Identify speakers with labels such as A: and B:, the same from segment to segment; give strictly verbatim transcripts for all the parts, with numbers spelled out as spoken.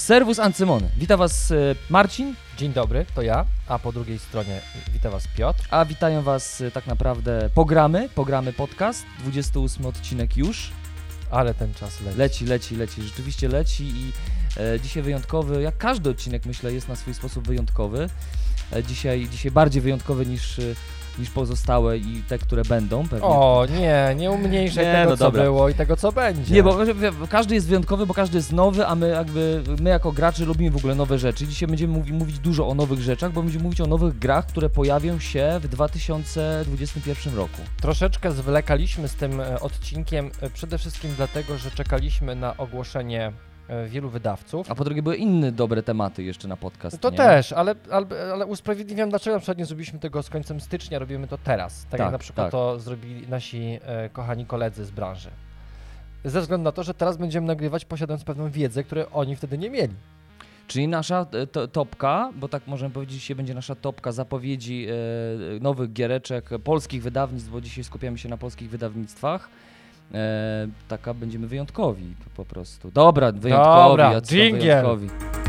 A: Servus Ancymony. Witam Was Marcin.
B: Dzień dobry, to ja, a po drugiej stronie wita Was Piotr.
A: A witają Was tak naprawdę Pogramy, Pogramy podcast, dwudziesty ósmy odcinek już.
B: Ale ten czas leci.
A: Leci, leci, leci, rzeczywiście leci i e, dzisiaj wyjątkowy, jak każdy odcinek myślę jest na swój sposób wyjątkowy. E, dzisiaj, dzisiaj bardziej wyjątkowy niż... niż pozostałe i te, które będą pewnie.
B: O nie, nie umniejszaj nie, tego, no co dobra. było i tego, co będzie.
A: Nie, bo każdy jest wyjątkowy, bo każdy jest nowy, a my jakby, my jako gracze lubimy w ogóle nowe rzeczy. Dzisiaj będziemy mówi, mówić dużo o nowych rzeczach, bo będziemy mówić o nowych grach, które pojawią się w dwa tysiące dwudziestym pierwszym roku.
B: Troszeczkę zwlekaliśmy z tym odcinkiem, przede wszystkim dlatego, że czekaliśmy na ogłoszenie wielu wydawców.
A: A po drugie były inne dobre tematy jeszcze na podcast.
B: To
A: nie?
B: też, ale, ale, ale usprawiedliwiam, dlaczego na przykład nie zrobiliśmy tego z końcem stycznia, robimy to teraz. Tak, tak jak na przykład tak. to zrobili nasi e, kochani koledzy z branży. Ze względu na to, że teraz będziemy nagrywać posiadając pewną wiedzę, której oni wtedy nie mieli.
A: Czyli nasza to, topka, bo tak możemy powiedzieć, dzisiaj będzie nasza topka zapowiedzi e, nowych giereczek, polskich wydawnictw, bo dzisiaj skupiamy się na polskich wydawnictwach. E, taka będziemy wyjątkowi po prostu. Dobra, wyjątkowi.
B: Dobra, wyjątkowi.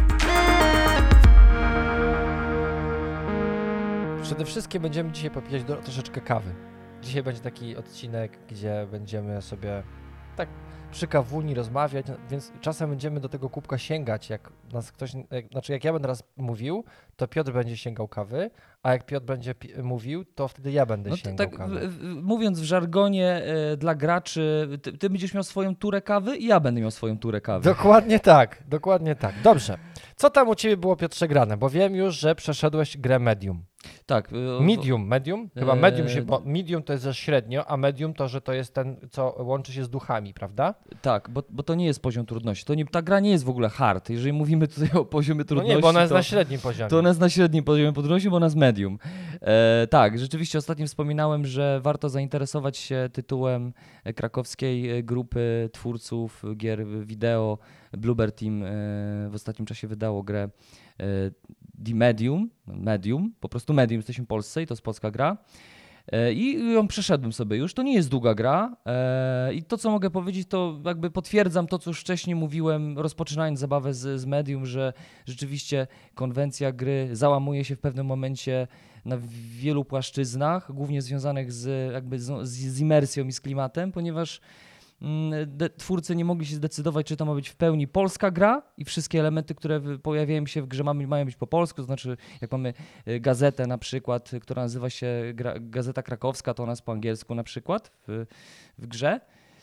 B: Przede wszystkim będziemy dzisiaj popijać do, troszeczkę kawy. Dzisiaj będzie taki odcinek, gdzie będziemy sobie tak przy kawuni rozmawiać, więc czasem będziemy do tego kubka sięgać, jak nas ktoś, jak, znaczy jak ja będę raz mówił, to Piotr będzie sięgał kawy, a jak Piotr będzie pi- mówił, to wtedy ja będę no sięgał
A: tak,
B: kawy.
A: W, w, mówiąc w żargonie y, dla graczy, ty, ty będziesz miał swoją turę kawy i ja będę miał swoją turę kawy.
B: Dokładnie tak, dokładnie tak. Dobrze. Co tam u Ciebie było, Piotrze, grane? Bo wiem już, że przeszedłeś grę Medium.
A: Tak.
B: Medium, medium? Chyba medium się, bo medium to jest za średnio, a medium to, że to jest ten, co łączy się z duchami, prawda?
A: Tak, bo, bo to nie jest poziom trudności. To nie, ta gra nie jest w ogóle hard. Jeżeli mówimy tutaj o poziomie trudności,
B: no nie, bo ona jest
A: to,
B: na średnim poziomie.
A: To ona jest na średnim poziomie trudności, bo ona jest medium. E, tak, rzeczywiście ostatnio wspominałem, że warto zainteresować się tytułem krakowskiej grupy twórców gier wideo. Bluebird Team e, w ostatnim czasie wydało grę e, The Medium, Medium, po prostu Medium, jesteśmy w Polsce i to jest polska gra. E, I ją przeszedłem sobie już, to nie jest długa gra e, i to, co mogę powiedzieć, to jakby potwierdzam to, co już wcześniej mówiłem, rozpoczynając zabawę z, z Medium, że rzeczywiście konwencja gry załamuje się w pewnym momencie na wielu płaszczyznach, głównie związanych z, jakby z, z imersją i z klimatem, ponieważ De, twórcy nie mogli się zdecydować, czy to ma być w pełni polska gra i wszystkie elementy, które pojawiają się w grze mamy, mają być po polsku, to znaczy jak mamy gazetę na przykład, która nazywa się gra, Gazeta Krakowska, to ona jest po angielsku na przykład w, w grze.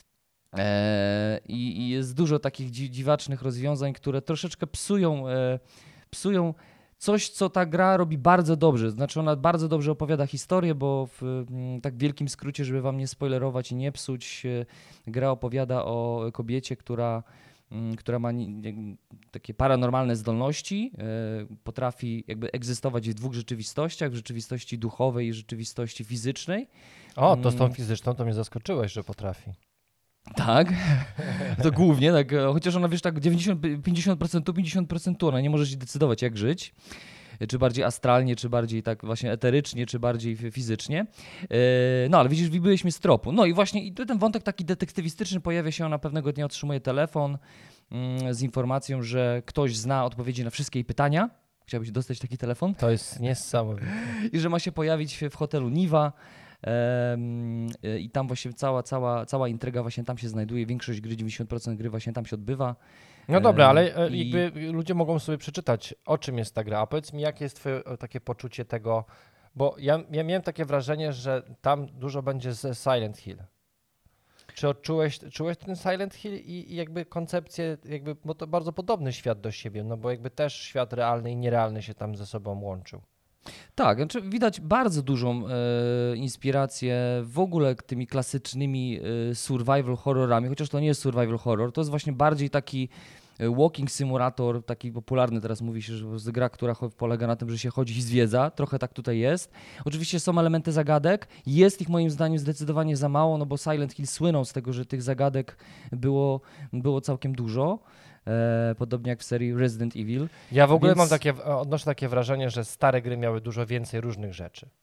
A: E, i, I jest dużo takich dzi, dziwacznych rozwiązań, które troszeczkę psują, e, psują coś, co ta gra robi bardzo dobrze. Znaczy ona bardzo dobrze opowiada historię, bo w tak wielkim skrócie, żeby wam nie spoilerować i nie psuć, gra opowiada o kobiecie, która, która ma takie paranormalne zdolności, potrafi jakby egzystować w dwóch rzeczywistościach, w rzeczywistości duchowej i rzeczywistości fizycznej.
B: O, to z tą fizyczną to mnie zaskoczyłeś, że potrafi.
A: Tak, to głównie, tak, chociaż ona wiesz tak dziewięćdziesiąt, pięćdziesiąt procent tu, pięćdziesiąt procent tu, ona nie może się decydować jak żyć, czy bardziej astralnie, czy bardziej tak właśnie eterycznie, czy bardziej fizycznie, no ale widzisz, wybiłeś mnie z tropu, no i właśnie i ten wątek taki detektywistyczny pojawia się, ona pewnego dnia otrzymuje telefon mm, z informacją, że ktoś zna odpowiedzi na wszystkie jej pytania. Chciałbyś dostać taki telefon?
B: To jest niesamowite.
A: I że ma się pojawić w hotelu Niwa. Um, i tam właśnie cała, cała, cała intryga właśnie tam się znajduje, większość gry, dziewięćdziesiąt procent gry właśnie tam się odbywa.
B: No dobra, ale um,
A: i...
B: jakby ludzie mogą sobie przeczytać, o czym jest ta gra, a powiedz mi, jakie jest twoje takie poczucie tego, bo ja, ja miałem takie wrażenie, że tam dużo będzie z Silent Hill. Czy odczułeś czułeś ten Silent Hill i, i jakby koncepcję, jakby, bo to bardzo podobny świat do siebie, no bo jakby też świat realny i nierealny się tam ze sobą łączył.
A: Tak, znaczy widać bardzo dużą e, inspirację w ogóle tymi klasycznymi e, survival horrorami, chociaż to nie jest survival horror, to jest właśnie bardziej taki walking simulator, taki popularny teraz mówi się, że to jest gra, która polega na tym, że się chodzi i zwiedza, trochę tak tutaj jest. Oczywiście są elementy zagadek, jest ich moim zdaniem zdecydowanie za mało, no bo Silent Hill słynął z tego, że tych zagadek było, było całkiem dużo. E, podobnie jak w serii Resident Evil.
B: Ja w ogóle
A: Więc...
B: mam takie, odnoszę takie wrażenie, że stare gry miały dużo więcej różnych rzeczy.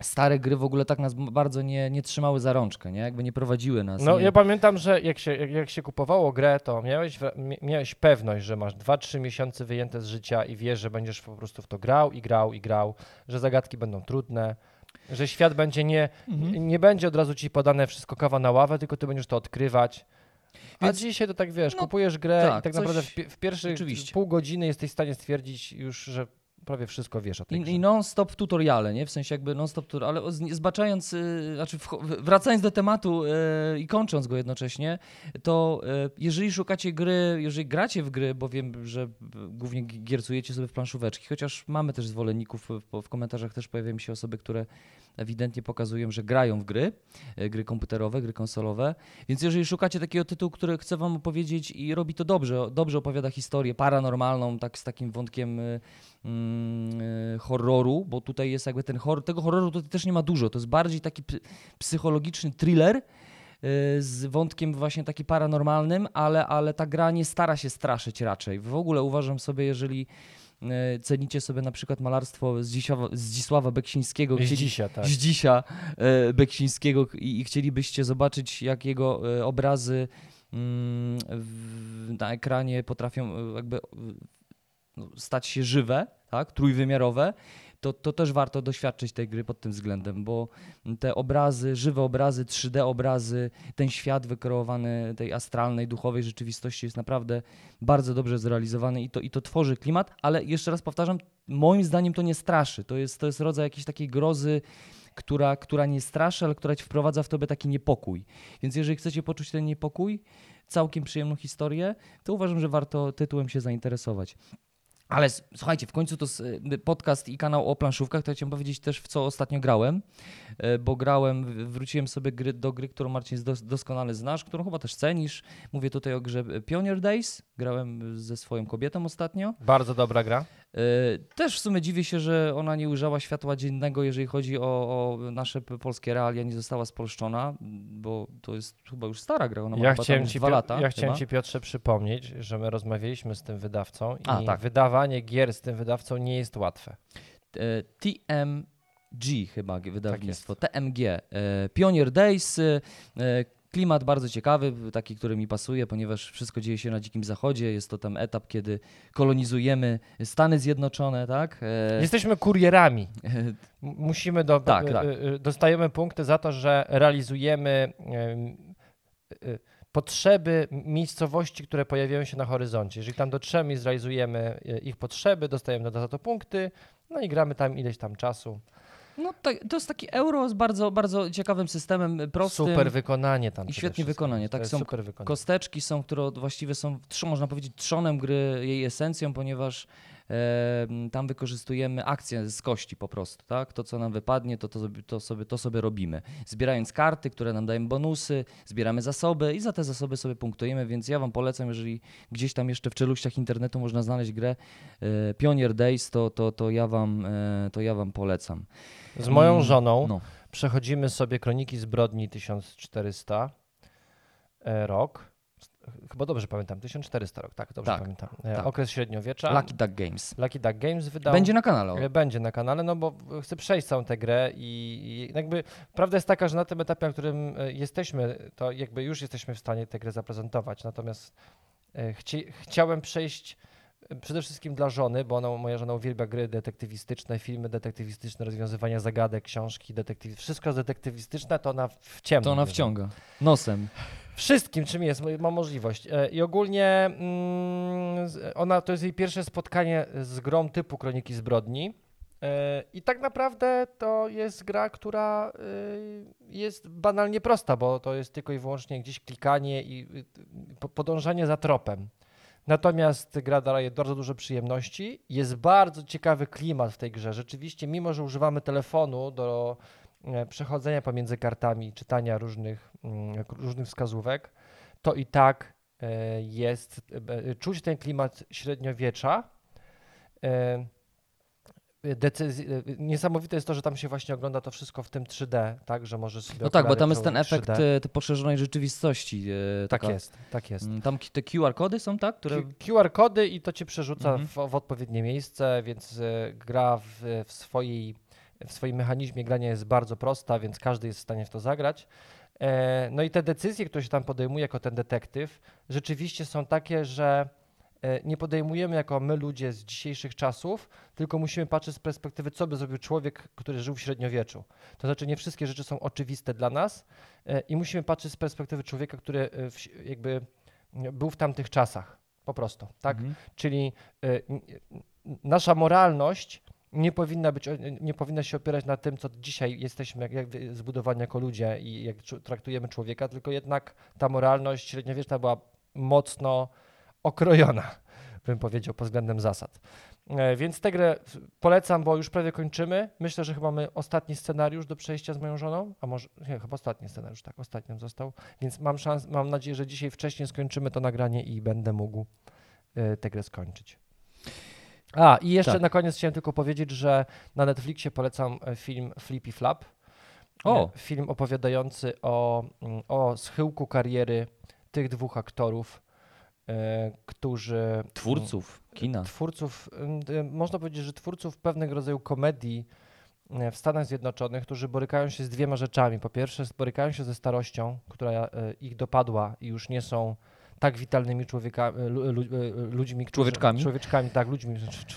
A: stare gry w ogóle tak nas bardzo nie, nie trzymały za rączkę, nie? Jakby nie prowadziły nas.
B: No
A: nie...
B: ja pamiętam, że jak się, jak, jak się kupowało grę, to miałeś, miałeś pewność, że masz dwa trzy miesiące wyjęte z życia i wiesz, że będziesz po prostu w to grał i grał i grał, że zagadki będą trudne, że świat będzie nie, mhm. nie będzie od razu ci podane wszystko kawa na ławę, tylko ty będziesz to odkrywać. A Więc, dzisiaj to tak wiesz, no, kupujesz grę tak, i tak naprawdę w, w pierwszych oczywiście. pół godziny jesteś w stanie stwierdzić już, że prawie wszystko wiesz o tej
A: I,
B: grze.
A: I non-stop tutoriale, nie? W sensie jakby non-stop tutoriale, ale zbaczając, yy, znaczy w, wracając do tematu yy, i kończąc go jednocześnie, to yy, jeżeli szukacie gry, jeżeli gracie w gry, bo wiem, że głównie giercujecie sobie w planszóweczki, chociaż mamy też zwolenników, w, w komentarzach też pojawiają się osoby, które ewidentnie pokazują, że grają w gry, gry komputerowe, gry konsolowe, więc jeżeli szukacie takiego tytułu, który chcę wam opowiedzieć i robi to dobrze, dobrze opowiada historię paranormalną, tak z takim wątkiem mm, horroru, bo tutaj jest jakby ten horror, tego horroru tutaj też nie ma dużo, to jest bardziej taki psychologiczny thriller z wątkiem właśnie takim paranormalnym, ale, ale ta gra nie stara się straszyć raczej. W ogóle uważam sobie, jeżeli cenicie sobie na przykład malarstwo Zdzisława, Zdzisława Beksińskiego,
B: Zdzisia, tak.
A: Zdzisia e, Beksińskiego i, i chcielibyście zobaczyć, jak jego e, obrazy mm, w, na ekranie potrafią e, jakby no, stać się żywe, tak, trójwymiarowe, to, to też warto doświadczyć tej gry pod tym względem, bo te obrazy, żywe obrazy, trzy D obrazy, ten świat wykreowany tej astralnej, duchowej rzeczywistości jest naprawdę bardzo dobrze zrealizowany i to, i to tworzy klimat, ale jeszcze raz powtarzam, moim zdaniem to nie straszy. To jest, to jest rodzaj jakiejś takiej grozy, która, która nie straszy, ale która ci wprowadza w tobie taki niepokój. Więc jeżeli chcecie poczuć ten niepokój, całkiem przyjemną historię, to uważam, że warto tytułem się zainteresować. Ale słuchajcie, w końcu to podcast i kanał o planszówkach, to ja chciałem powiedzieć też, w co ostatnio grałem, bo grałem, wróciłem sobie gry, do gry, którą Marcin doskonale znasz, którą chyba też cenisz. Mówię tutaj o grze Pioneer Days, grałem ze swoją kobietą ostatnio.
B: Bardzo dobra gra.
A: Też w sumie dziwię się, że ona nie ujrzała światła dziennego, jeżeli chodzi o, o nasze polskie realia, nie została spolszczona, bo to jest chyba już stara gra, ona ma
B: ja
A: chyba tam
B: ci
A: dwa lata.
B: Ja chciałem Ci, Piotrze, przypomnieć, że my rozmawialiśmy z tym wydawcą i
A: A, tak.
B: wydawanie gier z tym wydawcą nie jest łatwe.
A: T M G chyba wydawnictwo, tak T M G. Pioneer Days, klimat bardzo ciekawy, taki, który mi pasuje, ponieważ wszystko dzieje się na Dzikim Zachodzie. Jest to tam etap, kiedy kolonizujemy Stany Zjednoczone, tak?
B: Jesteśmy kurierami. Musimy do,
A: tak, tak.
B: Dostajemy punkty za to, że realizujemy potrzeby miejscowości, które pojawiają się na horyzoncie. Jeżeli tam dotrzemy i zrealizujemy ich potrzeby, dostajemy za to punkty, no i gramy tam ileś tam czasu.
A: No to, to jest taki euro z bardzo, bardzo ciekawym systemem, prostym.
B: Super wykonanie tam.
A: I świetnie wykonanie. Tak, są wykonanie. Kosteczki, są, które właściwie są, można powiedzieć, trzonem gry, jej esencją, ponieważ e, tam wykorzystujemy akcje z kości po prostu. Tak? To, co nam wypadnie, to, to, to, sobie, to sobie robimy. Zbierając karty, które nam dają bonusy, zbieramy zasoby i za te zasoby sobie punktujemy, więc ja wam polecam, jeżeli gdzieś tam jeszcze w czeluściach internetu można znaleźć grę e, Pioneer Days, to, to, to, ja wam, e, to ja wam polecam.
B: Z moją żoną no. przechodzimy sobie Kroniki Zbrodni tysiąc czterysta e, rok. Chyba dobrze pamiętam, tysiąc czterysta rok, tak, dobrze tak, pamiętam. E,
A: tak.
B: Okres średniowiecza.
A: Lucky Duck Games.
B: Lucky Duck Games wydał.
A: Będzie na kanale.
B: Będzie na kanale, no bo chcę przejść całą tę grę i, i jakby prawda jest taka, że na tym etapie, na którym jesteśmy, to jakby już jesteśmy w stanie tę grę zaprezentować. Natomiast e, chci, chciałem przejść przede wszystkim dla żony, bo ona, moja żona uwielbia gry detektywistyczne, filmy detektywistyczne, rozwiązywania zagadek, książki detektyw. Wszystko jest detektywistyczne, to ona wciąga.
A: To ona wciąga. Nosem.
B: Wszystkim, czym jest, ma możliwość. I ogólnie mm, ona, to jest jej pierwsze spotkanie z grą typu Kroniki Zbrodni. I tak naprawdę to jest gra, która jest banalnie prosta, bo to jest tylko i wyłącznie gdzieś klikanie i podążanie za tropem. Natomiast gra daje bardzo dużo przyjemności. Jest bardzo ciekawy klimat w tej grze. Rzeczywiście, mimo że używamy telefonu do przechodzenia pomiędzy kartami, czytania różnych, różnych wskazówek, to i tak jest, czuć ten klimat średniowiecza. Decyzji, niesamowite jest to, że tam się właśnie ogląda to wszystko w tym trzy D, tak, że możesz sobie...
A: No tak, bo tam jest ten efekt te poszerzonej rzeczywistości. E,
B: tak
A: taka,
B: jest, tak jest.
A: Tam te Q R kody są, tak? Które...
B: Q R kody i to cię przerzuca
A: mhm.
B: w, w odpowiednie miejsce, więc e, gra w, w swojej w swoim mechanizmie grania jest bardzo prosta, więc każdy jest w stanie w to zagrać. E, no i te decyzje, które się tam podejmuje jako ten detektyw, rzeczywiście są takie, że nie podejmujemy jako my ludzie z dzisiejszych czasów, tylko musimy patrzeć z perspektywy, co by zrobił człowiek, który żył w średniowieczu. To znaczy nie wszystkie rzeczy są oczywiste dla nas i musimy patrzeć z perspektywy człowieka, który w, jakby był w tamtych czasach, po prostu, tak? Mhm. Czyli y, nasza moralność nie powinna być, nie powinna się opierać na tym, co dzisiaj jesteśmy jak, jak zbudowani jako ludzie i jak traktujemy człowieka, tylko jednak ta moralność średniowieczna była mocno okrojona, bym powiedział, pod względem zasad. E, więc tę grę polecam, bo już prawie kończymy. Myślę, że chyba mamy ostatni scenariusz do przejścia z moją żoną, a może, nie, chyba ostatni scenariusz, tak, ostatnim został, więc mam szans, mam nadzieję, że dzisiaj wcześniej skończymy to nagranie i będę mógł e, tę grę skończyć. A, i jeszcze tak. Na koniec chciałem tylko powiedzieć, że na Netflixie polecam film Flippy Flap. O. Film opowiadający o, o schyłku kariery tych dwóch aktorów, którzy...
A: Twórców kina.
B: Twórców, można powiedzieć, że twórców pewnego rodzaju komedii w Stanach Zjednoczonych, którzy borykają się z dwiema rzeczami. Po pierwsze, borykają się ze starością, która ich dopadła i już nie są tak witalnymi człowiekami, ludźmi, którzy,
A: człowieczkami.
B: Człowieczkami, tak, ludźmi.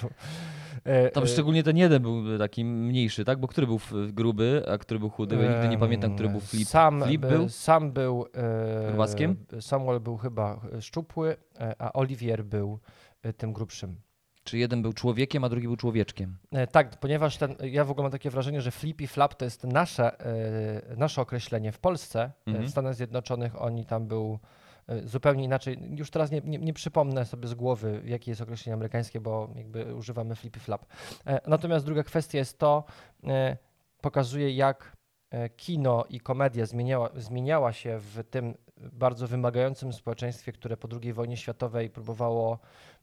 A: Tam szczególnie ten jeden był taki mniejszy, tak? Bo który był gruby, a który był chudy? Ja nigdy nie pamiętam, który był Flip.
B: Sam
A: Flip
B: był? Sam był...
A: Grubaskiem?
B: Samuel był chyba szczupły, a Olivier był tym grubszym.
A: Czy jeden był człowiekiem, a drugi był człowieczkiem?
B: Tak, ponieważ ten, ja w ogóle mam takie wrażenie, że flip i flap to jest nasze, nasze określenie w Polsce. Mhm. W Stanach Zjednoczonych oni tam był zupełnie inaczej. Już teraz nie, nie, nie przypomnę sobie z głowy, jakie jest określenie amerykańskie, bo jakby używamy flip i flap. Natomiast druga kwestia jest to, pokazuje jak kino i komedia zmieniała, zmieniała się w tym bardzo wymagającym społeczeństwie, które po drugiej wojnie światowej próbowało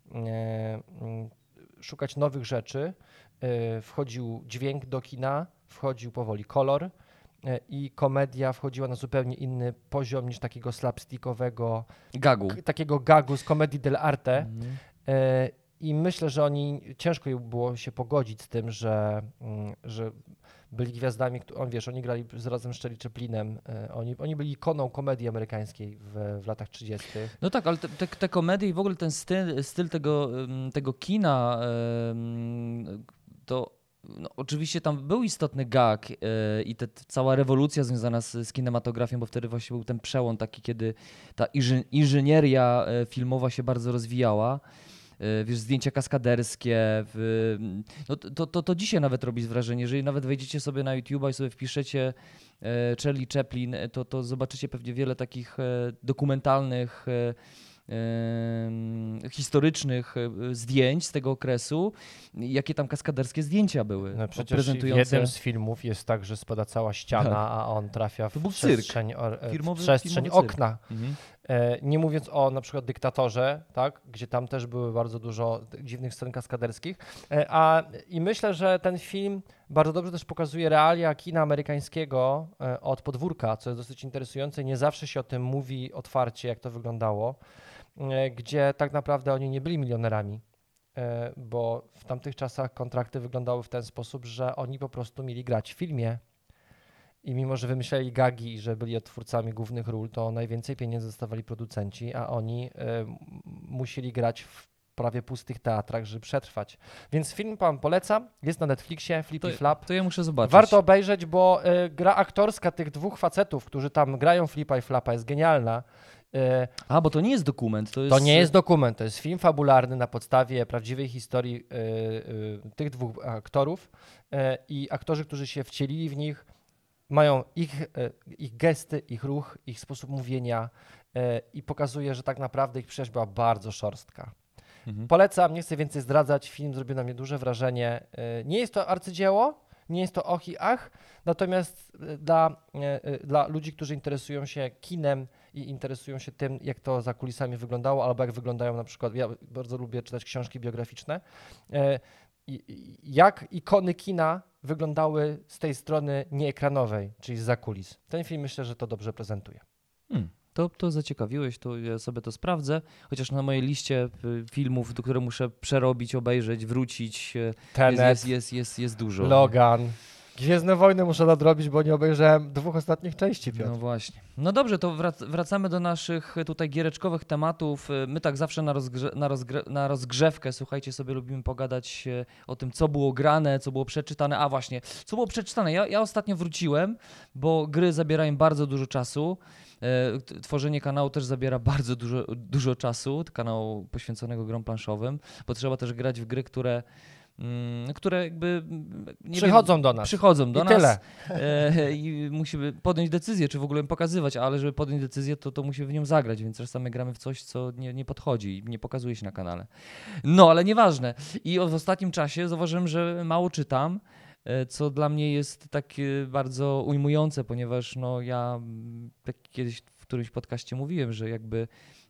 B: szukać nowych rzeczy. Wchodził dźwięk do kina, wchodził powoli kolor i komedia wchodziła na zupełnie inny poziom niż takiego slapstickowego
A: gagu,
B: k- takiego gagu z komedii dell'arte. Mhm. I myślę, że oni ciężko było się pogodzić z tym, że, że byli gwiazdami, on wiesz, oni grali z razem z Charlie Chaplinem, oni, oni byli ikoną komedii amerykańskiej w, w latach trzydziestych.
A: No tak, ale te, te, te komedie i w ogóle ten styl, styl tego, tego kina, to no, oczywiście tam był istotny gag yy, i te, cała rewolucja związana z, z kinematografią, bo wtedy właśnie był ten przełom taki, kiedy ta inży, inżynieria filmowa się bardzo rozwijała. Wiesz, zdjęcia kaskaderskie, w, no to, to, to dzisiaj nawet robi wrażenie, jeżeli nawet wejdziecie sobie na YouTube'a i sobie wpiszecie e, Charlie Chaplin, to, to zobaczycie pewnie wiele takich e, dokumentalnych, e, e, historycznych zdjęć z tego okresu, jakie tam kaskaderskie zdjęcia były.
B: No przecież prezentujące... w jednym z filmów jest tak, że spada cała ściana, tak. a on trafia w przestrzeń, o, filmowy, w przestrzeń okna. Mhm. Nie mówiąc o na przykład Dyktatorze, tak, gdzie tam też były bardzo dużo dziwnych scen kaskaderskich. A, I myślę, że ten film bardzo dobrze też pokazuje realia kina amerykańskiego od podwórka, co jest dosyć interesujące. Nie zawsze się o tym mówi otwarcie, jak to wyglądało, gdzie tak naprawdę oni nie byli milionerami, bo w tamtych czasach kontrakty wyglądały w ten sposób, że oni po prostu mieli grać w filmie. I mimo, że wymyślali gagi i że byli twórcami głównych ról, to najwięcej pieniędzy dostawali producenci, a oni y, musieli grać w prawie pustych teatrach, żeby przetrwać. Więc film wam polecam, jest na Netflixie, Flip i Flap.
A: To ja muszę zobaczyć.
B: Warto obejrzeć, bo y, gra aktorska tych dwóch facetów, którzy tam grają Flipa i Flapa, jest genialna. Y,
A: a, bo to nie jest dokument. To, jest...
B: to nie jest dokument, to jest film fabularny na podstawie prawdziwej historii y, y, tych dwóch aktorów y, i aktorzy, którzy się wcielili w nich, mają ich, ich gesty, ich ruch, ich sposób mówienia i pokazuje, że tak naprawdę ich przyjaźń była bardzo szorstka. Mhm. Polecam, nie chcę więcej zdradzać, film zrobił na mnie duże wrażenie. Nie jest to arcydzieło, nie jest to och i ach, natomiast dla, dla ludzi, którzy interesują się kinem i interesują się tym, jak to za kulisami wyglądało, albo jak wyglądają na przykład, ja bardzo lubię czytać książki biograficzne, jak ikony kina wyglądały z tej strony nieekranowej, czyli zza kulis. Ten film myślę, że to dobrze prezentuje.
A: Hmm, to, to zaciekawiłeś, to ja sobie to sprawdzę, chociaż na mojej liście filmów, do które muszę przerobić, obejrzeć, wrócić,
B: Tenet,
A: jest, jest, jest, jest, jest dużo.
B: Logan. Gwiezdne Wojny muszę nadrobić, bo nie obejrzałem dwóch ostatnich części, Piotr.
A: No właśnie. No dobrze, to wrac- wracamy do naszych tutaj giereczkowych tematów. My tak zawsze na, rozgrze- na, rozgre- na rozgrzewkę, słuchajcie, sobie lubimy pogadać o tym, co było grane, co było przeczytane. A właśnie, co było przeczytane? Ja, ja ostatnio wróciłem, bo gry zabierają bardzo dużo czasu. E, tworzenie kanału też zabiera bardzo dużo, dużo czasu, kanału poświęconego grom planszowym, bo trzeba też grać w gry, które które jakby nie
B: przychodzą
A: wiem,
B: do nas.
A: Przychodzą do
B: I
A: nas.
B: Tyle.
A: E, I musimy podjąć decyzję, czy w ogóle im pokazywać, ale żeby podjąć decyzję, to, to musimy w nią zagrać, więc czasami gramy w coś, co nie, nie podchodzi i nie pokazuje się na kanale. No, ale nieważne. I w ostatnim czasie zauważyłem, że mało czytam, co dla mnie jest takie bardzo ujmujące, ponieważ no ja tak kiedyś w którymś podcaście mówiłem, że jakby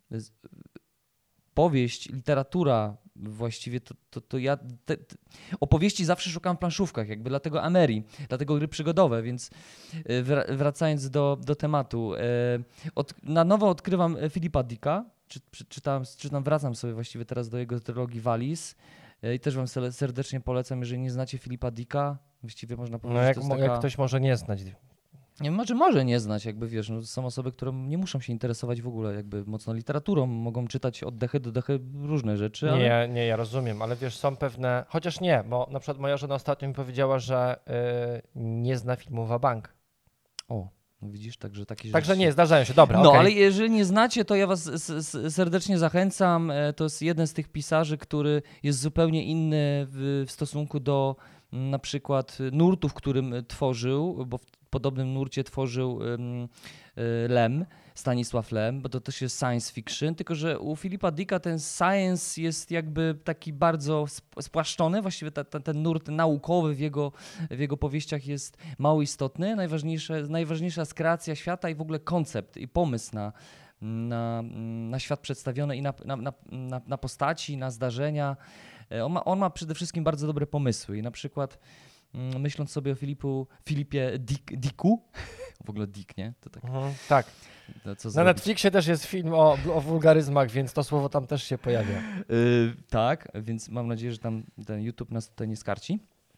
A: powieść, literatura właściwie to, to, to ja te, te opowieści zawsze szukam w planszówkach, jakby dlatego Ameri, dlatego gry przygodowe, więc wracając do, do tematu, od, na nowo odkrywam Philippa Dicka, czy, czy, czytam, czytam, wracam sobie właściwie teraz do jego trylogii Valis i też wam serdecznie polecam, jeżeli nie znacie Philippa Dicka, właściwie można powiedzieć,
B: no jak,
A: że to
B: mo-
A: jest taka...
B: jak ktoś może nie znać.
A: Nie, może, może nie znać, jakby wiesz, no, są osoby, które nie muszą się interesować w ogóle jakby mocno literaturą, mogą czytać od dechy do dechy różne rzeczy. Ale...
B: Nie, nie, ja rozumiem, ale wiesz, są pewne, chociaż nie, bo na przykład moja żona ostatnio mi powiedziała, że yy, nie zna filmu Wabank.
A: O, no widzisz, także takie rzeczy.
B: Także nie, zdarzają się, dobra.
A: No,
B: okay.
A: ale jeżeli nie znacie, to ja was serdecznie zachęcam. To jest jeden z tych pisarzy, który jest zupełnie inny w, w stosunku do na przykład nurtu, w którym tworzył, bo w podobnym nurcie tworzył um, Lem, Stanisław Lem, bo to też jest science fiction, tylko że u Philippa Dicka ten science jest jakby taki bardzo spłaszczony, właściwie ta, ta, ten nurt naukowy w jego, w jego powieściach jest mało istotny. Najważniejsze, najważniejsza jest kreacja świata i w ogóle koncept i pomysł na, na, na świat przedstawiony i na, na, na, na postaci, na zdarzenia. On ma, on ma przede wszystkim bardzo dobre pomysły i na przykład myśląc sobie o Filipu, Filipie Dick, Dicku, w ogóle Dick, nie? To tak.
B: Mhm, tak.
A: No, co
B: Na
A: zrobić?
B: Netflixie też jest film o, o wulgaryzmach, więc to słowo tam też się pojawia.
A: Yy, tak, więc mam nadzieję, że tam ten YouTube nas tutaj nie skarci.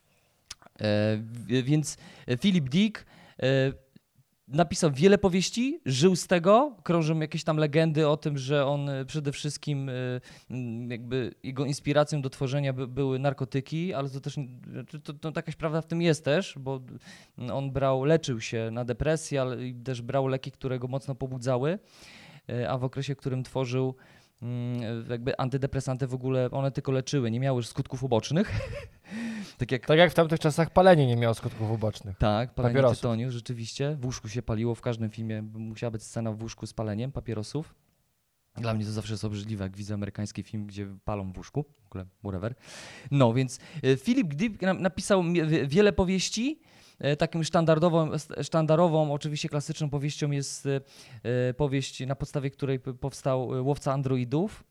A: Yy, więc Philip Dick yy, napisał wiele powieści, żył z tego, krążą jakieś tam legendy o tym, że on przede wszystkim jakby jego inspiracją do tworzenia by, były narkotyki, ale to też to, to, to jakaś prawda w tym jest też, bo on brał, leczył się na depresję, ale też brał leki, które go mocno pobudzały, a w okresie, w którym tworzył jakby antydepresanty w ogóle, one tylko leczyły, nie miały skutków ubocznych. Tak jak,
B: tak jak w tamtych czasach palenie nie miało skutków ubocznych.
A: Tak, palenie
B: papierosów.
A: tytoniu, rzeczywiście. W łóżku się paliło, w każdym filmie musiała być scena w łóżku z paleniem papierosów. Dla mnie to zawsze jest obrzydliwe, jak widzę amerykański film, gdzie palą w łóżku, w ogóle whatever. No więc Philip Dick napisał wiele powieści. Takim sztandarową, sztandarową, oczywiście klasyczną powieścią jest powieść, na podstawie której powstał Łowca Androidów.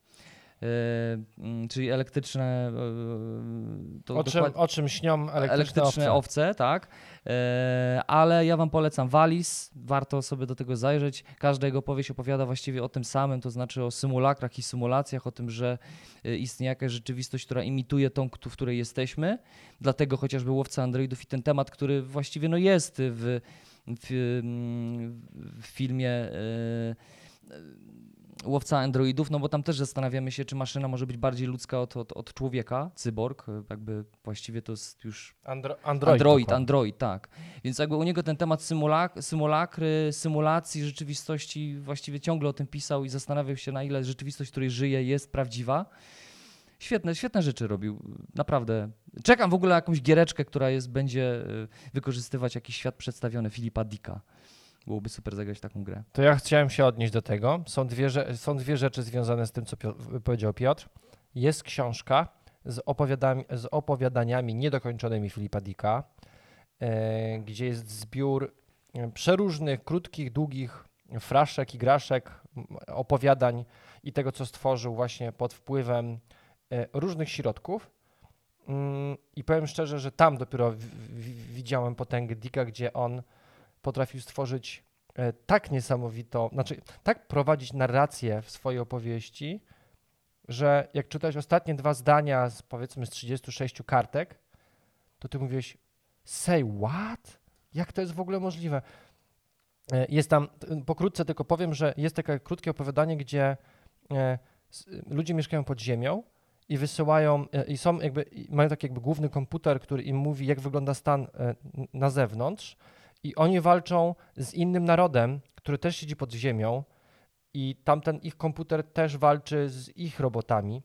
A: Yy, czyli elektryczne to
B: o, czym, o czym śnią elektryczne,
A: elektryczne owce. owce, tak. Yy, ale ja wam polecam Valis, warto sobie do tego zajrzeć. Każda jego powieść opowiada właściwie o tym samym, to znaczy o symulakrach i symulacjach, o tym, że istnieje jakaś rzeczywistość, która imituje tą, w której jesteśmy. Dlatego chociażby Łowca Androidów i ten temat, który właściwie no jest w, w, w filmie yy, Łowca Androidów, no bo tam też zastanawiamy się, czy maszyna może być bardziej ludzka od, od, od człowieka, cyborg, jakby właściwie to jest już
B: Andro, android,
A: android, android, tak. Więc jakby u niego ten temat symulak, symulakry, symulacji rzeczywistości właściwie ciągle o tym pisał i zastanawiał się, na ile rzeczywistość, w której żyje, jest prawdziwa. Świetne, świetne rzeczy robił, naprawdę. Czekam w ogóle na jakąś giereczkę, która jest, będzie wykorzystywać jakiś świat przedstawiony Philippa Dicka. Byłoby super zagrać taką grę.
B: To ja chciałem się odnieść do tego. Są dwie, są dwie rzeczy związane z tym, co Piotr, powiedział Piotr. Jest książka z, opowiadami, z opowiadaniami niedokończonymi Philippa Dicka, e, gdzie jest zbiór przeróżnych, krótkich, długich fraszek, igraszek, opowiadań i tego, co stworzył właśnie pod wpływem e, różnych środków. Mm, I powiem szczerze, że tam dopiero w, w, widziałem potęgę Dicka, gdzie on potrafił stworzyć e, tak niesamowitą, znaczy tak prowadzić narrację w swojej opowieści, że jak czytałeś ostatnie dwa zdania z powiedzmy z trzydziestu sześciu kartek, to ty mówiłeś, Say what? Jak to jest w ogóle możliwe? Jest tam, pokrótce tylko powiem, że jest takie krótkie opowiadanie, gdzie ludzie mieszkają pod ziemią i wysyłają, i są jakby, mają taki jakby główny komputer, który im mówi, jak wygląda stan na zewnątrz i oni walczą z innym narodem, który też siedzi pod ziemią i tamten ich komputer też walczy z ich robotami.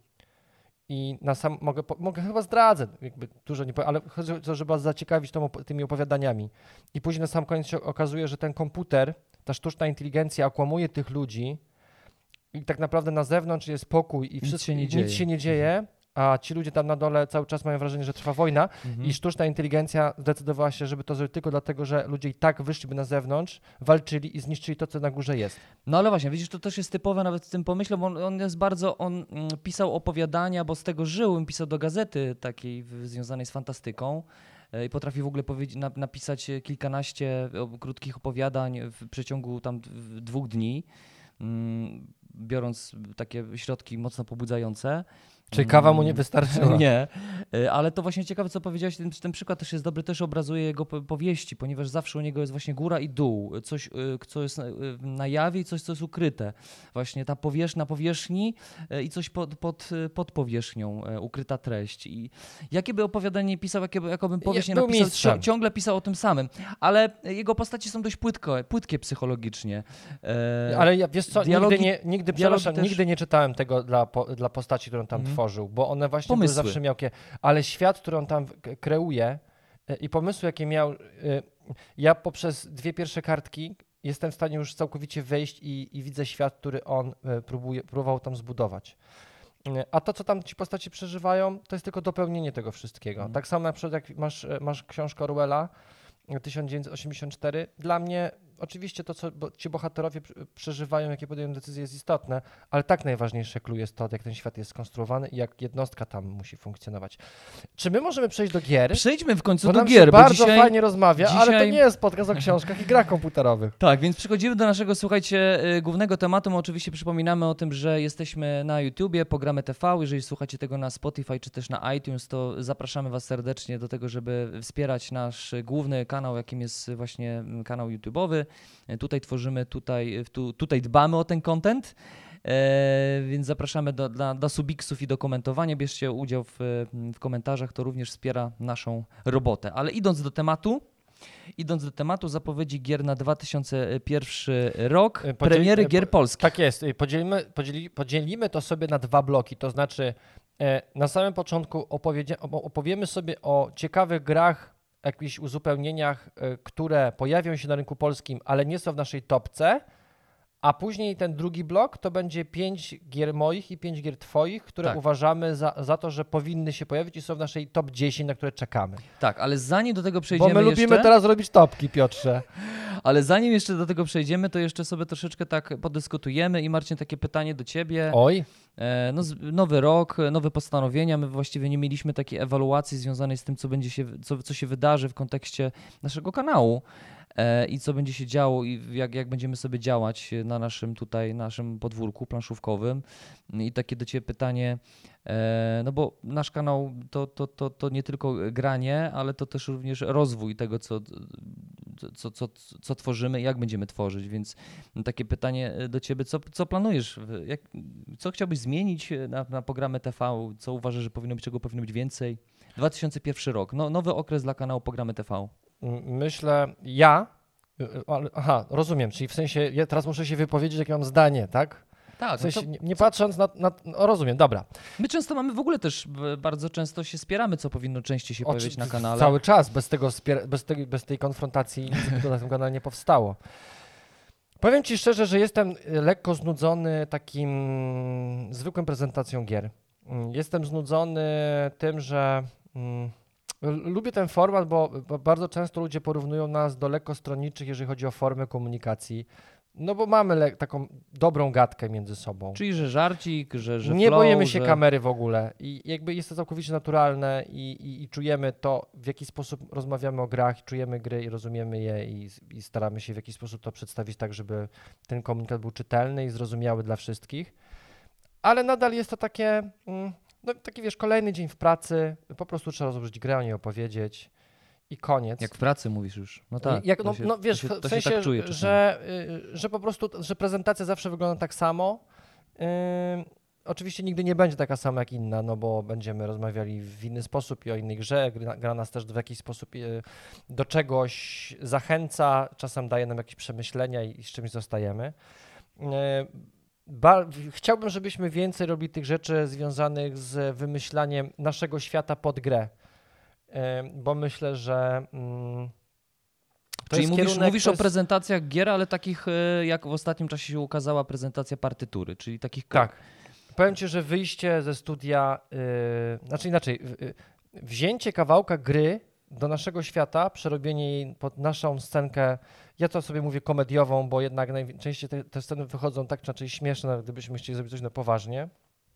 B: I na sam, mogę, mogę chyba zdradzę, jakby dużo nie powiem, ale chodzi o to, żeby was zaciekawić tą, tymi opowiadaniami. I później na sam koniec się okazuje, że ten komputer, ta sztuczna inteligencja okłamuje tych ludzi i tak naprawdę na zewnątrz jest pokój i wszystko,
A: nic się nie
B: nic
A: dzieje.
B: się nie dzieje, a ci ludzie tam na dole cały czas mają wrażenie, że trwa wojna
A: Mhm.
B: i sztuczna inteligencja zdecydowała się, żeby to zrobić tylko dlatego, że ludzie i tak wyszliby na zewnątrz, walczyli i zniszczyli to, co na górze jest.
A: No ale właśnie, widzisz, to też jest typowe nawet w tym pomyśle, bo on, on jest bardzo, on mm, pisał opowiadania, bo z tego żył, pisał do gazety takiej w, związanej z fantastyką e, i potrafi w ogóle powie- na, napisać kilkanaście o, krótkich opowiadań w przeciągu tam w, dwóch dni, mm, biorąc takie środki mocno pobudzające.
B: Czy kawa mu nie wystarczyła?
A: Nie, y, ale to właśnie ciekawe, co powiedziałeś, ten, ten przykład też jest dobry, też obrazuje jego po- powieści, ponieważ zawsze u niego jest właśnie góra i dół, coś, y, co jest na- y, na jawie i coś, co jest ukryte. Właśnie ta powierz- na powierzchni y, i coś pod, pod, y, pod powierzchnią, y, ukryta treść. I jakie by opowiadanie nie pisał, jakie by, jakobym powieść nie
B: Był
A: napisał,
B: mistrzem.
A: cio- ciągle pisał o tym samym, ale jego postaci są dość płytko, płytkie psychologicznie. E,
B: Ale ja, wiesz co,
A: dialogi-
B: nigdy, nie, nigdy,
A: dialogi
B: przepraszam,
A: też-
B: nigdy nie czytałem tego dla, po, dla postaci, którą tam
A: Mhm.
B: tworzył, bo one właśnie
A: Pomysły.
B: były zawsze miałkie, ale świat, który on tam k- kreuje e, i pomysły, jakie miał, e, ja poprzez dwie pierwsze kartki jestem w stanie już całkowicie wejść i, i widzę świat, który on e, próbuje, próbował tam zbudować. E, A to, co tam ci postaci przeżywają, to jest tylko dopełnienie tego wszystkiego.
A: Mhm.
B: Tak samo na przykład jak masz, e, masz książkę Orwella tysiąc dziewięćset osiemdziesiąt cztery. Dla mnie oczywiście to, co bo ci bohaterowie pr- przeżywają, jakie podejmują decyzje, jest istotne, ale tak najważniejsze clue jest to, jak ten świat jest skonstruowany i jak jednostka tam musi funkcjonować. Czy my możemy przejść do gier?
A: Przejdźmy w końcu
B: Bo
A: do
B: nam
A: gier,
B: się
A: bo
B: bardzo
A: dzisiaj...
B: fajnie rozmawia, ale to
A: dzisiaj-
B: nie jest podcast o książkach i grach komputerowych.
A: Tak, więc przechodzimy do naszego, słuchajcie, y, głównego tematu. My oczywiście przypominamy o tym, że jesteśmy na YouTubie, Pogramy T V. Jeżeli słuchacie tego na Spotify czy też na iTunes, to zapraszamy Was serdecznie do tego, żeby wspierać nasz główny kanał, jakim jest właśnie kanał YouTube'owy. Y, Tutaj tworzymy, tutaj, tu, tutaj dbamy o ten content. E, więc zapraszamy do, dla, do subiksów i do komentowania. Bierzcie udział w, w komentarzach, to również wspiera naszą robotę. Ale idąc do tematu, idąc do tematu zapowiedzi gier na dwa tysiące pierwszy rok,
B: E, podzieli-
A: premiery
B: e,
A: gier
B: po-
A: polskich.
B: Tak jest. Y, Podzielimy, podzieli, podzielimy to sobie na dwa bloki, to znaczy e, na samym początku opowiedzie, opo- opowiemy sobie o ciekawych grach, jakichś uzupełnieniach, e, które pojawią się na rynku polskim, ale nie są w naszej topce, a później ten drugi blok to będzie pięć gier moich i pięć gier twoich, które
A: Tak.
B: uważamy za, za to, że powinny się pojawić i są w naszej top dziesięć, na które czekamy.
A: Tak, ale zanim do tego przejdziemy
B: Bo my lubimy
A: jeszcze,
B: teraz robić topki, Piotrze.
A: ale zanim jeszcze do tego przejdziemy, to jeszcze sobie troszeczkę tak podyskutujemy i Marcin, takie pytanie do ciebie.
B: Oj,
A: E, No, z- nowy rok, nowe postanowienia. My właściwie nie mieliśmy takiej ewaluacji związanej z tym, co będzie się, co, co się wydarzy w kontekście naszego kanału e, i co będzie się działo i jak, jak będziemy sobie działać na naszym tutaj, naszym podwórku planszówkowym. I takie do ciebie pytanie, e, no bo nasz kanał to, to, to, to nie tylko granie, ale to też również rozwój tego, co, co, co, co tworzymy i jak będziemy tworzyć, więc takie pytanie do ciebie, co, co planujesz, w- jak, co chciałbyś zmienić na, na Pogramy T V, co uważasz, że powinno być, czego powinno być więcej? dwa tysiące pierwszy rok, no, nowy okres dla kanału Pogramy T V.
B: m- myślę, ja, y, y, ale- aha, rozumiem, czyli w sensie, ja teraz muszę się wypowiedzieć, jakie mam zdanie, tak?
A: Tak,
B: W sensie, nie, nie patrząc na, na, no rozumiem, dobra.
A: my często mamy w ogóle też, b- bardzo często się spieramy, co powinno częściej się pojawić
B: Oczy-
A: na kanale.
B: Cały czas, bez, tego, spier- bez, tej, bez tej konfrontacji nic by to na tym kanale nie powstało. Powiem ci szczerze, że jestem y, lekko znudzony takim mm, zwykłą prezentacją gier. Mm, Jestem znudzony tym, że mm, l- lubię ten format, bo, bo bardzo często ludzie porównują nas do lekkostronniczych, jeżeli chodzi o formę komunikacji. No bo mamy le- taką dobrą gadkę między sobą.
A: Czyli, że żarcik, że, że
B: Nie
A: flow,
B: boimy się
A: że...
B: kamery w ogóle i jakby jest to całkowicie naturalne i, i, i czujemy to, w jaki sposób rozmawiamy o grach, czujemy gry i rozumiemy je i, i staramy się w jakiś sposób to przedstawić tak, żeby ten komunikat był czytelny i zrozumiały dla wszystkich. Ale nadal jest to takie, mm, no taki wiesz, kolejny dzień w pracy, po prostu trzeba rozłożyć grę, o niej opowiedzieć i koniec.
A: Jak w pracy mówisz już. No tak.
B: Jak, no,
A: się,
B: no wiesz,
A: się,
B: w sensie,
A: tak czuje
B: że, że po prostu, że prezentacja zawsze wygląda tak samo. Yy, oczywiście nigdy nie będzie taka sama jak inna, no bo będziemy rozmawiali w inny sposób i o innej grze. Gra, gra nas też w jakiś sposób yy, do czegoś zachęca, czasem daje nam jakieś przemyślenia i, i z czymś zostajemy. Yy, ba, chciałbym, żebyśmy więcej robili tych rzeczy związanych z wymyślaniem naszego świata pod grę. Bo myślę, że mm, to
A: Czyli
B: jest
A: mówisz,
B: kierunek,
A: mówisz
B: to
A: o
B: jest...
A: prezentacjach gier, ale takich jak w ostatnim czasie się ukazała prezentacja partytury, czyli takich...
B: Tak. Powiem ci, że wyjście ze studia, yy, znaczy inaczej, yy, wzięcie kawałka gry do naszego świata, przerobienie jej pod naszą scenkę, ja to sobie mówię komediową, bo jednak najczęściej te, te sceny wychodzą tak czy inaczej śmieszne, gdybyśmy chcieli zrobić coś na poważnie.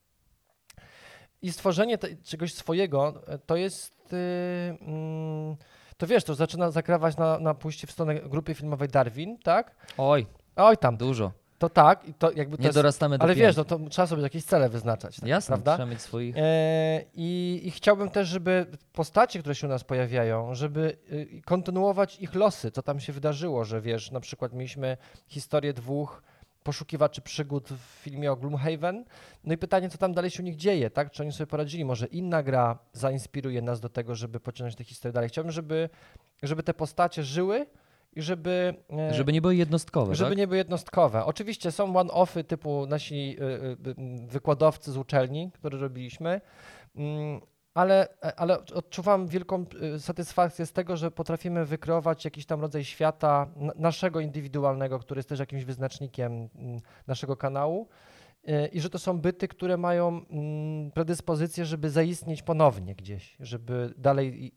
B: I stworzenie te, czegoś swojego to jest, yy, yy, to wiesz, to zaczyna zakrawać na, na pójście w stronę grupy filmowej Darwin, tak?
A: Oj,
B: Oj tam.
A: dużo.
B: To tak, i to jakby to
A: Nie
B: jest,
A: dorastamy do
B: ale
A: pięć.
B: wiesz, no to trzeba sobie jakieś cele wyznaczać, tak,
A: Jasne,
B: prawda?
A: trzeba mieć swoich...
B: E, i, I chciałbym też, żeby postacie, które się u nas pojawiają, żeby y, kontynuować ich losy, co tam się wydarzyło, że wiesz, na przykład mieliśmy historię dwóch poszukiwaczy przygód w filmie o Gloomhaven. No i pytanie, co tam dalej się u nich dzieje, tak? Czy oni sobie poradzili? Może inna gra zainspiruje nas do tego, żeby pociągnąć tę historię dalej. Chciałbym, żeby, żeby te postacie żyły i żeby... E,
A: żeby nie były jednostkowe,
B: Żeby
A: tak?
B: nie były jednostkowe. Oczywiście są one-offy typu nasi y, y, wykładowcy z uczelni, które robiliśmy, mm, ale, ale odczuwam wielką satysfakcję z tego, że potrafimy wykreować jakiś tam rodzaj świata naszego indywidualnego, który jest też jakimś wyznacznikiem naszego kanału i że to są byty, które mają predyspozycję, żeby zaistnieć ponownie gdzieś, żeby dalej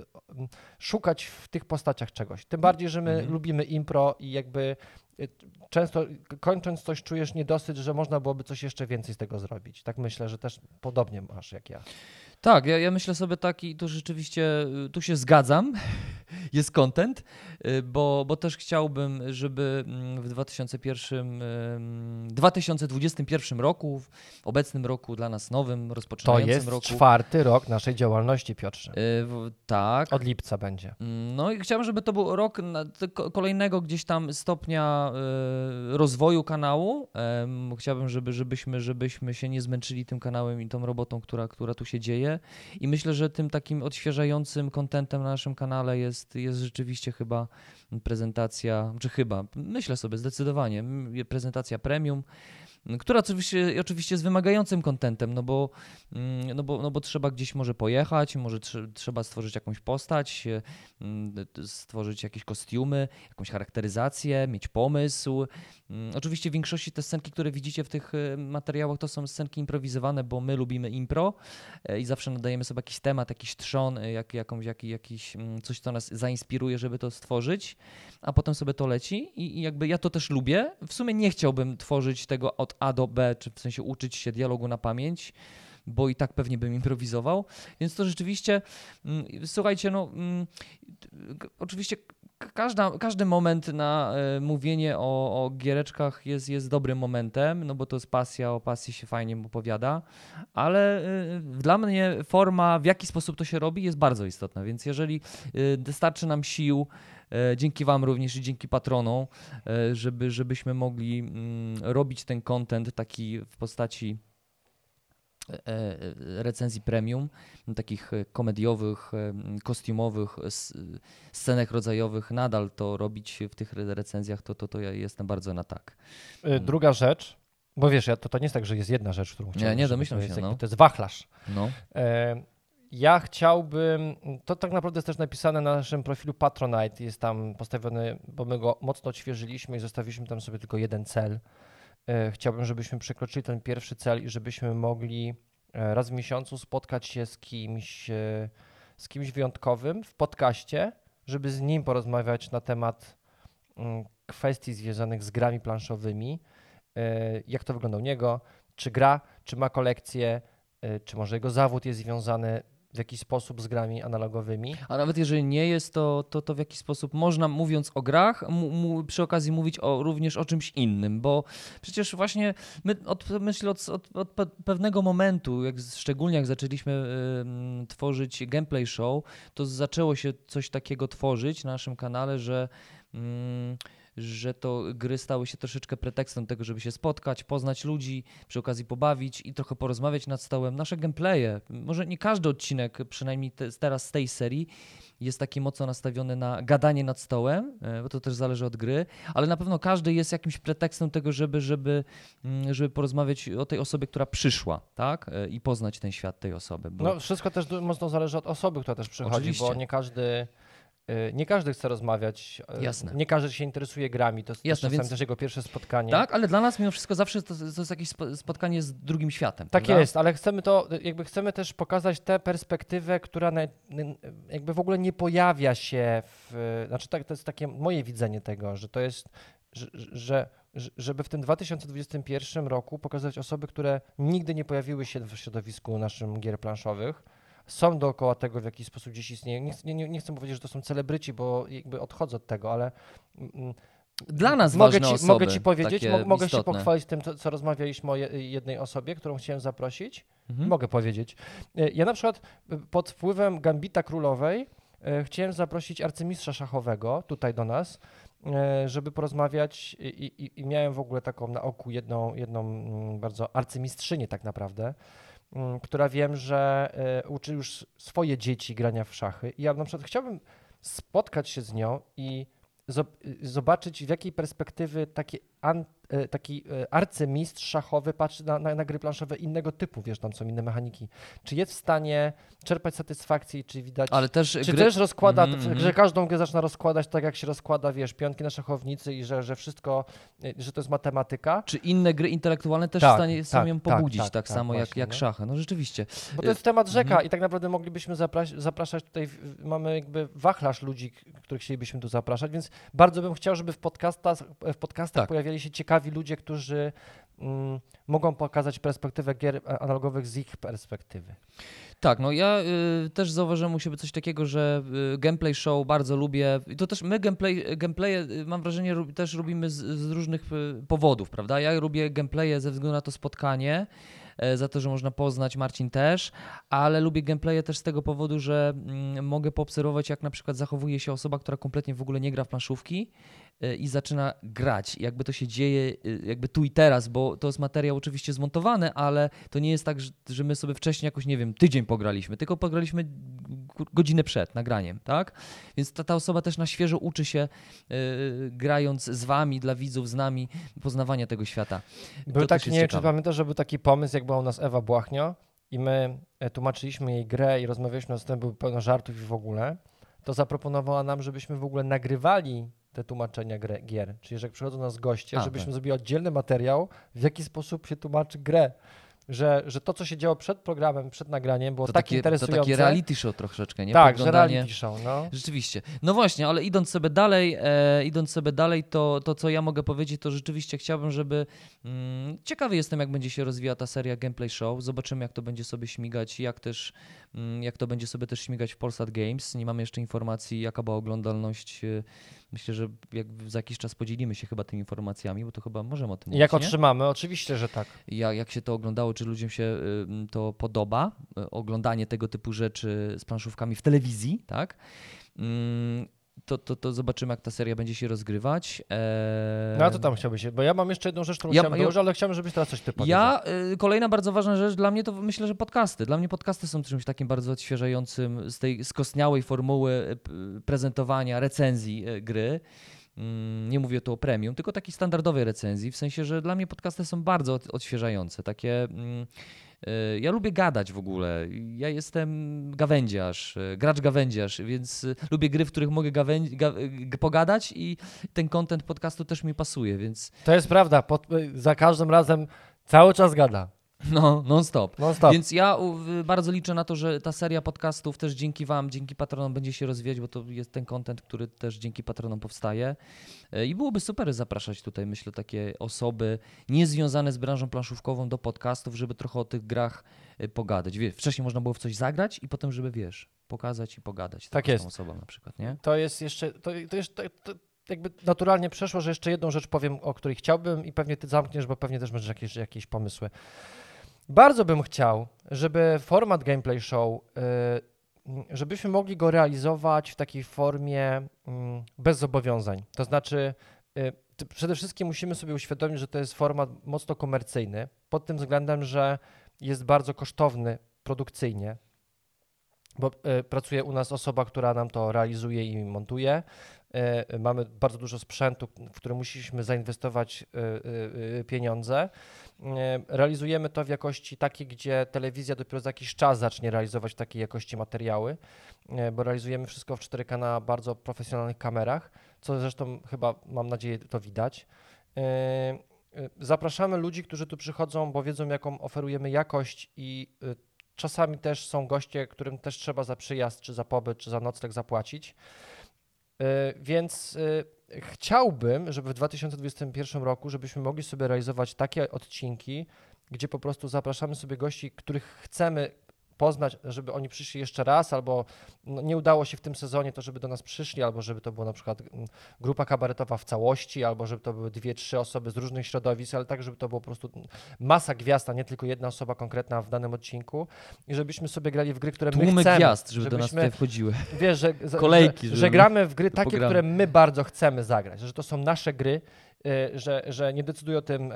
B: szukać w tych postaciach czegoś. Tym bardziej, że my mhm. lubimy impro i jakby często kończąc coś czujesz niedosyt, że można byłoby coś jeszcze więcej z tego zrobić. Tak myślę, że też podobnie masz jak ja.
A: Tak, ja, ja myślę sobie tak i tu rzeczywiście, tu się zgadzam, jest content, bo, bo też chciałbym, żeby w dwa tysiące pierwszym, dwa tysiące dwudziestym pierwszym roku, w obecnym roku dla nas nowym, rozpoczynającym roku.
B: To jest
A: roku,
B: czwarty rok naszej działalności, Piotrze.
A: Yy, tak.
B: Od lipca będzie.
A: No i chciałbym, żeby to był rok kolejnego gdzieś tam stopnia yy, rozwoju kanału. Yy, chciałbym, żeby, żebyśmy, żebyśmy się nie zmęczyli tym kanałem i tą robotą, która, która tu się dzieje. I myślę, że tym takim odświeżającym kontentem na naszym kanale jest, jest rzeczywiście chyba prezentacja, czy chyba, myślę sobie zdecydowanie, prezentacja premium, która oczywiście, oczywiście jest wymagającym kontentem, no bo, no, bo, no bo trzeba gdzieś może pojechać, może tr- trzeba stworzyć jakąś postać, stworzyć jakieś kostiumy, jakąś charakteryzację, mieć pomysł. Oczywiście w większości te scenki, które widzicie w tych materiałach, to są scenki improwizowane, bo my lubimy impro i zawsze nadajemy sobie jakiś temat, jakiś trzon, jak, jakąś, jak, jakiś, coś, co nas zainspiruje, żeby to stworzyć, a potem sobie to leci i, i jakby ja to też lubię. W sumie nie chciałbym tworzyć tego od A do B, czy w sensie uczyć się dialogu na pamięć, bo i tak pewnie bym improwizował, więc to rzeczywiście, słuchajcie, no oczywiście każda, każdy moment na y, mówienie o, o giereczkach jest, jest dobrym momentem, no bo to jest pasja, o pasji się fajnie opowiada, ale y, dla mnie forma, w jaki sposób to się robi, jest bardzo istotna, więc jeżeli y, dostarczy nam sił, y, dzięki wam również i dzięki patronom, y, żeby, żebyśmy mogli y, robić ten content taki w postaci recenzji premium, takich komediowych, kostiumowych, scenek rodzajowych, nadal to robić w tych recenzjach, to, to, to ja jestem bardzo na tak.
B: Druga rzecz, bo wiesz, ja, to, to nie jest tak, że jest jedna rzecz, którą chciałbym.
A: Nie, nie domyślam
B: to jest,
A: się. No.
B: To jest wachlarz.
A: No.
B: E, ja chciałbym, to tak naprawdę jest też napisane na naszym profilu Patronite, jest tam postawiony, bo my go mocno odświeżyliśmy i zostawiliśmy tam sobie tylko jeden cel. Chciałbym, żebyśmy przekroczyli ten pierwszy cel i żebyśmy mogli raz w miesiącu spotkać się z kimś, z kimś wyjątkowym w podcaście, żeby z nim porozmawiać na temat kwestii związanych z grami planszowymi, jak to wygląda u niego, czy gra, czy ma kolekcję, czy może jego zawód jest związany w jakiś sposób z grami analogowymi.
A: A nawet jeżeli nie jest, to, to, to w jakiś sposób można, mówiąc o grach, mu, mu, przy okazji mówić o, również o czymś innym, bo przecież właśnie my od, myślę od, od, od pewnego momentu, jak, szczególnie jak zaczęliśmy y, tworzyć gameplay show, to zaczęło się coś takiego tworzyć na naszym kanale, że y, że to gry stały się troszeczkę pretekstem tego, żeby się spotkać, poznać ludzi, przy okazji pobawić i trochę porozmawiać nad stołem. Nasze gameplaye, może nie każdy odcinek, przynajmniej te, teraz z tej serii, jest taki mocno nastawiony na gadanie nad stołem, bo to też zależy od gry, ale na pewno każdy jest jakimś pretekstem tego, żeby, żeby, żeby porozmawiać o tej osobie, która przyszła, tak? I poznać ten świat tej osoby. Bo...
B: No wszystko też mocno zależy od osoby, która też przychodzi, Oczywiście. bo nie każdy... Nie każdy chce rozmawiać,
A: Jasne.
B: nie każdy się interesuje grami, to jest
A: Jasne,
B: czasami
A: więc...
B: też jego pierwsze spotkanie.
A: Tak, ale dla nas mimo wszystko zawsze to, to jest jakieś spotkanie z drugim światem.
B: Tak
A: prawda?
B: jest, ale chcemy to, jakby chcemy też pokazać tę perspektywę, która na, jakby w ogóle nie pojawia się w, znaczy tak, to jest takie moje widzenie tego, że to jest, że, że żeby w tym dwa tysiące dwudziestym pierwszym roku pokazać osoby, które nigdy nie pojawiły się w środowisku naszym gier planszowych, są dookoła tego w jakiś sposób gdzieś istnieją. Nie, nie, nie chcę powiedzieć, że to są celebryci, bo jakby odchodzę od tego, ale
A: dla nas
B: mogę
A: ważne
B: ci,
A: osoby,
B: mogę ci powiedzieć, mo, mogę
A: istotne.
B: się pochwalić tym, co, co rozmawialiśmy o jednej osobie, którą chciałem zaprosić.
A: Mhm.
B: Mogę powiedzieć. Ja na przykład pod wpływem Gambita Królowej chciałem zaprosić arcymistrza szachowego tutaj do nas, żeby porozmawiać i, i, i miałem w ogóle taką na oku jedną, jedną bardzo arcymistrzynię tak naprawdę, która wiem, że y, uczy już swoje dzieci grania w szachy. I ja na przykład chciałbym spotkać się z nią i zo- zobaczyć, w jakiej perspektywy taki, an, y, taki y, arcymistrz szachowy patrzy na, na, na gry planszowe innego typu, wiesz, tam są inne mechaniki. Czy jest w stanie czerpać satysfakcję, czy widać,
A: Ale też
B: czy
A: gry...
B: też rozkłada,
A: mm-hmm.
B: że każdą grę zaczyna rozkładać tak, jak się rozkłada, wiesz, pionki na szachownicy i że, że wszystko, że to jest matematyka.
A: Czy inne gry intelektualne też
B: tak,
A: w stanie są
B: tak,
A: ją pobudzić, tak,
B: tak, tak,
A: samo
B: tak,
A: jak,
B: właśnie,
A: jak
B: no.
A: szachy. No rzeczywiście.
B: Bo to jest temat rzeka
A: mhm.
B: i tak naprawdę moglibyśmy zapras- zapraszać tutaj, mamy jakby wachlarz ludzi, których chcielibyśmy tu zapraszać, więc bardzo bym chciał, żeby w podcastach, w podcastach
A: tak.
B: pojawiali się ciekawi ludzie, którzy mm, mogą pokazać perspektywę gier analogowych z ich perspektywy.
A: Tak, no ja y, też zauważyłem u siebie coś takiego, że y, gameplay show bardzo lubię i to też my gameplay, gameplaye y, mam wrażenie rub, też robimy z, z różnych y, powodów, prawda? Ja lubię gameplaye ze względu na to spotkanie, y, za to, że można poznać, Marcin też, ale lubię gameplaye też z tego powodu, że y, mogę poobserwować, jak na przykład zachowuje się osoba, która kompletnie w ogóle nie gra w planszówki y, i zaczyna grać, jakby to się dzieje y, jakby tu i teraz, bo to jest materiał oczywiście zmontowany, ale to nie jest tak, że, że my sobie wcześniej jakoś, nie wiem, tydzień pograliśmy, tylko pograliśmy godzinę przed nagraniem, tak? Więc ta, ta osoba też na świeżo uczy się yy, grając z wami, dla widzów, z nami, poznawania tego świata.
B: Był
A: to
B: taki, nie wiem, czy
A: ciekawe.
B: pamiętasz, że był taki pomysł, jak była u nas Ewa Błachnio i my tłumaczyliśmy jej grę i rozmawialiśmy o tym, był pełno żartów i w ogóle, to zaproponowała nam, żebyśmy w ogóle nagrywali te tłumaczenia grę, gier. Czyli, że jak przychodzą nas goście,
A: A,
B: żebyśmy
A: tak.
B: zrobili oddzielny materiał, w jaki sposób się tłumaczy grę. Że, że to, co się działo przed programem, przed nagraniem, było
A: To
B: tak
A: takie,
B: interesujące.
A: to takie reality show troszeczkę, nie?
B: Tak, że
A: Podglądanie...
B: reality show, no.
A: Rzeczywiście. No właśnie, ale idąc sobie dalej, e, idąc sobie dalej, to, to co ja mogę powiedzieć, to rzeczywiście chciałbym, żeby... Mm, ciekawy jestem, jak będzie się rozwijała ta seria Gameplay Show. Zobaczymy, jak to będzie sobie śmigać, jak też, mm, jak to będzie sobie też śmigać w Polsat Games. Nie mamy jeszcze informacji, jaka była oglądalność. Myślę, że jak za jakiś czas podzielimy się chyba tymi informacjami, bo to chyba możemy o tym mówić,
B: Jak
A: nie?
B: otrzymamy? Oczywiście, że tak.
A: Jak, jak się to oglądało, czy ludziom się y, to podoba, y, oglądanie tego typu rzeczy z planszówkami w telewizji, tak? Mm, to, to, to zobaczymy, jak ta seria będzie się rozgrywać. Eee...
B: No a co tam chciałbyś? Bo ja mam jeszcze jedną rzecz, którą
A: Ja-
B: chciałem
A: ja-
B: dołożyć, ale chciałem, żebyś teraz coś ty powiedział.
A: Ja, y, kolejna bardzo ważna rzecz dla mnie to myślę, że podcasty. Dla mnie podcasty są czymś takim bardzo odświeżającym z tej skostniałej formuły y, p- prezentowania, recenzji y, gry. Mm, Nie mówię tu o premium, tylko takiej standardowej recenzji, w sensie, że dla mnie podcasty są bardzo od- odświeżające. Takie, mm, y, ja lubię gadać w ogóle. Ja jestem gawędziarz, y, gracz gawędziarz, więc y, lubię gry, w których mogę gawę- ga- g- pogadać i ten content podcastu też mi pasuje, więc
B: To jest prawda, pod, za każdym razem cały czas gada.
A: No, non-stop.
B: Non-stop.
A: Więc ja y, bardzo liczę na to, że ta seria podcastów też dzięki wam, dzięki patronom będzie się rozwijać, bo to jest ten content, który też dzięki patronom powstaje. Y, I byłoby super zapraszać tutaj, myślę, takie osoby niezwiązane z branżą planszówkową do podcastów, żeby trochę o tych grach y, pogadać. Wiesz, wcześniej można było w coś zagrać i potem, żeby wiesz, pokazać i pogadać.
B: Tak
A: z tą
B: jest.
A: osobą na przykład, nie?
B: To jest jeszcze, to, to jeszcze, to, to jakby naturalnie przeszło, że jeszcze jedną rzecz powiem, o której chciałbym i pewnie ty zamkniesz, bo pewnie też będziesz jakieś, jakieś pomysły. Bardzo bym chciał, żeby format Gameplay Show, yy, żebyśmy mogli go realizować w takiej formie yy, bez zobowiązań. To znaczy, yy, przede wszystkim musimy sobie uświadomić, że to jest format mocno komercyjny, pod tym względem, że jest bardzo kosztowny produkcyjnie, bo y, pracuje u nas osoba, która nam to realizuje i montuje. Y, mamy bardzo dużo sprzętu, w który musieliśmy zainwestować y, y, pieniądze. Y, realizujemy to w jakości takiej, gdzie telewizja dopiero za jakiś czas zacznie realizować w takiej jakości materiały, y, bo realizujemy wszystko w cztery K na bardzo profesjonalnych kamerach, co zresztą chyba, mam nadzieję, to widać. Y, y, zapraszamy ludzi, którzy tu przychodzą, bo wiedzą, jaką oferujemy jakość i y, czasami też są goście, którym też trzeba za przyjazd, czy za pobyt, czy za nocleg zapłacić. Yy, więc yy, chciałbym, żeby w dwa tysiące dwudziestym pierwszym roku, żebyśmy mogli sobie realizować takie odcinki, gdzie po prostu zapraszamy sobie gości, których chcemy poznać, żeby oni przyszli jeszcze raz, albo no, nie udało się w tym sezonie, to żeby do nas przyszli, albo żeby to była na przykład grupa kabaretowa w całości, albo żeby to były dwie, trzy osoby z różnych środowisk, ale tak, żeby to było po prostu masa gwiazd, a nie tylko jedna osoba konkretna w danym odcinku i żebyśmy sobie grali w gry, które
A: Tłumy
B: my chcemy.
A: gwiazd, żeby do nas
B: żebyśmy,
A: tutaj wchodziły.
B: Wiesz, że,
A: Kolejki,
B: że, że gramy w gry takie,
A: programy.
B: które my bardzo chcemy zagrać, że to są nasze gry, Że, że nie decyduje o tym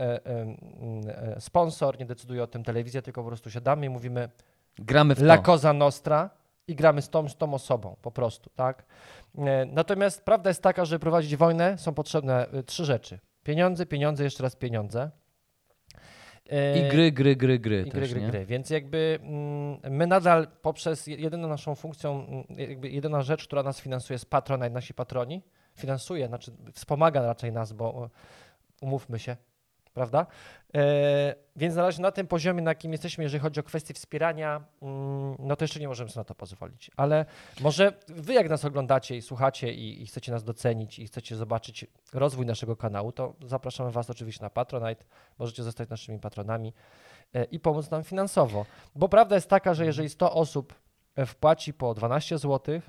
B: sponsor, nie decyduje o tym telewizja, tylko po prostu siadamy i mówimy
A: gramy w to.
B: La Cosa Nostra i gramy z tą, z tą osobą po prostu, tak? Natomiast prawda jest taka, że żeby prowadzić wojnę są potrzebne trzy rzeczy. Pieniądze, pieniądze, jeszcze raz pieniądze.
A: I gry, gry, gry, gry
B: I
A: też,
B: gry, gry,
A: nie?
B: gry. Więc jakby my nadal poprzez jedyną naszą funkcją, jakby jedyna rzecz, która nas finansuje jest Patronite, nasi patroni. Finansuje, znaczy wspomaga raczej nas, bo umówmy się, prawda? E, więc na razie na tym poziomie, na jakim jesteśmy, jeżeli chodzi o kwestie wspierania, mm, no to jeszcze nie możemy sobie na to pozwolić. Ale może wy jak nas oglądacie i słuchacie i, i chcecie nas docenić i chcecie zobaczyć rozwój naszego kanału, to zapraszamy was oczywiście na Patronite, możecie zostać naszymi patronami e, i pomóc nam finansowo. Bo prawda jest taka, że jeżeli sto osób wpłaci po dwanaście złotych,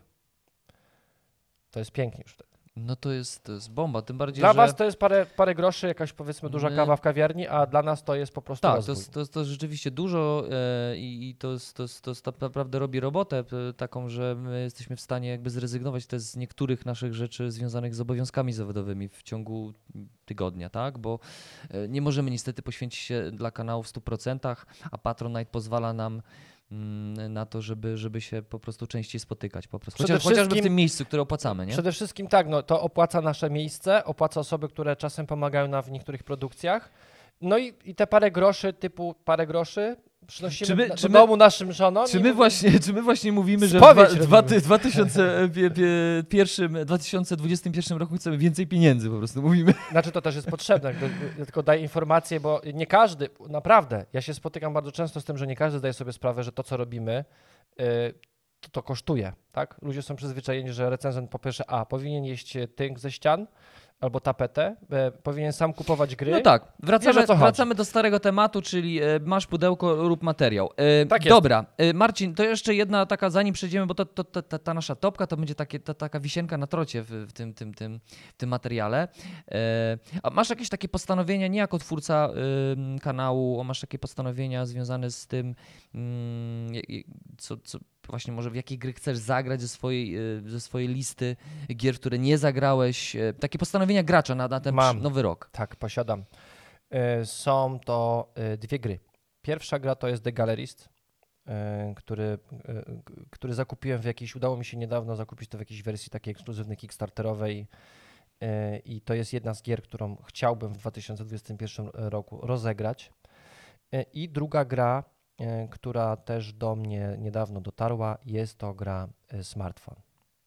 B: to jest pięknie już wtedy.
A: No to jest, to jest bomba, tym bardziej,
B: Dla
A: że...
B: was to jest parę, parę groszy, jakaś powiedzmy duża
A: My-
B: kawa w kawiarni, a dla nas to jest po prostu
A: Tak, to
B: rozwój.
A: jest, to, jest, to jest rzeczywiście dużo e, i i to, jest, to, jest, to jest tak naprawdę robi robotę e, taką, że my jesteśmy w stanie jakby zrezygnować też z niektórych naszych rzeczy związanych z obowiązkami zawodowymi w ciągu tygodnia, tak? Bo e, nie możemy niestety poświęcić się dla kanału w stu procentach, a Patronite pozwala nam mm, na to, żeby, żeby się po prostu częściej spotykać po prostu.
B: Przede
A: Chociaż, chociażby w
B: wszystkim-
A: tym miejscu, które opłacamy, nie?
B: Przede wszystkim tak, no to opłaca nasze miejsce, opłaca osoby, które czasem pomagają nam w niektórych produkcjach. No i, i te parę groszy, typu parę groszy przynosimy
A: Czy my-
B: na,
A: czy
B: do
A: my-
B: domu naszym żonom.
A: Czy
B: i
A: my,
B: mówimy-
A: właśnie, czy my właśnie mówimy, że w
B: Spowiedź
A: dwa- dwa-
B: robimy.
A: dwa tysiące pierwszym, dwa tysiące dwudziestym pierwszym roku chcemy więcej pieniędzy po prostu, mówimy.
B: Znaczy to też jest potrzebne, jakby, ja tylko daję informację, bo nie każdy, naprawdę, ja się spotykam bardzo często z tym, że nie każdy zdaje sobie sprawę, że to, co robimy, y, to, to kosztuje, tak? Ludzie są przyzwyczajeni, że recenzent po pierwsze A, powinien jeść tynk ze ścian albo tapetę, e, powinien sam kupować gry.
A: No tak,
B: Wiesz,
A: wracamy,
B: o co chodzi.
A: wracamy do starego tematu, czyli e, masz pudełko, rób materiał. E,
B: Tak jest.
A: Dobra, e, Marcin, to jeszcze jedna taka, zanim przejdziemy, bo to, to, to, ta, ta nasza topka to będzie takie, ta, taka wisienka na trocie w, w, tym, tym, tym, w tym materiale. E, a masz jakieś takie postanowienia, nie jako twórca y, kanału, a masz takie postanowienia związane z tym, mm, co, co właśnie może w jakiej gry chcesz zagrać ze swojej, y, ze swojej listy gier, w które nie zagrałeś, y, takie postanowienia gracza na, na ten
B: Mam.
A: nowy rok.
B: Tak, posiadam. E, Są to e, dwie gry. Pierwsza gra to jest The Gallerist, e, który, e, k- który zakupiłem w jakiejś, udało mi się niedawno zakupić to w jakiejś wersji takiej ekskluzywnej kickstarterowej e, i to jest jedna z gier, którą chciałbym w dwa tysiące dwudziestym pierwszym roku rozegrać. E, I druga gra, e, która też do mnie niedawno dotarła, jest to gra e, Smartphone.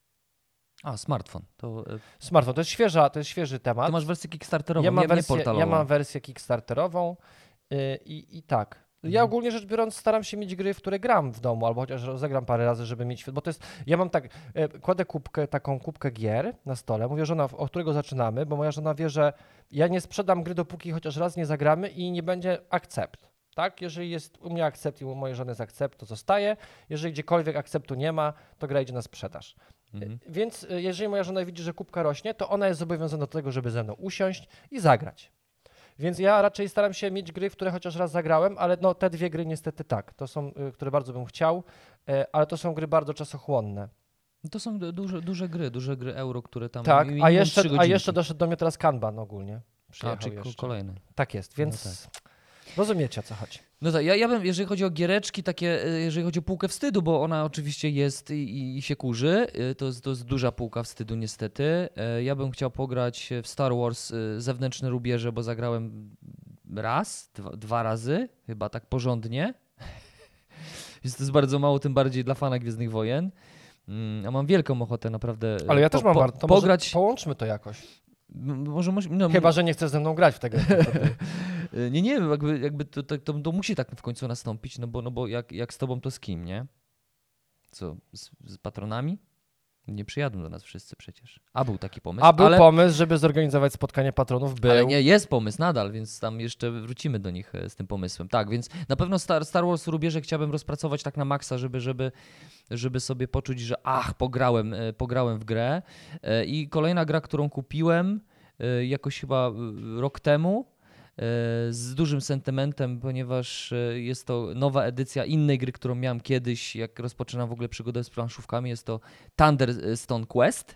A: A, smartfon. To, y,
B: Smartphone to jest świeża, to jest świeży temat.
A: to masz wersję kickstarterową,
B: Ja mam,
A: nie, nie
B: wersję,
A: portalową.
B: ja mam wersję kickstarterową yy, i, i tak, Ja ogólnie rzecz biorąc staram się mieć gry, w które gram w domu, albo chociaż rozegram parę razy, żeby mieć, bo to jest, ja mam tak, e, kładę kubkę, taką kubkę gier na stole, mówię żona, od którego zaczynamy, bo moja żona wie, że ja nie sprzedam gry, dopóki chociaż raz nie zagramy i nie będzie akcept, tak? Jeżeli jest u mnie akcept i u mojej żony jest akcept, to zostaje, jeżeli gdziekolwiek akceptu nie ma, to gra idzie na sprzedaż. Mhm. Więc e, jeżeli moja żona widzi, że kubka rośnie, to ona jest zobowiązana do tego, żeby ze mną usiąść i zagrać. Więc ja raczej staram się mieć gry, w które chociaż raz zagrałem, ale no te dwie gry niestety tak, to są, y, które bardzo bym chciał, y, ale to są gry bardzo czasochłonne.
A: To są duże, duże gry, duże gry euro, które tam...
B: Tak, a jeszcze, a jeszcze doszedł do mnie teraz Kanban ogólnie.
A: A, czy kolejny.
B: Tak jest, więc no tak. Rozumiecie, o co chodzi.
A: No tak, ja, ja bym, jeżeli chodzi o giereczki, takie, jeżeli chodzi o półkę wstydu, bo ona oczywiście jest i, i się kurzy, to jest, to jest duża półka wstydu niestety. Ja bym chciał pograć w Star Wars Zewnętrzne Rubieże, bo zagrałem raz, dwa, dwa razy, chyba tak porządnie. Więc to jest bardzo mało, tym bardziej dla fana Gwiezdnych Wojen. A mam wielką ochotę naprawdę
B: Ale ja
A: po,
B: też mam
A: po,
B: bardzo,
A: pograć.
B: Połączmy to jakoś.
A: Może, może, no,
B: Chyba, że nie chcesz ze mną grać w tego.
A: Nie, nie, jakby, jakby to, to, to, to musi tak w końcu nastąpić, no bo, no bo jak, jak z tobą, to z kim, nie? Co, z, z patronami? Nie przyjadą do nas wszyscy przecież. A był taki pomysł.
B: A był
A: ale,
B: pomysł, żeby zorganizować spotkanie patronów, był.
A: Ale nie, jest pomysł nadal, więc tam jeszcze wrócimy do nich z tym pomysłem. Tak, więc na pewno Star, Star Wars Rubieże chciałbym rozpracować tak na maksa, żeby, żeby, żeby sobie poczuć, że ach, pograłem, pograłem w grę. I kolejna gra, którą kupiłem jakoś chyba rok temu, z dużym sentymentem, ponieważ jest to nowa edycja innej gry, którą miałem kiedyś, jak rozpoczynam w ogóle przygodę z planszówkami, jest to Thunderstone Quest,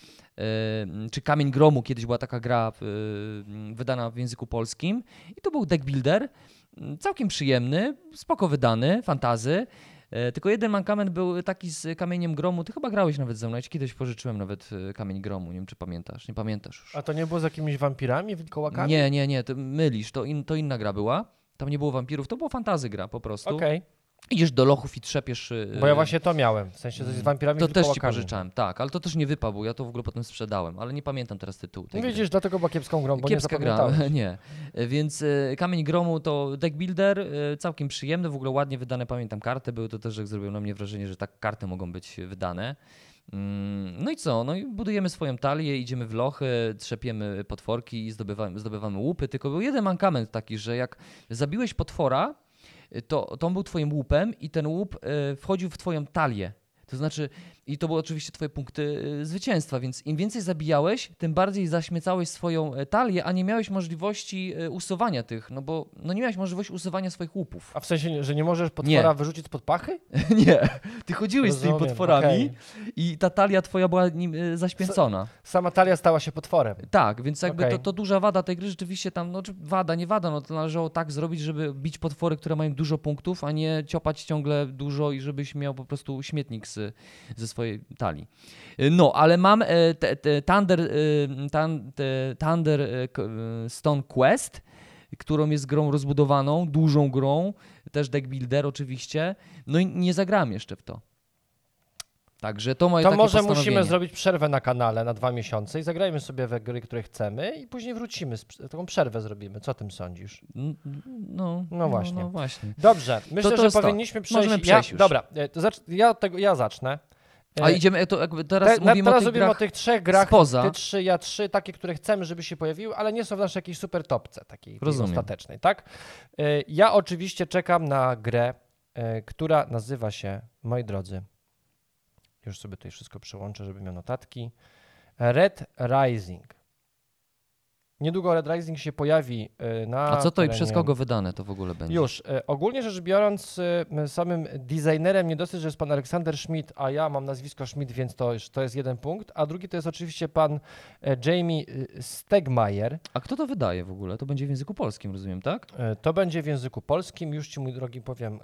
A: czy Kamień Gromu, kiedyś była taka gra wydana w języku polskim i to był deck builder, całkiem przyjemny, spoko wydany, fantazy. Tylko jeden mankament był taki z Kamieniem Gromu. Ty chyba grałeś nawet ze mną. Ja ci kiedyś pożyczyłem nawet Kamień Gromu. Nie wiem, czy pamiętasz. Nie pamiętasz już.
B: A to nie było z jakimiś wampirami, wilkołakami?
A: Nie, nie, nie. To mylisz. To, in, to inna gra była. Tam nie było wampirów. To była fantazy gra po prostu.
B: Okej. Okay.
A: Idziesz do lochów i trzepiesz...
B: Bo ja właśnie to miałem, w sensie z wampirami.
A: To też ci pożyczałem, tak, ale to też nie wypadł, bo ja to w ogóle potem sprzedałem, ale nie pamiętam teraz tytułu tej
B: no
A: gry.
B: Widzisz, dlatego była kiepską grą, bo
A: Kiepska
B: nie
A: gra, nie. Więc y, Kamień Gromu to deck builder, y, całkiem przyjemny, w ogóle ładnie wydane, pamiętam karty, były to też, jak zrobiło na mnie wrażenie, że tak karty mogą być wydane. Mm, no i co, no i budujemy swoją talię, idziemy w lochy, trzepiemy potworki i zdobywamy, zdobywamy łupy, tylko był jeden mankament taki, że jak zabiłeś potwora, to, to on był twoim łupem i ten łup y, wchodził w twoją talię. To znaczy, i to były oczywiście twoje punkty y, zwycięstwa, więc im więcej zabijałeś, tym bardziej zaśmiecałeś swoją y, talię, a nie miałeś możliwości y, usuwania tych, no bo no nie miałeś możliwości usuwania swoich łupów.
B: A w sensie, że nie możesz potwora nie. wyrzucić spod pachy?
A: Nie, ty chodziłeś
B: Rozumiem,
A: z tymi potworami
B: okay.
A: i ta talia twoja była nim y, zaśmiecona.
B: S- sama talia stała się potworem.
A: Tak, więc jakby
B: okay.
A: to, to duża wada tej gry rzeczywiście tam, no czy wada, nie wada, no to należało tak zrobić, żeby bić potwory, które mają dużo punktów, a nie ciopać ciągle dużo i żebyś miał po prostu śmietnik z, ze swojej talii. No, ale mam e, te, te Thunder, e, tan, te Thunder e, Stone Quest, którą jest grą rozbudowaną, dużą grą, też deck builder oczywiście, no i nie zagram jeszcze w to. Także to moje
B: To
A: takie
B: może musimy zrobić przerwę na kanale na dwa miesiące i zagrajmy sobie we gry, które chcemy i później wrócimy, taką przerwę zrobimy. Co o tym sądzisz?
A: No, no,
B: no właśnie.
A: No, no właśnie.
B: Dobrze, myślę,
A: to, to
B: że powinniśmy
A: to.
B: przejść.
A: Możemy przejść
B: ja,
A: już.
B: Dobra, to zacz, ja, tego, ja zacznę.
A: A idziemy, to jakby teraz
B: Te,
A: mówimy,
B: teraz
A: o tych,
B: mówimy
A: grach
B: o tych trzech grach,
A: spoza.
B: te trzy, ja trzy, takie, które chcemy, żeby się pojawiły, ale nie są w naszej jakiejś super topce, takiej ostatecznej, tak? Ja oczywiście czekam na grę, która nazywa się, moi drodzy, już sobie tutaj wszystko przełączę, żeby miał notatki, Red Rising. Niedługo Red Rising się pojawi na
A: A co to
B: terenie...
A: i przez kogo wydane to w ogóle będzie?
B: Już. Ogólnie rzecz biorąc, samym designerem nie dosyć, że jest pan Aleksander Schmidt, a ja mam nazwisko Schmidt, więc to, już, to jest jeden punkt. A drugi to jest oczywiście pan Jamie Stegmaier.
A: A kto to wydaje w ogóle? To będzie w języku polskim, rozumiem, tak?
B: To będzie w języku polskim. Już ci, mój drogi, powiem,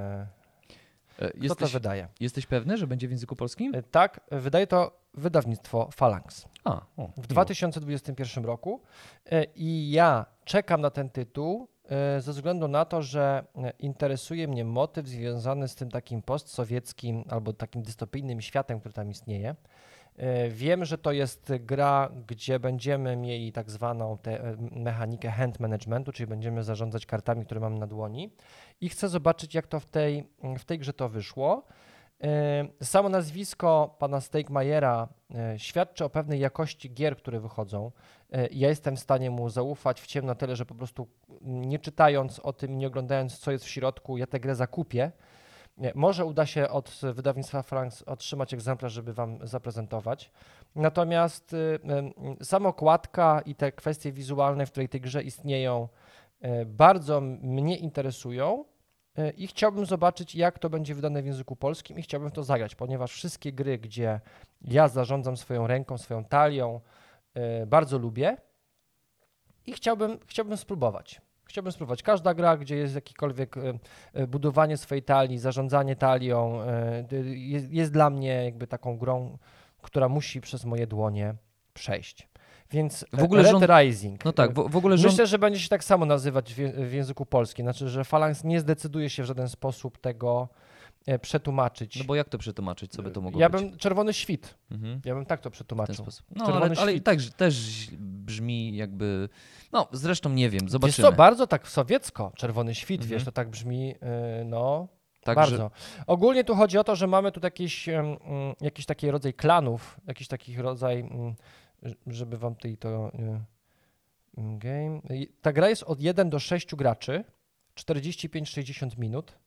B: kto jesteś, to wydaje.
A: Jesteś pewny, że będzie w języku polskim?
B: Tak, wydaje to wydawnictwo Phalanx.
A: A, o,
B: w dwa tysiące dwudziestym pierwszym roku i ja czekam na ten tytuł ze względu na to, że interesuje mnie motyw związany z tym takim postsowieckim albo takim dystopijnym światem, który tam istnieje. Wiem, że to jest gra, gdzie będziemy mieli tak zwaną tę mechanikę hand managementu, czyli będziemy zarządzać kartami, które mamy na dłoni i chcę zobaczyć, jak to w tej, w tej grze to wyszło. Samo nazwisko pana Stegmajera świadczy o pewnej jakości gier, które wychodzą. Ja jestem w stanie mu zaufać w ciemno tyle, że po prostu nie czytając o tym, nie oglądając, co jest w środku, ja tę grę zakupię. Może uda się od wydawnictwa Franks otrzymać egzemplarz, żeby wam zaprezentować. Natomiast sama okładka i te kwestie wizualne, w której tej grze istnieją, bardzo mnie interesują i chciałbym zobaczyć, jak to będzie wydane w języku polskim i chciałbym w to zagrać, ponieważ wszystkie gry, gdzie ja zarządzam swoją ręką, swoją talią, bardzo lubię i chciałbym, chciałbym spróbować. Chciałbym spróbować. Każda gra, gdzie jest jakiekolwiek budowanie swojej talii, zarządzanie talią, jest, jest dla mnie jakby taką grą, która musi przez moje dłonie przejść. Więc w ogóle Red rząd... Rising.
A: No tak, w, w ogóle rząd...
B: Myślę, że będzie się tak samo nazywać w, w języku polskim. Znaczy, że Phalanx nie zdecyduje się w żaden sposób tego przetłumaczyć.
A: No bo jak to przetłumaczyć? Co by to mogło
B: ja
A: być?
B: Ja bym czerwony świt.
A: Mhm.
B: Ja bym tak to przetłumaczył.
A: W ten sposób. No ale, ale tak, też brzmi jakby... No zresztą nie wiem, zobaczymy.
B: Jest to bardzo tak sowiecko, czerwony świt, mhm. wiesz, to tak brzmi, yy, no... Tak, bardzo. Że... Ogólnie tu chodzi o to, że mamy tu jakiś, um, jakiś taki rodzaj klanów, jakiś taki rodzaj, um, żeby wam tutaj to... Yy, game. Ta gra jest od jeden do sześciu graczy, czterdzieści pięć sześćdziesiąt minut.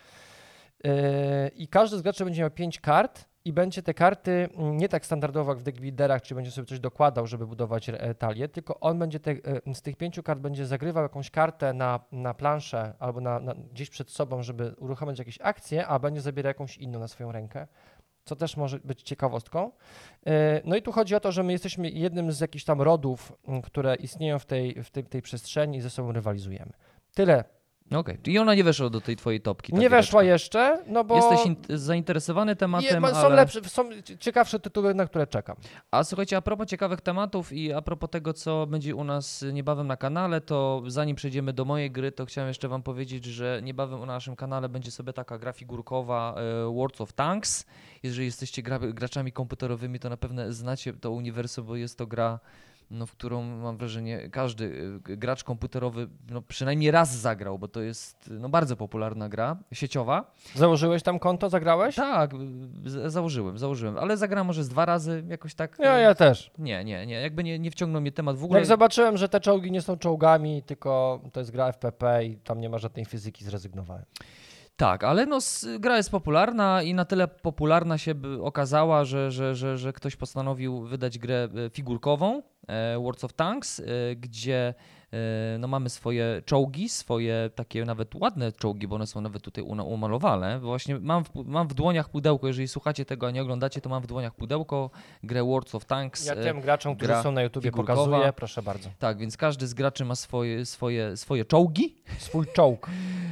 B: I każdy z graczy będzie miał pięć kart i będzie te karty nie tak standardowo jak w deckbuilderach, czy będzie sobie coś dokładał, żeby budować talię, tylko on będzie te, z tych pięciu kart będzie zagrywał jakąś kartę na, na planszę albo na, na, gdzieś przed sobą, żeby uruchomić jakieś akcje, a będzie zabierał jakąś inną na swoją rękę, co też może być ciekawostką. No i tu chodzi o to, że my jesteśmy jednym z jakichś tam rodów, które istnieją w tej, w tej, tej przestrzeni i ze sobą rywalizujemy. Tyle.
A: Okej, okay. Czyli ona nie weszła do tej twojej topki.
B: Nie weszła jeszcze, no bo...
A: Jesteś in- zainteresowany tematem,
B: je, są
A: ale...
B: lepsze, są ciekawsze tytuły, na które czekam.
A: A słuchajcie, a propos ciekawych tematów i a propos tego, co będzie u nas niebawem na kanale, to zanim przejdziemy do mojej gry, to chciałem jeszcze wam powiedzieć, że niebawem na naszym kanale będzie sobie taka gra figurkowa e, World of Tanks. Jeżeli jesteście gra, graczami komputerowymi, to na pewno znacie to uniwersum, bo jest to gra... No, w którą mam wrażenie każdy gracz komputerowy no, przynajmniej raz zagrał, bo to jest no, bardzo popularna gra sieciowa.
B: Założyłeś tam konto, zagrałeś?
A: Tak, z- założyłem, założyłem, ale zagrałem może z dwa razy jakoś tak.
B: Ja, ja też.
A: Nie, nie, nie, jakby nie, nie wciągnął mnie temat w ogóle.
B: Jak zobaczyłem, że te czołgi nie są czołgami, tylko to jest gra F P P i tam nie ma żadnej fizyki, zrezygnowałem.
A: Tak, ale no, gra jest popularna i na tyle popularna się okazała, że, że, że, że ktoś postanowił wydać grę figurkową, World of Tanks, gdzie no, mamy swoje czołgi, swoje takie nawet ładne czołgi, bo one są nawet tutaj umalowane. Właśnie mam w, mam w dłoniach pudełko, jeżeli słuchacie tego, a nie oglądacie, to mam w dłoniach pudełko, grę World of Tanks.
B: Ja tym graczom, którzy są na YouTubie, figurkowa. Pokazuję, proszę bardzo.
A: Tak, więc każdy z graczy ma swoje, swoje, swoje czołgi.
B: Swój czołg.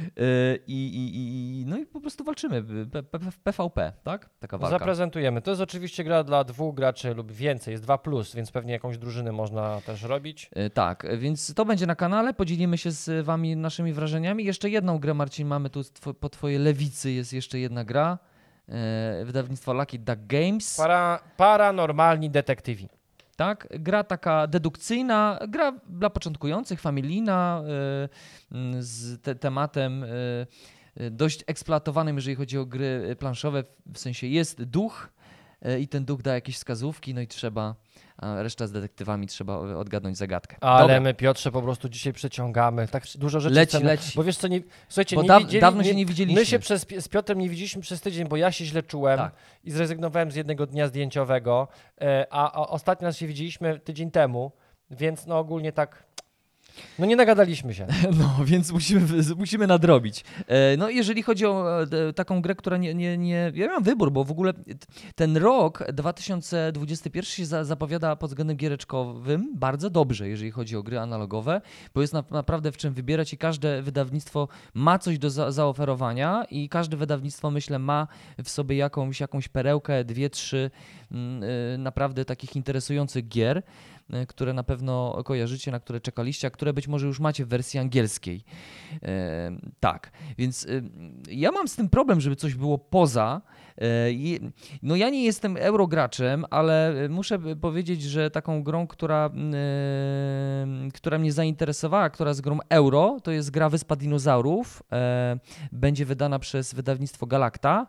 A: I, i, i, no i po prostu walczymy. P V P, tak? Taka walka.
B: Zaprezentujemy. To jest oczywiście gra dla dwóch graczy lub więcej, jest dwa plus, więc pewnie jakąś drużynę można też robić.
A: Tak, więc to będzie na kanale, podzielimy się z wami naszymi wrażeniami. Jeszcze jedną grę, Marcin, mamy tu po twojej lewicy, jest jeszcze jedna gra. Wydawnictwa Lucky Duck Games.
B: Para, paranormalni detektywi.
A: Tak, gra taka dedukcyjna, gra dla początkujących, familijna, z te, tematem dość eksploatowanym, jeżeli chodzi o gry planszowe, w sensie jest duch i ten duch da jakieś wskazówki, no i trzeba, a reszta z detektywami trzeba odgadnąć zagadkę.
B: Ale Dobra. My, Piotrze, po prostu dzisiaj przeciągamy, tak dużo rzeczy
A: leci,
B: chcemy,
A: leci.
B: Bo wiesz co, nie, słuchajcie,
A: bo
B: nie
A: da,
B: widzieli,
A: dawno się
B: nie,
A: nie widzieliśmy.
B: My się przez, z Piotrem nie widzieliśmy przez tydzień, bo ja się źle czułem tak. i zrezygnowałem z jednego dnia zdjęciowego, a, a ostatnio nas się widzieliśmy tydzień temu, więc no ogólnie tak... No nie nagadaliśmy się.
A: No, więc musimy, musimy nadrobić. No jeżeli chodzi o taką grę, która nie, nie, nie... Ja mam wybór, bo w ogóle ten rok dwa tysiące dwudziesty pierwszy się zapowiada pod względem giereczkowym bardzo dobrze, jeżeli chodzi o gry analogowe, bo jest na, naprawdę w czym wybierać i każde wydawnictwo ma coś do za, zaoferowania i każde wydawnictwo, myślę, ma w sobie jakąś, jakąś perełkę, dwie, trzy naprawdę takich interesujących gier. które na pewno kojarzycie, na które czekaliście, a które być może już macie w wersji angielskiej. Tak, więc ja mam z tym problem, żeby coś było poza. No ja nie jestem eurograczem, ale muszę powiedzieć, że taką grą, która, która mnie zainteresowała, która jest grą euro, to jest gra Wyspa Dinozaurów. Będzie wydana przez wydawnictwo Galacta.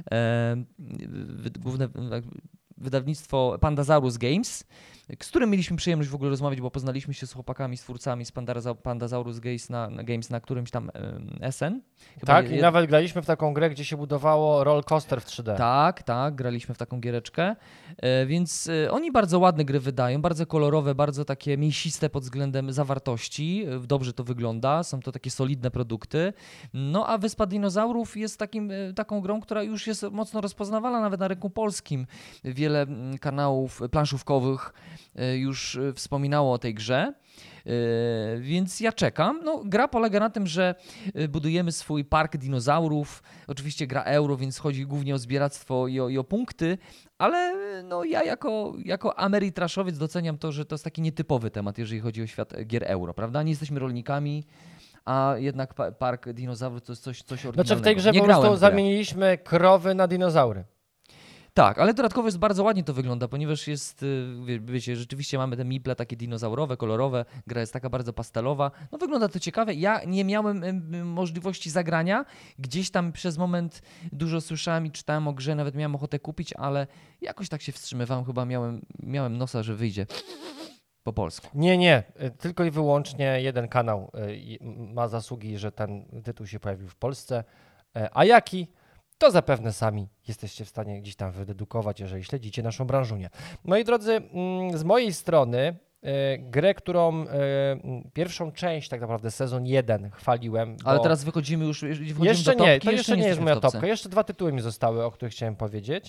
A: Główne wydawnictwo Pandasaurus Games, z którym mieliśmy przyjemność w ogóle rozmawiać, bo poznaliśmy się z chłopakami, z twórcami z Pandasaurus Games na, Games na którymś tam S N.
B: Chyba tak, je... i nawet graliśmy w taką grę, gdzie się budowało roller coaster w trzy D.
A: Tak, tak, graliśmy w taką giereczkę, więc oni bardzo ładne gry wydają, bardzo kolorowe, bardzo takie mięsiste pod względem zawartości, dobrze to wygląda, są to takie solidne produkty. No a Wyspa Dinozaurów jest takim, taką grą, która już jest mocno rozpoznawalna nawet na rynku polskim. Wiele kanałów planszówkowych już wspominało o tej grze, więc ja czekam. No, gra polega na tym, że budujemy swój park dinozaurów, oczywiście gra euro, więc chodzi głównie o zbieractwo i o, i o punkty, ale no, ja jako, jako Ameritraszowiec doceniam to, że to jest taki nietypowy temat, jeżeli chodzi o świat gier euro, prawda? Nie jesteśmy rolnikami, a jednak park dinozaurów to jest coś, coś oryginalnego.
B: Znaczy w tej grze
A: Nie
B: po prostu zamieniliśmy krowy na dinozaury.
A: Tak, ale dodatkowo jest bardzo ładnie to wygląda, ponieważ jest, wie, wiecie, rzeczywiście mamy te miple takie dinozaurowe, kolorowe, gra jest taka bardzo pastelowa, no wygląda to ciekawe. Ja nie miałem możliwości zagrania, gdzieś tam przez moment dużo słyszałem i czytałem o grze, nawet miałem ochotę kupić, ale jakoś tak się wstrzymywałem, chyba miałem, miałem nosa, że wyjdzie po polsku.
B: Nie, nie, tylko i wyłącznie jeden kanał ma zasługi, że ten tytuł się pojawił w Polsce, a jaki? To zapewne sami jesteście w stanie gdzieś tam wydedukować, jeżeli śledzicie naszą branżunię. Moi drodzy, z mojej strony grę, którą pierwszą część, tak naprawdę sezon jeden chwaliłem.
A: Ale teraz wychodzimy już, wchodzimy
B: jeszcze
A: do topki,
B: nie, to jeszcze, jeszcze nie jest moja topka.
A: Topce.
B: Jeszcze dwa tytuły mi zostały, o których chciałem powiedzieć.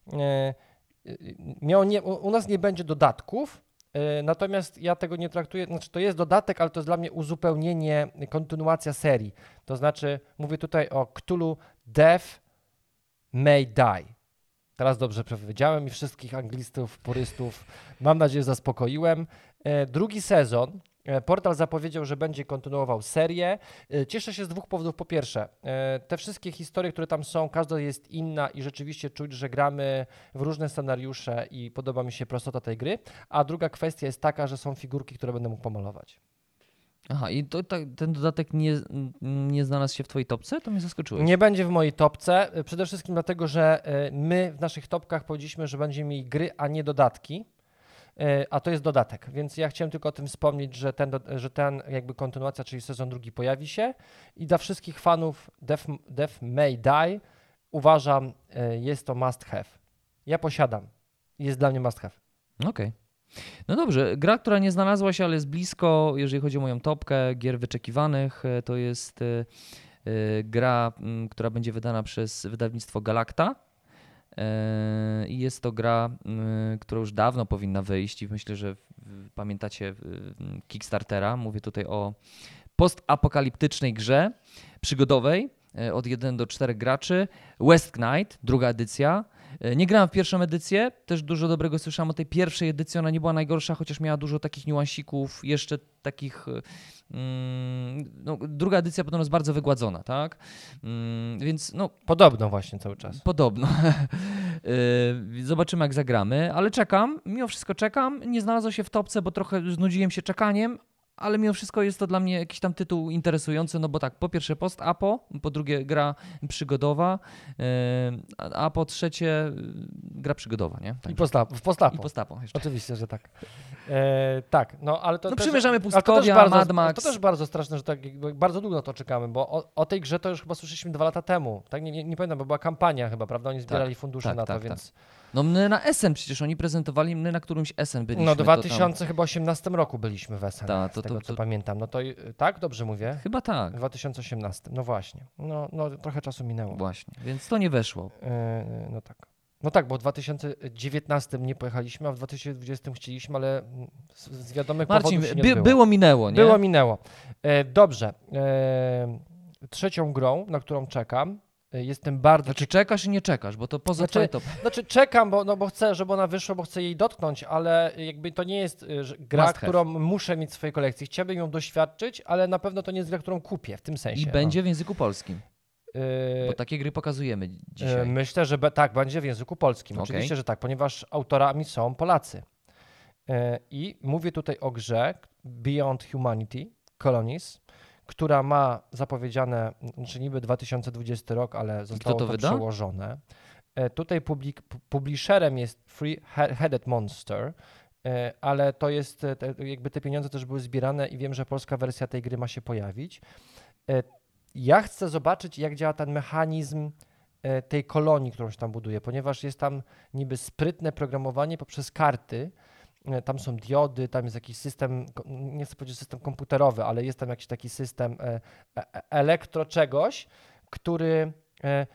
B: Miał nie, u nas nie będzie dodatków, natomiast ja tego nie traktuję, znaczy to jest dodatek, ale to jest dla mnie uzupełnienie, kontynuacja serii. To znaczy, mówię tutaj o Cthulhu Death May Die. Teraz dobrze powiedziałem i wszystkich anglistów, purystów mam nadzieję zaspokoiłem. Drugi sezon. Portal zapowiedział, że będzie kontynuował serię. Cieszę się z dwóch powodów. Po pierwsze, te wszystkie historie, które tam są, każda jest inna i rzeczywiście czuć, że gramy w różne scenariusze i podoba mi się prostota tej gry. A druga kwestia jest taka, że są figurki, które będę mógł pomalować.
A: Aha, i to, to, ten dodatek nie, nie znalazł się w twojej topce? To mnie zaskoczyłeś.
B: Nie będzie w mojej topce, przede wszystkim dlatego, że my w naszych topkach powiedzieliśmy, że będziemy mieli gry, a nie dodatki, a to jest dodatek, więc ja chciałem tylko o tym wspomnieć, że ten, że ten jakby kontynuacja, czyli sezon drugi pojawi się i dla wszystkich fanów Death, Death May Die uważam, jest to must have. Ja posiadam, jest dla mnie must have.
A: Okej. Okay. No dobrze, gra, która nie znalazła się, ale jest blisko, jeżeli chodzi o moją topkę gier wyczekiwanych, to jest y, y, gra, y, która będzie wydana przez wydawnictwo Galacta i y, jest to gra, y, która już dawno powinna wyjść i myślę, że w, pamiętacie y, Kickstartera, mówię tutaj o postapokaliptycznej grze przygodowej y, od jeden do czterech graczy, West Knight, druga edycja. Nie grałem w pierwszą edycję, też dużo dobrego słyszałem o tej pierwszej edycji, ona nie była najgorsza, chociaż miała dużo takich niuansików, jeszcze takich, mm, no, druga edycja podobno jest bardzo wygładzona, tak, mm, więc no...
B: Podobno właśnie cały czas.
A: Podobno. Zobaczymy jak zagramy, ale czekam, mimo wszystko czekam, nie znalazło się w topce, bo trochę znudziłem się czekaniem, ale mimo wszystko jest to dla mnie jakiś tam tytuł interesujący, no bo tak, po pierwsze post-apo, po drugie gra przygodowa, yy, a, a po trzecie gra przygodowa, nie?
B: Tak. I post-apo. post-apo.
A: I post-apo jeszcze.
B: Oczywiście, że tak. E, tak, no ale to
A: No
B: też,
A: przymierzamy Pustkowia, bardzo, Mad Max.
B: To też bardzo straszne, że tak bardzo długo na to czekamy, bo o, o tej grze to już chyba słyszeliśmy dwa lata temu. Tak, nie, nie, nie pamiętam, bo była kampania chyba, prawda? Oni zbierali tak, fundusze
A: tak,
B: na to,
A: tak,
B: więc...
A: Tak. No my na S N przecież oni prezentowali, my na którymś S N byliśmy.
B: No w dwa tysiące osiemnastym roku byliśmy w S N,
A: Ta,
B: to,
A: to,
B: z tego
A: to,
B: co
A: to...
B: pamiętam. No to tak, dobrze mówię?
A: Chyba tak.
B: W dwa tysiące osiemnastym, no właśnie. No, no trochę czasu minęło.
A: Właśnie, więc to nie weszło.
B: Yy, no tak. No tak, bo w dwa tysiące dziewiętnastym nie pojechaliśmy, a w dwa tysiące dwudziestym chcieliśmy, ale z, z wiadomych
A: Marcin,
B: powodów się nie
A: by,
B: było.
A: było minęło, nie?
B: Było minęło. E, dobrze. E, trzecią grą, na którą czekam, jestem bardzo...
A: Znaczy czekasz i nie czekasz, bo to poza
B: Znaczy,
A: twoje to...
B: znaczy czekam, bo, no bo chcę, żeby ona wyszła, bo chcę jej dotknąć, ale jakby to nie jest y, że gra,
A: Must have.
B: którą muszę mieć w swojej kolekcji. Chciałbym ją doświadczyć, ale na pewno to nie jest gra, którą kupię w tym sensie.
A: I będzie w języku polskim,
B: Yy,
A: bo takie gry pokazujemy
B: yy,
A: dzisiaj.
B: myślę, że be, tak, będzie w języku polskim.
A: Okej.
B: Oczywiście, że tak, ponieważ autorami są Polacy. Yy, I mówię tutaj o grze Beyond Humanity, Colonies, która ma zapowiedziane, znaczy niby dwa tysiące dwudziesty rok, ale zostało
A: to
B: to
A: wyda?
B: przełożone. E, Tutaj publik, pu- publisherem jest Free He- Headed Monster, e, ale to jest, e, te, jakby te pieniądze też były zbierane i wiem, że polska wersja tej gry ma się pojawić. E, Ja chcę zobaczyć, jak działa ten mechanizm e, tej kolonii, którą się tam buduje, ponieważ jest tam niby sprytne programowanie poprzez karty. E, Tam są diody, tam jest jakiś system, ko- nie chcę powiedzieć system komputerowy, ale jest tam jakiś taki system e, e, elektro czegoś, który e,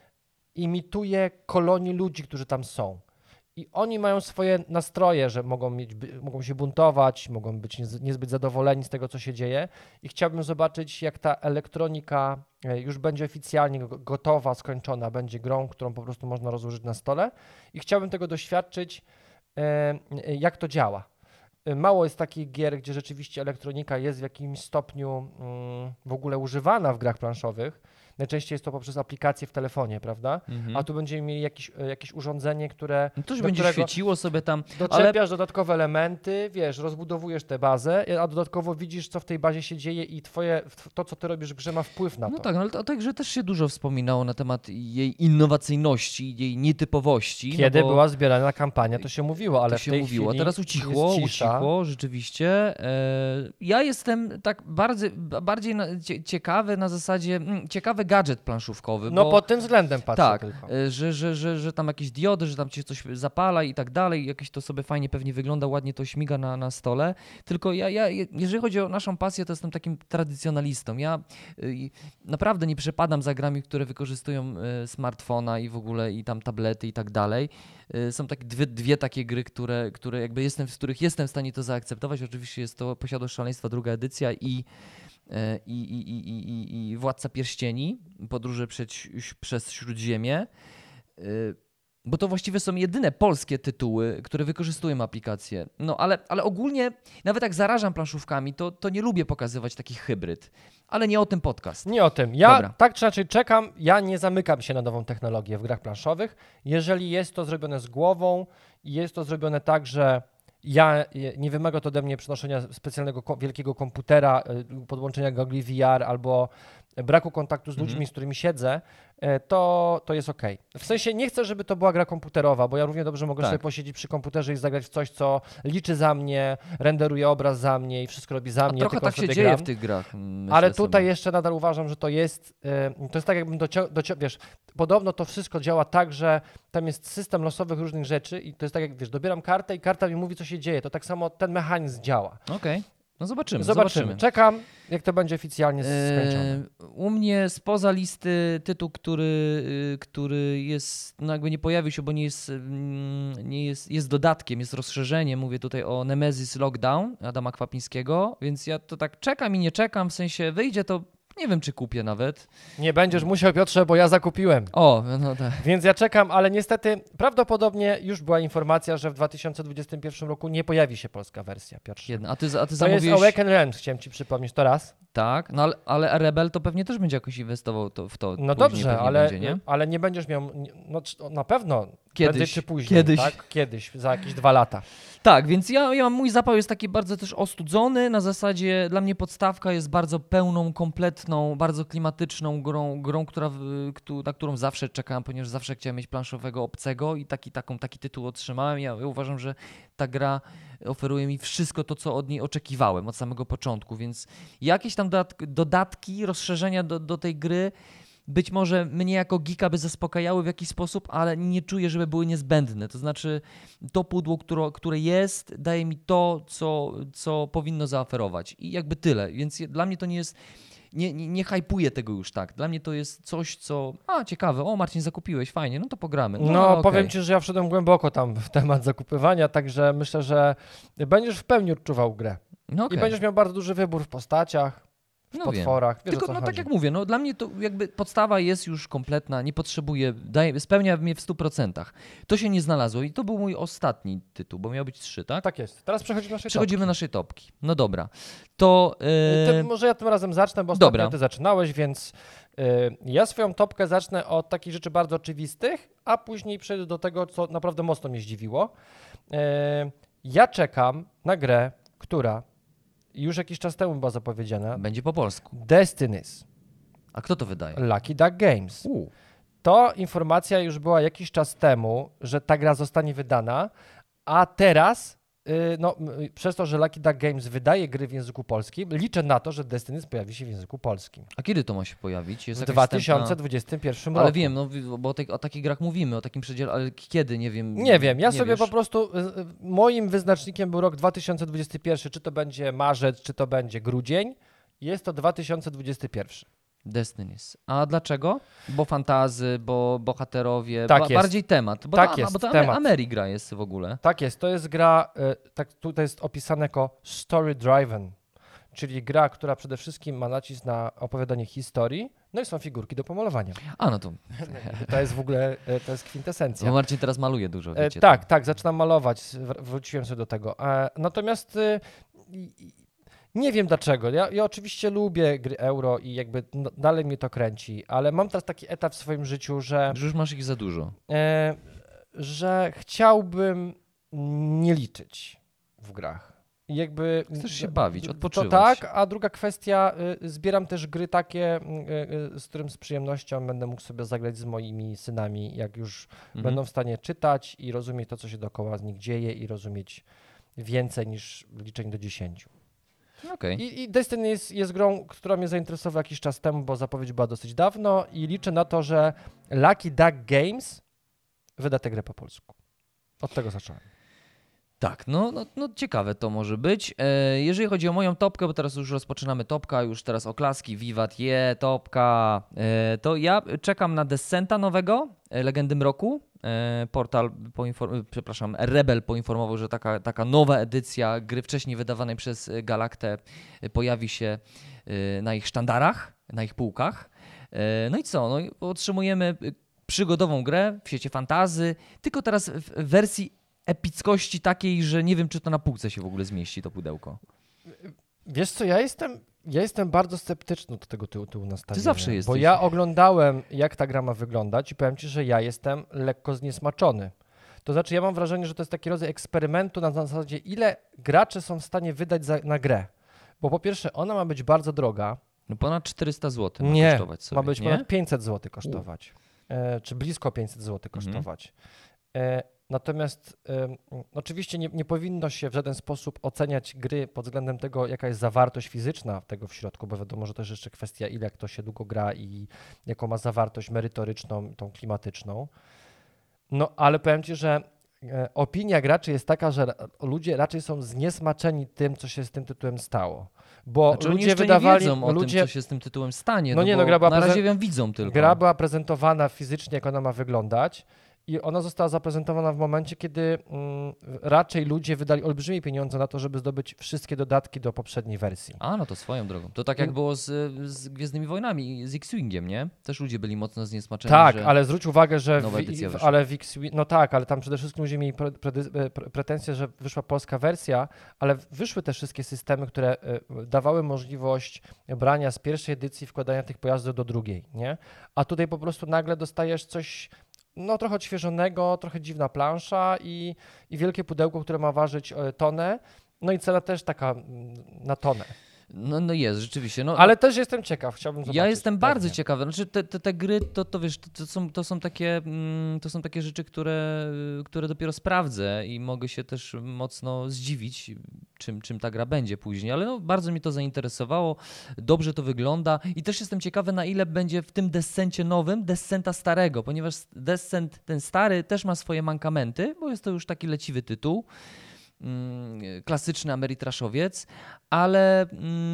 B: imituje kolonii ludzi, którzy tam są. I oni mają swoje nastroje, że mogą, mieć, by- mogą się buntować, mogą być niez- niezbyt zadowoleni z tego, co się dzieje. I chciałbym zobaczyć, jak ta elektronika e, już będzie oficjalnie go- gotowa, skończona, będzie grą, którą po prostu można rozłożyć na stole. I chciałbym tego doświadczyć, e, e, jak to działa. E, Mało jest takich gier, gdzie rzeczywiście elektronika jest w jakimś stopniu mm, w ogóle używana w grach planszowych. Najczęściej jest to poprzez aplikację w telefonie, prawda?
A: Mhm.
B: A tu będziemy mieli jakieś, e, jakieś urządzenie, które
A: No to już
B: do
A: będzie
B: którego
A: świeciło sobie tam, ale
B: doczepiasz dodatkowe elementy, wiesz, rozbudowujesz tę bazę, a dodatkowo widzisz, co w tej bazie się dzieje i twoje, to, co ty robisz w grze, ma wpływ na to.
A: no tak, no ale to- o tej grze też się dużo wspominało na temat jej innowacyjności, jej nietypowości.
B: Kiedy
A: no bo
B: była zbierana kampania, to się mówiło, ale
A: to
B: w
A: się
B: tej
A: mówiło,
B: chwili
A: teraz ucichło,
B: jest cisza.
A: ucichło, rzeczywiście. E, ja jestem tak bardzo, bardziej na, cie, ciekawy na zasadzie, mm, ciekawy gadżet planszówkowy,
B: No
A: bo
B: pod tym względem patrzę
A: tak,
B: tylko.
A: e, że, że, że, że tam jakieś diody, że tam cię coś zapala i tak dalej, jakieś to sobie fajnie pewnie wygląda, ładnie to śmiga na, na stole, tylko ja, ja, jeżeli chodzi o naszą pasję, to jestem takim tradycjonalistą. Ja y, naprawdę nie przepadam za grami, które wykorzystują y, smartfona i w ogóle i tam tablety i tak dalej. Y, Są takie dwie, dwie takie gry, które, które jakby jestem, z których jestem w stanie to zaakceptować. Oczywiście jest to Posiadłość Szaleństwa, druga edycja i e, i, i, i, i, i- i Władca Pierścieni, Podróże przed, przez Śródziemie, y, bo to właściwie są jedyne polskie tytuły, które wykorzystują aplikację. No ale, ale ogólnie, nawet jak zarażam planszówkami, to, to nie lubię pokazywać takich hybryd. Ale nie o tym podcast.
B: Nie o tym. Ja
A: Dobra.
B: tak czy inaczej czekam, ja nie zamykam się na nową technologię w grach planszowych. Jeżeli jest to zrobione z głową i jest to zrobione tak, że ja nie wymaga to ode mnie przenoszenia specjalnego ko- wielkiego komputera, y, podłączenia gogli V R albo braku kontaktu z ludźmi,
A: Mhm.
B: z którymi siedzę, y, to, to jest ok. W sensie nie chcę, żeby to była gra komputerowa, bo ja równie dobrze mogę
A: Tak.
B: sobie posiedzieć przy komputerze i zagrać w coś, co liczy za mnie, renderuje obraz za mnie i wszystko robi za
A: A
B: mnie.
A: trochę
B: tylko
A: tak się
B: sobie
A: dzieje
B: gram.
A: w tych grach. Myślę
B: Ale tutaj
A: sobie.
B: jeszcze nadal uważam, że to jest, y, to jest tak jakbym docio- docio- wiesz, podobno to wszystko działa tak, że tam jest system losowych różnych rzeczy i to jest tak jak, wiesz, dobieram kartę i karta mi mówi, co się dzieje, to tak samo ten mechanizm działa.
A: Okej, no zobaczymy.
B: Zobaczymy.
A: zobaczymy.
B: Czekam, jak to będzie oficjalnie skończone.
A: E, U mnie spoza listy tytuł, który, y, który jest, no jakby nie pojawił się, bo nie jest, mm, nie jest, jest dodatkiem, jest rozszerzeniem. Mówię tutaj o Nemesis Lockdown Adama Kwapińskiego, więc ja to tak czekam i nie czekam, w sensie wyjdzie to, nie wiem czy kupię nawet.
B: Nie będziesz musiał, Piotrze, bo ja zakupiłem.
A: O, no tak.
B: Więc ja czekam, ale niestety prawdopodobnie już była informacja, że w dwa tysiące dwudziestym pierwszym roku nie pojawi się polska wersja, Piotrze.
A: Jedna. A ty, a ty
B: To jest
A: zamówiłeś...
B: Awaken Realms, chciałem ci przypomnieć to raz.
A: Tak, no ale, ale Rebel to pewnie też będzie jakoś inwestował to, w to.
B: No
A: później
B: dobrze,
A: pewnie
B: ale,
A: będzie, nie?
B: ale nie będziesz miał, no c- na pewno
A: Kiedyś,
B: prędzej czy później,
A: kiedyś.
B: tak? Kiedyś, za jakieś dwa lata.
A: Tak, więc ja, ja mam, mój zapał jest taki bardzo też ostudzony, na zasadzie dla mnie podstawka jest bardzo pełną, kompletną, bardzo klimatyczną grą, grą która, w- któ- na którą zawsze czekałem, ponieważ zawsze chciałem mieć planszowego obcego i taki, taką, taki tytuł otrzymałem. Ja uważam, że ta gra oferuje mi wszystko to, co od niej oczekiwałem od samego początku, więc jakieś tam dodat- dodatki, rozszerzenia do, do tej gry być może mnie jako geeka by zaspokajały w jakiś sposób, ale nie czuję, żeby były niezbędne. To znaczy to pudło, które, które jest, daje mi to, co, co powinno zaoferować. I jakby tyle. Więc je- dla mnie to nie jest... Nie, nie, nie hypuję tego już tak. Dla mnie to jest coś, co... A, ciekawe. O, Marcin, zakupiłeś. Fajnie. No to pogramy.
B: No,
A: No, okej.
B: powiem ci, że ja wszedłem głęboko tam w temat zakupywania, także myślę, że będziesz w pełni odczuwał grę.
A: No,
B: I
A: okej.
B: będziesz miał bardzo duży wybór w postaciach. w
A: No
B: potworach. Wiesz,
A: Tylko,
B: o co
A: no
B: chodzi.
A: tak jak mówię, no dla mnie to jakby podstawa jest już kompletna, nie potrzebuję, daje, spełnia mnie w stu procentach. To się nie znalazło i to był mój ostatni tytuł, bo miał być trzy, tak?
B: Tak jest. Teraz przechodzimy do naszej
A: Przechodzimy
B: topki.
A: do naszej topki. No dobra. To...
B: Ty,
A: Yy...
B: może ja tym razem zacznę, bo
A: Dobra.
B: ostatnio ty zaczynałeś, więc yy, ja swoją topkę zacznę od takich rzeczy bardzo oczywistych, a później przejdę do tego, co naprawdę mocno mnie zdziwiło. Yy, ja czekam na grę, która już jakiś czas temu była zapowiedziana.
A: Będzie po polsku.
B: Destinies.
A: A kto to wydaje?
B: Lucky Duck Games.
A: U.
B: To informacja już była jakiś czas temu, że ta gra zostanie wydana, a teraz, yy, no, yy, przez to, że Lucky Duck Games wydaje gry w języku polskim, liczę na to, że Destinies pojawi się w języku polskim.
A: A kiedy to ma się pojawić? Jest
B: W
A: jakaś
B: dwa tysiące dwudziestym pierwszym
A: wstępna...
B: roku.
A: Ale wiem, no, bo o, te, o takich grach mówimy, o takim przedziale, ale kiedy? Nie wiem.
B: Nie wiem, ja
A: nie
B: sobie
A: wiesz?
B: po prostu, yy, moim wyznacznikiem był rok dwa tysiące dwudziesty pierwszy, czy to będzie marzec, czy to będzie grudzień, jest to dwa tysiące dwudziesty pierwszy.
A: Destinies. A dlaczego? Bo fantazy, bo bohaterowie,
B: Tak
A: ba-
B: jest.
A: bardziej temat. Bo
B: Tak
A: to,
B: jest,
A: bo to
B: temat.
A: Amerigra jest w ogóle.
B: Tak jest, to jest gra, y, tak tutaj jest opisane jako story driven, czyli gra, która przede wszystkim ma nacisk na opowiadanie historii, no i są figurki do pomalowania.
A: A no to,
B: To jest w ogóle, y, to jest kwintesencja.
A: bo Marcin teraz maluje dużo,
B: E,
A: wiecie.
B: tak, tak, zaczynam malować, wr- wróciłem sobie do tego. E, natomiast y, y, nie wiem dlaczego, ja, ja oczywiście lubię gry euro i jakby no, dalej mnie to kręci, ale mam teraz taki etap w swoim życiu, że...
A: Że już masz ich za dużo.
B: E, że chciałbym nie liczyć w grach. I jakby
A: Chcesz się bawić,
B: to
A: odpoczywać.
B: tak, a druga kwestia, y, zbieram też gry takie, y, y, z którym z przyjemnością będę mógł sobie zagrać z moimi synami, jak już
A: Mhm.
B: będą w stanie czytać i rozumieć to, co się dookoła z nich dzieje i rozumieć więcej niż liczenie do dziesięciu.
A: Okej.
B: I, i Destiny jest, jest grą, która mnie zainteresowała jakiś czas temu, bo zapowiedź była dosyć dawno i liczę na to, że Lucky Duck Games wyda tę grę po polsku. Od tego zacząłem.
A: Tak, no, no, no ciekawe to może być. E, jeżeli chodzi o moją topkę, bo teraz już rozpoczynamy topka, już teraz oklaski, wiwat, je, topka, e, to ja czekam na Descenta nowego, e, Legendy Mroku. E, portal, poinform- przepraszam, Rebel poinformował, że taka, taka nowa edycja gry wcześniej wydawanej przez Galaktę e, pojawi się e, na ich sztandarach, na ich półkach. E, no i co? No, i otrzymujemy e, przygodową grę w świecie fantazy, tylko teraz w wersji epickości takiej, że nie wiem, czy to na półce się w ogóle zmieści, to pudełko.
B: Wiesz co, ja jestem, ja jestem bardzo sceptyczny do tego tyłu, tyłu nastawienia.
A: Ty zawsze jesteś.
B: Bo ja oglądałem, jak ta gra ma wyglądać i powiem ci, że ja jestem lekko zniesmaczony. To znaczy, ja mam wrażenie, że to jest taki rodzaj eksperymentu na zasadzie, ile gracze są w stanie wydać za, na grę. Bo po pierwsze, ona ma być bardzo droga.
A: No ponad czterysta złotych ma
B: Nie,
A: kosztować sobie,
B: ma być
A: nie?
B: ponad pięćset złotych kosztować. E, czy blisko pięćset złotych
A: Mhm.
B: kosztować. E, natomiast e, oczywiście nie, nie powinno się w żaden sposób oceniać gry pod względem tego, jaka jest zawartość fizyczna tego w środku, bo wiadomo, że to jest jeszcze kwestia, ile jak to się długo gra i jaką ma zawartość merytoryczną, tą klimatyczną. No ale powiem ci, że e, opinia graczy jest taka, że ludzie raczej są zniesmaczeni tym, co się z tym tytułem stało. Bo
A: Znaczy, oni
B: ludzie
A: jeszcze
B: wydawali,
A: nie wiedzą o
B: ludzie,
A: tym, co się z tym tytułem stanie.
B: No
A: No,
B: nie,
A: bo
B: no gra była
A: na razie
B: prezen-
A: ją widzą tylko.
B: gra była prezentowana fizycznie, jak ona ma wyglądać. I ona została zaprezentowana w momencie, kiedy mm, raczej ludzie wydali olbrzymie pieniądze na to, żeby zdobyć wszystkie dodatki do poprzedniej wersji.
A: A, no to swoją drogą. To tak jak było z, z Gwiezdnymi Wojnami, z X-Wingiem, nie? Też ludzie byli mocno zniesmaczeni,
B: Tak,
A: że...
B: ale zwróć uwagę, że
A: nowa
B: w,
A: edycja
B: w,
A: wyszła.
B: ale w X, no tak, ale tam przede wszystkim ludzie mieli pre, pre, pre, pretensje, że wyszła polska wersja, ale wyszły te wszystkie systemy, które y, dawały możliwość brania z pierwszej edycji, wkładania tych pojazdów do drugiej, nie? A tutaj po prostu nagle dostajesz coś no trochę odświeżonego, trochę dziwna plansza i, i wielkie pudełko, które ma ważyć e, tonę, no i cena też taka mm, na tonę.
A: No, no jest, rzeczywiście. No,
B: Ale też jestem ciekaw, chciałbym zobaczyć.
A: ja jestem bardzo
B: pewnie.
A: ciekawy. Znaczy te, te, te gry, to, to wiesz, to, to, są, to, są takie, mm, to są takie rzeczy, które, które dopiero sprawdzę i mogę się też mocno zdziwić, czym, czym ta gra będzie później. Ale no, bardzo mnie to zainteresowało, dobrze to wygląda i też jestem ciekawy, na ile będzie w tym Descencie nowym Descenta starego, ponieważ Descent ten stary też ma swoje mankamenty, bo jest to już taki leciwy tytuł. Klasyczny Ameritraszowiec, ale,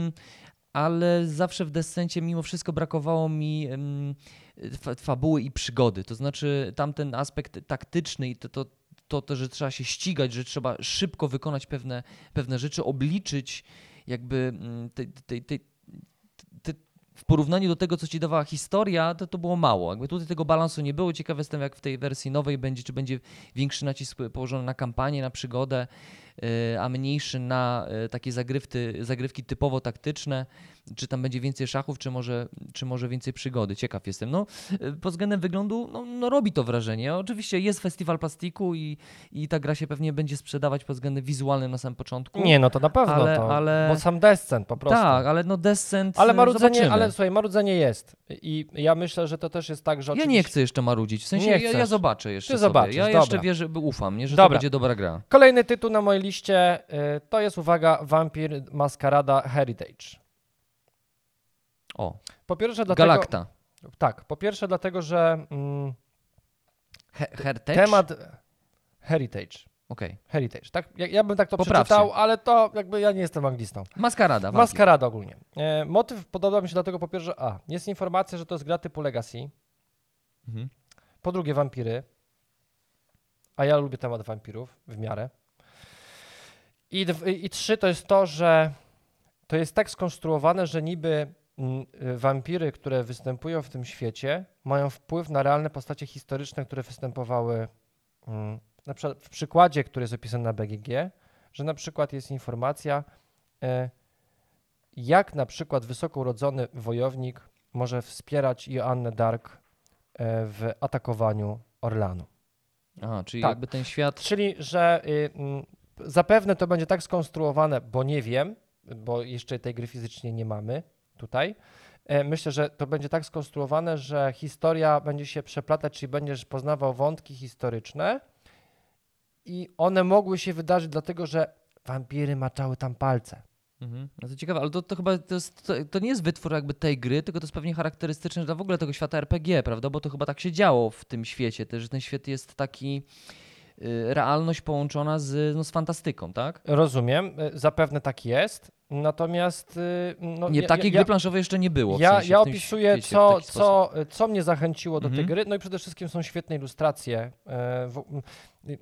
A: ale zawsze w Descencie mimo wszystko brakowało mi fabuły i przygody. To znaczy tamten aspekt taktyczny i to, to, to, to, że trzeba się ścigać, że trzeba szybko wykonać pewne, pewne rzeczy, obliczyć jakby tej, tej, tej w porównaniu do tego, co ci dawała historia, to to było mało. Jakby tutaj tego balansu nie było. Ciekaw jestem, jak w tej wersji nowej będzie, czy będzie większy nacisk położony na kampanię, na przygodę, a mniejszy na takie zagrywki, zagrywki typowo taktyczne, czy tam będzie więcej szachów, czy może, czy może więcej przygody. Ciekaw jestem. No, pod względem wyglądu no, no robi to wrażenie. Oczywiście jest festiwal plastiku i, i ta gra się pewnie będzie sprzedawać pod względem wizualnym na samym początku.
B: Nie, no to na pewno,
A: ale,
B: to,
A: ale...
B: bo sam Descent po prostu.
A: Tak, ale no Descent
B: ale marudzenie,
A: zobaczymy.
B: ale słuchaj, marudzenie jest i ja myślę, że to też jest tak, że oczywiście...
A: Ja nie chcę jeszcze marudzić, w sensie
B: Nie
A: ja, ja zobaczę jeszcze
B: Ty
A: sobie.
B: zobaczysz,
A: ja
B: dobra.
A: jeszcze wierzę, ufam, nie, że
B: Dobra.
A: to będzie dobra gra.
B: Kolejny tytuł na mojej liście y, to jest, uwaga, Vampire Masquerada Heritage.
A: O,
B: Po pierwsze dlatego...
A: Galacta.
B: Tak, po pierwsze dlatego, że mm,
A: He- Heritage?
B: temat Heritage.
A: Okej. Okay.
B: Heritage, tak? Ja, ja bym tak to
A: Poprawcie.
B: przeczytał, ale to jakby ja nie jestem anglistą.
A: Maskarada.
B: Maskarada ogólnie. E, motyw podoba mi się dlatego po pierwsze, a, jest informacja, że to jest gra typu Legacy.
A: Mhm.
B: Po drugie wampiry. A ja lubię temat wampirów w miarę. I, dw- I trzy to jest to, że to jest tak skonstruowane, że niby mm, wampiry, które występują w tym świecie, mają wpływ na realne postacie historyczne, które występowały mm, na przykład w przykładzie, który jest opisany na B G G, że na przykład jest informacja, e, jak na przykład wysoko urodzony wojownik może wspierać Joannę Dark e, w atakowaniu Orlanu.
A: Aha, czyli
B: Tak.
A: jakby ten świat...
B: Czyli, że y, mm, zapewne to będzie tak skonstruowane, bo nie wiem, bo jeszcze tej gry fizycznie nie mamy tutaj. E, myślę, że to będzie tak skonstruowane, że historia będzie się przeplatać, czyli będziesz poznawał wątki historyczne i one mogły się wydarzyć dlatego, że wampiry maczały tam palce.
A: Mhm. No to ciekawe, ale to, to chyba to, jest, to, to nie jest wytwór jakby tej gry, tylko to jest pewnie charakterystyczne dla w ogóle tego świata R P G, prawda? Bo to chyba tak się działo w tym świecie też, że ten świat jest taki y, realność połączona z, no, z fantastyką, tak?
B: Rozumiem, y, zapewne tak jest, natomiast... Y, no,
A: Nie,
B: ja,
A: takiej
B: ja,
A: gry planszowej jeszcze nie było. W
B: Ja,
A: sensie,
B: ja
A: w tym
B: opisuję,
A: świecie w
B: co,
A: taki sposób.
B: co, co mnie zachęciło do
A: Mhm.
B: tej gry, no i przede wszystkim są świetne ilustracje. E, w, y,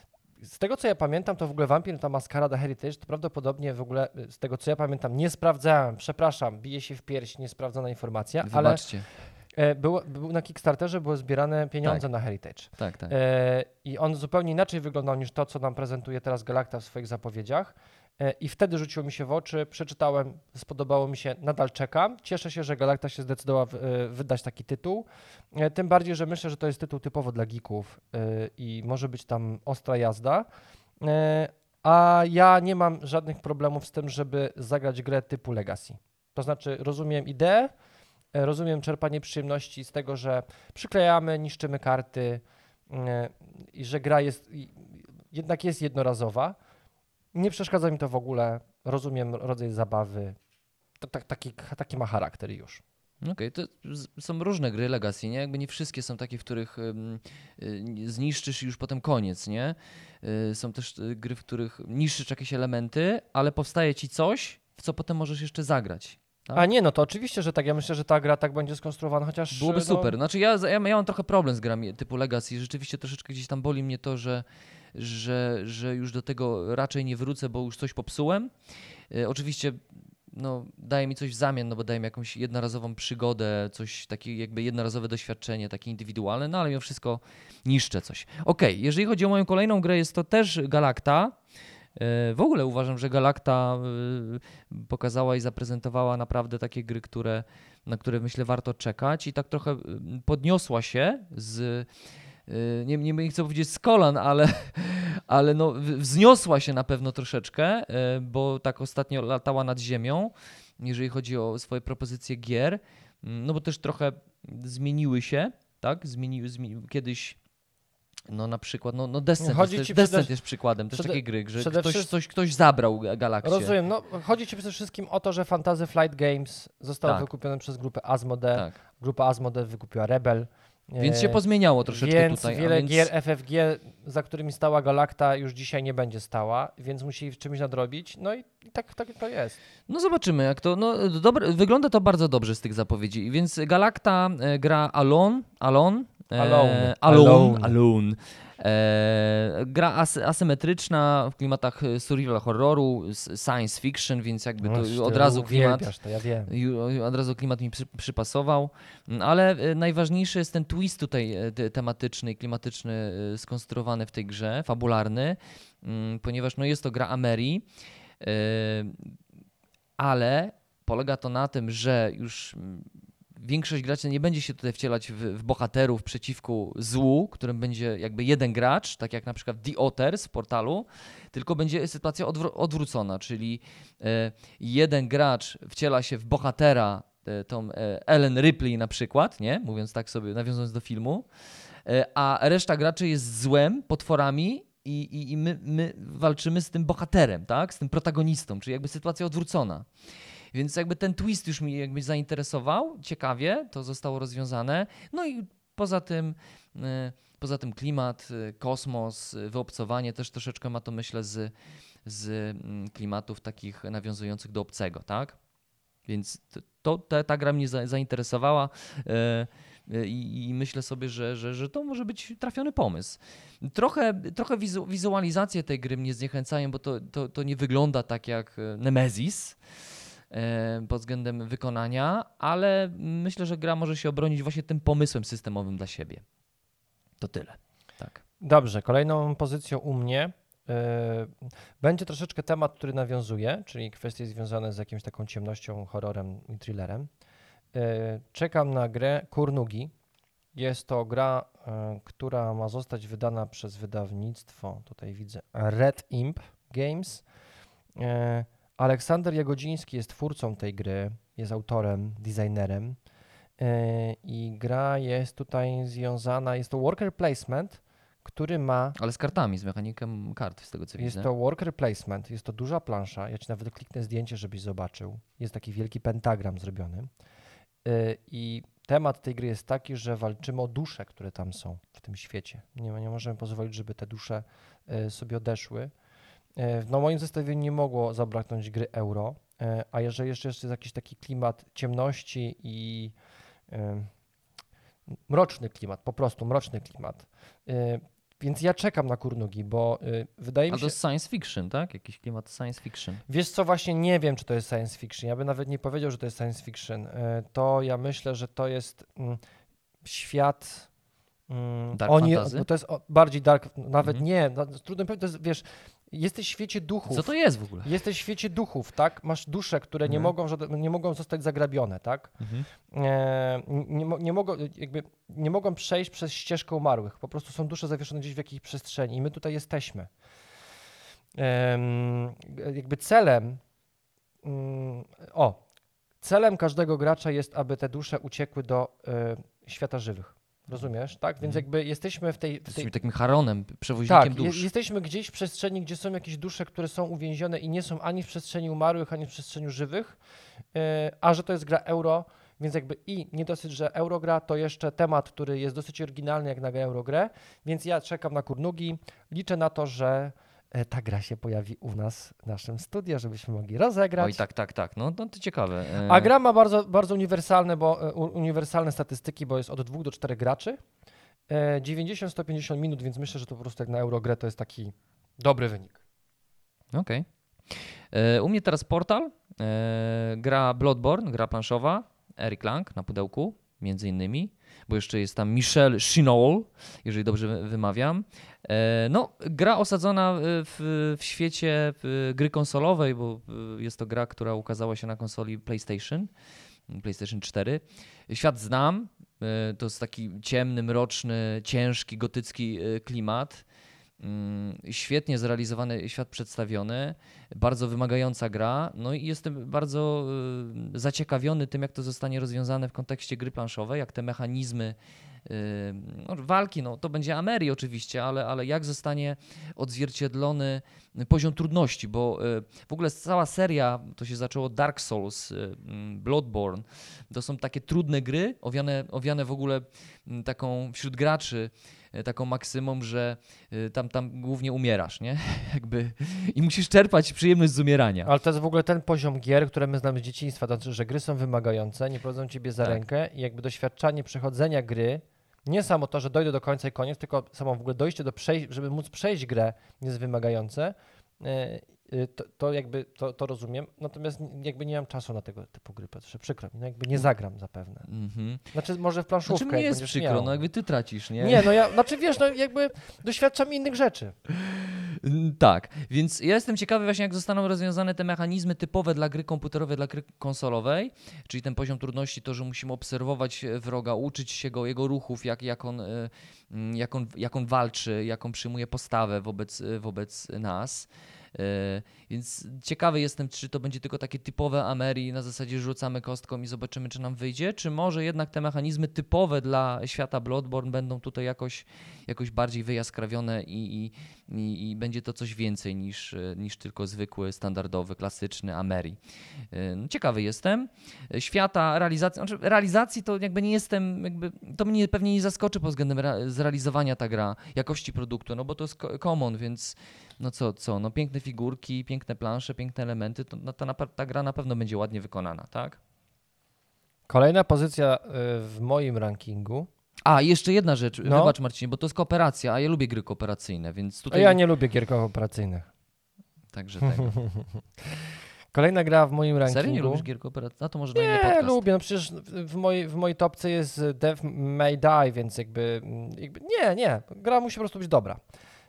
B: z tego, co ja pamiętam, to w ogóle Vampire, ta Maskarada Heritage, to prawdopodobnie w ogóle, z tego, co ja pamiętam, nie sprawdzałem, przepraszam, bije się w pierś, niesprawdzona informacja,
A: Wybaczcie.
B: ale e, było, był, na Kickstarterze były zbierane pieniądze
A: Tak.
B: na Heritage.
A: Tak, tak.
B: E, I on zupełnie inaczej wyglądał niż to, co nam prezentuje teraz Galacta w swoich zapowiedziach. E, I wtedy rzuciło mi się w oczy, przeczytałem, spodobało mi się, nadal czekam. Cieszę się, że Galacta się zdecydowała w, e, wydać taki tytuł. E, tym bardziej, że myślę, że to jest tytuł typowo dla geeków e, i może być tam ostra jazda. E, a ja nie mam żadnych problemów z tym, żeby zagrać grę typu Legacy. To znaczy rozumiem ideę, e, rozumiem czerpanie przyjemności z tego, że przyklejamy, niszczymy karty e, i że gra jest, i, jednak jest jednorazowa. Nie przeszkadza mi to w ogóle, rozumiem rodzaj zabawy, to, tak, taki, taki ma charakter już.
A: Okej, okay, to z- są różne gry Legacy, nie? Jakby nie wszystkie są takie, w których ym, y, zniszczysz i już potem koniec, nie? Y, są też y, gry, w których niszczysz jakieś elementy, ale powstaje ci coś, w co potem możesz jeszcze zagrać. Tak?
B: A nie, no to oczywiście, że tak. Ja myślę, że ta gra tak będzie skonstruowana, chociaż...
A: Byłoby
B: no,
A: super. Znaczy ja, ja, ja mam trochę problem z grami typu Legacy. Rzeczywiście troszeczkę gdzieś tam boli mnie to, że, że, że już do tego raczej nie wrócę, bo już coś popsułem. Y, oczywiście no, daje mi coś w zamian, no bo daje mi jakąś jednorazową przygodę, coś takie jakby jednorazowe doświadczenie, takie indywidualne, no ale mimo wszystko niszczę coś. Okej, okay, jeżeli chodzi o moją kolejną grę, jest to też Galacta. W ogóle uważam, że Galacta pokazała i zaprezentowała naprawdę takie gry, które, na które myślę warto czekać i tak trochę podniosła się z, nie, nie, nie chcę powiedzieć z kolan, ale, ale no, wzniosła się na pewno troszeczkę, bo tak ostatnio latała nad ziemią, jeżeli chodzi o swoje propozycje gier, no bo też trochę zmieniły się, tak? Zmieniły, zmieniły kiedyś. No na przykład, no, no Descent,
B: Chodzi
A: jest,
B: ci
A: Descent
B: przede-
A: jest przykładem też
B: przede-
A: takiej gry, że
B: przede
A: ktoś,
B: wszystkim-
A: coś, ktoś zabrał Galakcie.
B: Rozumiem, no chodzi ci przede wszystkim o to, że Fantasy Flight Games zostało
A: Tak.
B: wykupione przez grupę Asmodee.
A: Tak.
B: Grupa Asmodee wykupiła Rebel.
A: Więc się
B: E,
A: pozmieniało troszeczkę
B: Więc
A: tutaj. a
B: wiele
A: więc...
B: gier F F G, za którymi stała Galacta, już dzisiaj nie będzie stała, więc musieli w czymś nadrobić. No i, i tak, tak to jest.
A: No zobaczymy jak to, no dobre, wygląda to bardzo dobrze z tych zapowiedzi. Więc Galacta e, gra Alone, Alone, e,
B: Alone.
A: Alone,
B: Alone.
A: Alone. E, gra asy, asymetryczna w klimatach survival horroru, science fiction, więc jakby to
B: No,
A: od razu klimat,
B: to ja wiem.
A: od razu klimat mi przy, przypasował, ale najważniejszy jest ten twist tutaj tematyczny i klimatyczny skonstruowany w tej grze, fabularny, ponieważ no jest to gra Ameri, ale polega to na tym, że już większość graczy nie będzie się tutaj wcielać w, w bohaterów przeciwko złu, którym będzie jakby jeden gracz, tak jak na przykład The Otters w portalu, tylko będzie sytuacja odwró- odwrócona, czyli e, jeden gracz wciela się w bohatera, e, tą e, Ellen Ripley na przykład, nie? Mówiąc tak sobie, nawiązując do filmu, e, a reszta graczy jest złem, potworami i, i, i my, my walczymy z tym bohaterem, tak? Z tym protagonistą, czyli jakby sytuacja odwrócona. Więc jakby ten twist już mi jakby zainteresował, ciekawie to zostało rozwiązane. No i poza tym, poza tym klimat, kosmos, wyobcowanie też troszeczkę ma to, myślę, z, z klimatów takich nawiązujących do obcego, tak? Więc to, ta, ta gra mnie za, zainteresowała i, i myślę sobie, że, że, że to może być trafiony pomysł. Trochę, trochę wizu, wizualizacje tej gry mnie zniechęcają, bo to, to, to nie wygląda tak jak Nemesis pod względem wykonania, ale myślę, że gra może się obronić właśnie tym pomysłem systemowym dla siebie. To tyle. Tak.
B: Dobrze, kolejną pozycją u mnie yy, będzie troszeczkę temat, który nawiązuje, czyli kwestie związane z jakimś taką ciemnością, horrorem i thrillerem. Yy, czekam na grę Kurnugi. Jest to gra, yy, która ma zostać wydana przez wydawnictwo, tutaj widzę, Red Imp Games. Yy, Aleksander Jagodziński jest twórcą tej gry, jest autorem, designerem yy, i gra jest tutaj związana, jest to worker placement, który ma...
A: Ale z kartami, z mechaniką kart, z tego co
B: jest
A: widzę.
B: Jest to worker placement, jest to duża plansza, ja ci nawet kliknę zdjęcie, żebyś zobaczył. Jest taki wielki pentagram zrobiony yy, i temat tej gry jest taki, że walczymy o dusze, które tam są w tym świecie. Nie, nie możemy pozwolić, żeby te dusze yy, sobie odeszły. No moim zestawieniu nie mogło zabraknąć gry euro, a jeżeli jeszcze jest jakiś taki klimat ciemności i mroczny klimat, po prostu mroczny klimat. Więc ja czekam na Kurnugi, bo wydaje mi się...
A: A to jest science fiction, tak? Jakiś klimat science fiction.
B: Wiesz co, właśnie nie wiem, czy to jest science fiction. Ja bym nawet nie powiedział, że to jest science fiction. To ja myślę, że to jest świat...
A: Dark
B: Oni,
A: fantasy?
B: Bo to jest bardziej dark, nawet
A: Mhm.
B: nie, no, trudno powiedzieć, to jest, wiesz, jesteś w świecie duchów.
A: Co to jest w ogóle?
B: Jesteś w świecie duchów, tak? Masz dusze, które
A: Mhm.
B: nie mogą, żaden, nie mogą zostać zagrabione, tak?
A: Mhm.
B: E, nie, nie, mogą, jakby, nie mogą przejść przez ścieżkę umarłych. Po prostu są dusze zawieszone gdzieś w jakiejś przestrzeni i my tutaj jesteśmy. E, jakby celem, mm, o, celem każdego gracza jest, aby te dusze uciekły do e, świata żywych. Rozumiesz, tak? Więc jakby jesteśmy w tej... W tej...
A: Jesteśmy takim Haronem, przewoźnikiem
B: tak,
A: dusz.
B: Je, jesteśmy gdzieś w przestrzeni, gdzie są jakieś dusze, które są uwięzione i nie są ani w przestrzeni umarłych, ani w przestrzeni żywych, yy, a że to jest gra euro, więc jakby i nie dosyć, że eurogra, to jeszcze temat, który jest dosyć oryginalny jak na eurogrę, więc ja czekam na Kurnugi, liczę na to, że ta gra się pojawi u nas w naszym studiu, żebyśmy mogli rozegrać.
A: Oj, tak, tak, tak. No, no to ciekawe.
B: A gra ma bardzo, bardzo uniwersalne, bo, uniwersalne statystyki, bo jest od dwóch do czterech graczy. dziewięćdziesiąt do stu pięćdziesięciu minut, więc myślę, że to po prostu jak na Eurogrę to jest taki dobry wynik.
A: Okej. Okay. U mnie teraz portal. Gra Bloodborne, gra planszowa. Eric Lang na pudełku, między innymi, bo jeszcze jest tam Michel Chinol, jeżeli dobrze wymawiam. No, gra osadzona w, w świecie gry konsolowej, bo jest to gra, która ukazała się na konsoli PlayStation, PlayStation cztery. Świat znam, to jest taki ciemny, mroczny, ciężki, gotycki klimat. Świetnie zrealizowany świat przedstawiony, bardzo wymagająca gra, no i jestem bardzo zaciekawiony tym, jak to zostanie rozwiązane w kontekście gry planszowej, jak te mechanizmy no, walki, no to będzie Ameri oczywiście, ale, ale jak zostanie odzwierciedlony poziom trudności, bo w ogóle cała seria, to się zaczęło od Dark Souls, Bloodborne, to są takie trudne gry, owiane, owiane w ogóle taką wśród graczy, taką maksymą, że tam, tam głównie umierasz, nie? Jakby i musisz czerpać przyjemność z umierania.
B: Ale to jest w ogóle ten poziom gier, które my znamy z dzieciństwa, to znaczy, że gry są wymagające, nie prowadzą ciebie za
A: tak.
B: rękę i jakby doświadczanie przechodzenia gry Nie samo to, że dojdę do końca i koniec, tylko samo w ogóle dojście do przejścia, żeby móc przejść grę jest wymagające. To, to jakby to, to rozumiem, natomiast jakby nie mam czasu na tego typu gry, Piotrze, przykro mi, no jakby nie zagram zapewne. Mm-hmm. Znaczy może w planszówkę.
A: Znaczy mi jest przykro, miał. No jakby ty tracisz, nie?
B: Nie, no ja, znaczy wiesz, no jakby doświadczam innych rzeczy.
A: Tak, więc ja jestem ciekawy właśnie, jak zostaną rozwiązane te mechanizmy typowe dla gry komputerowej, dla gry konsolowej, czyli ten poziom trudności, to, że musimy obserwować wroga, uczyć się go, jego ruchów, jak, jak, on, jak, on, jak on walczy, jak on przyjmuje postawę wobec, wobec nas. Więc ciekawy jestem, czy to będzie tylko takie typowe Ameri, na zasadzie rzucamy kostką i zobaczymy, czy nam wyjdzie, czy może jednak te mechanizmy typowe dla świata Bloodborne będą tutaj jakoś, jakoś bardziej wyjaskrawione i, i, i, i będzie to coś więcej niż, niż tylko zwykły, standardowy, klasyczny Ameri. Ciekawy jestem. Świata, realizacji, znaczy realizacji to jakby nie jestem, jakby, to mnie pewnie nie zaskoczy pod względem re- zrealizowania ta gra, jakości produktu, no bo to jest common, więc no co, co, no piękne figurki, piękne plansze, piękne elementy, to, no, ta, ta gra na pewno będzie ładnie wykonana, tak?
B: Kolejna pozycja w moim rankingu.
A: A, jeszcze jedna rzecz,
B: no.
A: Wybacz Marcinie, bo to jest kooperacja, a ja lubię gry kooperacyjne, więc tutaj...
B: A ja nie lubię gier kooperacyjnych.
A: Także tego.
B: Kolejna gra w moim rankingu.
A: Serio nie lubisz gier kooperacyjnych? No to może
B: nie,
A: na inny podcast.
B: Nie, lubię, no przecież w mojej, w mojej topce jest Death May Die, więc jakby, jakby nie, nie, gra musi po prostu być dobra.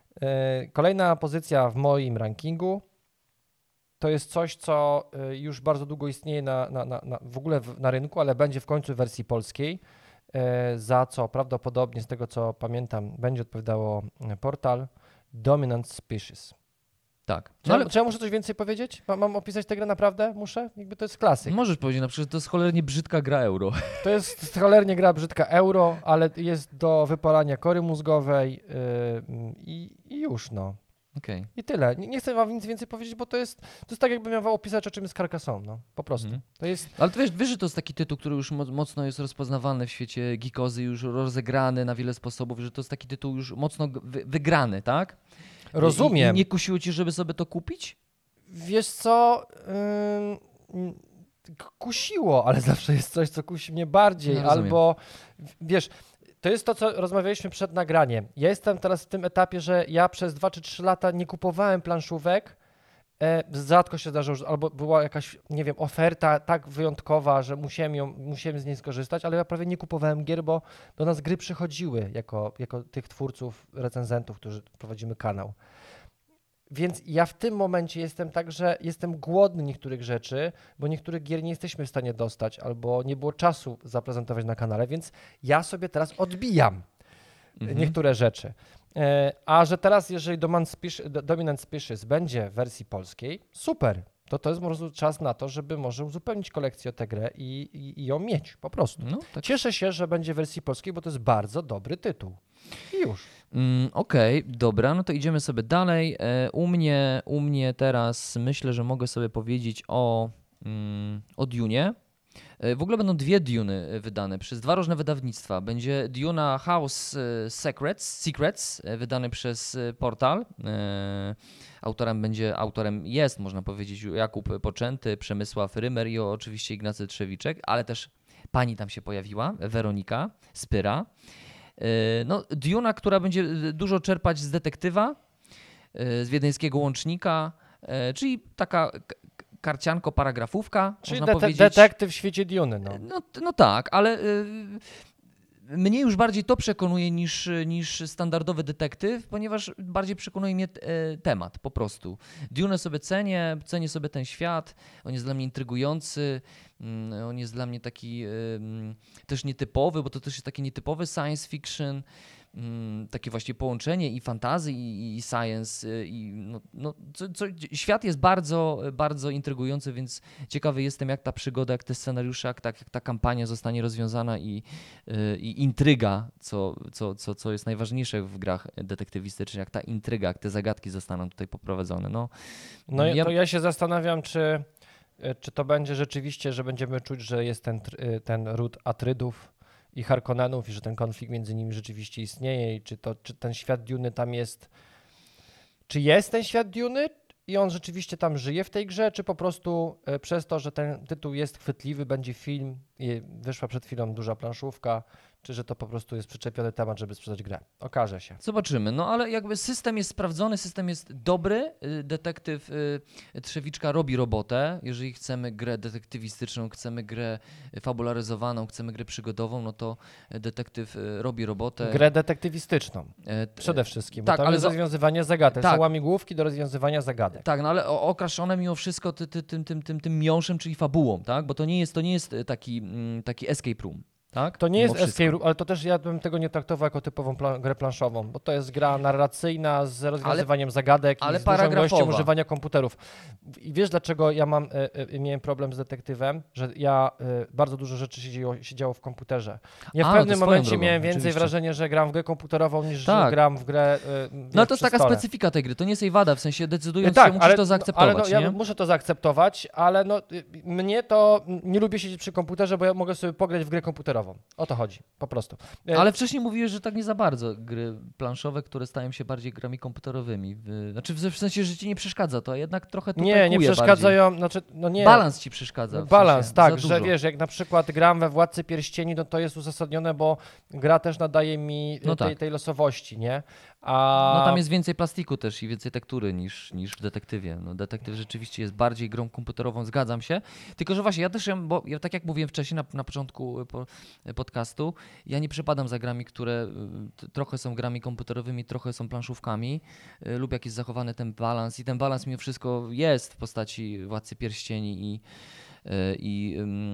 B: Kolejna pozycja w moim rankingu to jest coś, co już bardzo długo istnieje na, na, na, na, w ogóle na rynku, ale będzie w końcu w wersji polskiej, za co prawdopodobnie z tego co pamiętam będzie odpowiadało Portal, Dominant Species.
A: Tak.
B: Czy, ale... czy ja muszę coś więcej powiedzieć? Mam, mam opisać tę grę naprawdę? Muszę? Jakby to jest klasyk.
A: Możesz powiedzieć na przykład, że to jest cholernie brzydka gra euro.
B: To jest cholernie gra brzydka euro, ale jest do wypalania kory mózgowej yy, i, i już no.
A: Okay.
B: I tyle. Nie, nie chcę wam nic więcej powiedzieć, bo to jest, to jest tak jakbym miał opisać, o czym jest Carcassonne, no. Po prostu. Mm. To jest...
A: Ale to wiesz, wiesz, że to jest taki tytuł, który już mocno jest rozpoznawalny w świecie geekozy, już rozegrany na wiele sposobów, że to jest taki tytuł już mocno wy, wygrany, tak?
B: Rozumiem.
A: I, i nie kusiło ci, żeby sobie to kupić?
B: Wiesz co, yy, kusiło, ale zawsze jest coś, co kusi mnie bardziej, no, albo wiesz, to jest to, co rozmawialiśmy przed nagraniem. Ja jestem teraz w tym etapie, że ja przez dwa czy trzy lata nie kupowałem planszówek, e, rzadko się zdarzyło, albo była jakaś, nie wiem, oferta tak wyjątkowa, że musiałem, ją, musiałem z niej skorzystać, ale ja prawie nie kupowałem gier, bo do nas gry przychodziły jako, jako tych twórców, recenzentów, którzy prowadzimy kanał. Więc ja w tym momencie jestem tak, że jestem głodny niektórych rzeczy, bo niektórych gier nie jesteśmy w stanie dostać albo nie było czasu zaprezentować na kanale, więc ja sobie teraz odbijam mhm. niektóre rzeczy. A że teraz, jeżeli Dominant Species będzie w wersji polskiej, super, to to jest po prostu czas na to, żeby może uzupełnić kolekcję o tę grę i, i, i ją mieć po prostu. No, tak. Cieszę się, że będzie w wersji polskiej, bo to jest bardzo dobry tytuł. I już.
A: Mm, Okej, okay, dobra, no to idziemy sobie dalej. E, u, mnie, u mnie teraz myślę, że mogę sobie powiedzieć o, mm, o Dune'ie. E, w ogóle będą dwie Dune'y wydane przez dwa różne wydawnictwa. Będzie Duna House Secrets, Secrets wydany przez Portal. E, autorem będzie, autorem jest, można powiedzieć, Jakub Poczęty, Przemysław Rymer i oczywiście Ignacy Trzewiczek, ale też pani tam się pojawiła, Weronika Spyra. No, Duna, która będzie dużo czerpać z detektywa, z wiedeńskiego łącznika, czyli taka karcianko-paragrafówka,
B: czyli
A: można
B: de-
A: powiedzieć.
B: Detektyw w świecie Duny. No.
A: No, no tak, ale mnie już bardziej to przekonuje niż, niż standardowy detektyw, ponieważ bardziej przekonuje mnie temat po prostu. Dune sobie cenię, cenię sobie ten świat, on jest dla mnie intrygujący, on jest dla mnie taki też nietypowy, bo to też jest taki nietypowy science fiction, takie właśnie połączenie i fantasy i, i science i no, no, co, co, świat jest bardzo, bardzo intrygujący, więc ciekawy jestem, jak ta przygoda, jak te scenariusze, jak ta, jak ta kampania zostanie rozwiązana i, i intryga, co, co, co, co jest najważniejsze w grach detektywistycznych, jak ta intryga, jak te zagadki zostaną tutaj poprowadzone. No,
B: no ja, to ja się zastanawiam, czy, czy to będzie rzeczywiście, że będziemy czuć, że jest ten, ten ród Atrydów i Harkonnenów i że ten konflikt między nimi rzeczywiście istnieje i czy, to, czy ten świat Duny tam jest, czy jest ten świat Duny i on rzeczywiście tam żyje w tej grze, czy po prostu przez to, że ten tytuł jest chwytliwy, będzie film i wyszła przed chwilą duża planszówka, czy że to po prostu jest przyczepiony temat, żeby sprzedać grę. Okaże się.
A: Zobaczymy, no ale jakby system jest sprawdzony, system jest dobry, detektyw Trzewiczka robi robotę, jeżeli chcemy grę detektywistyczną, chcemy grę fabularyzowaną, chcemy grę przygodową, no to detektyw robi robotę.
B: Grę detektywistyczną przede wszystkim,
A: tak,
B: bo tam
A: ale
B: jest
A: za...
B: rozwiązywanie zagadek,
A: tak.
B: są łamigłówki do rozwiązywania zagadek.
A: Tak, no ale okraszone mimo wszystko ty, ty, tym, tym, tym, tym miąższem, czyli fabułą, tak, bo to nie jest, to nie jest taki, taki escape room. Tak?
B: To nie jest escape room, ale to też ja bym tego nie traktował jako typową plan- grę planszową, bo to jest gra narracyjna z rozwiązywaniem ale, zagadek
A: ale
B: i z dużą ilością używania komputerów. I wiesz, dlaczego ja mam, y, y, miałem problem z detektywem? Że ja y, bardzo dużo rzeczy się działo, się działo w komputerze. Ja w
A: A,
B: pewnym momencie
A: drogą,
B: miałem więcej
A: oczywiście.
B: wrażenie, że gram w grę komputerową niż
A: tak.
B: że gram w grę y,
A: No to jest taka
B: stole.
A: specyfika tej gry, to nie jest jej wada, w sensie decydując
B: tak,
A: się musisz
B: ale,
A: to zaakceptować.
B: Ale no,
A: nie?
B: ja muszę to zaakceptować, ale no, y, mnie to, nie lubię siedzieć przy komputerze, bo ja mogę sobie pograć w grę komputerową. O to chodzi. Po prostu.
A: Ale wcześniej mówiłeś, że tak nie za bardzo gry planszowe, które stają się bardziej grami komputerowymi. Znaczy w sensie, że ci nie przeszkadza to, a jednak trochę tutaj
B: Nie, nie przeszkadzają,
A: bardziej.
B: znaczy, no nie.
A: Balans ci przeszkadza. W
B: Balans,
A: sensie,
B: tak,
A: za
B: że
A: dużo.
B: wiesz, jak na przykład gram we Władcy Pierścieni, no to jest uzasadnione, bo gra też nadaje mi
A: no
B: tej,
A: tak.
B: tej losowości, nie? A...
A: No tam jest więcej plastiku też i więcej tektury niż, niż w detektywie. No detektyw rzeczywiście jest bardziej grą komputerową, zgadzam się. Tylko, że właśnie ja też, bo ja, tak jak mówiłem wcześniej na, na początku po, podcastu, ja nie przepadam za grami, które t, trochę są grami komputerowymi, trochę są planszówkami. Y, lub jakiś zachowany ten balans i ten balans mimo wszystko jest w postaci Władcy Pierścieni i I,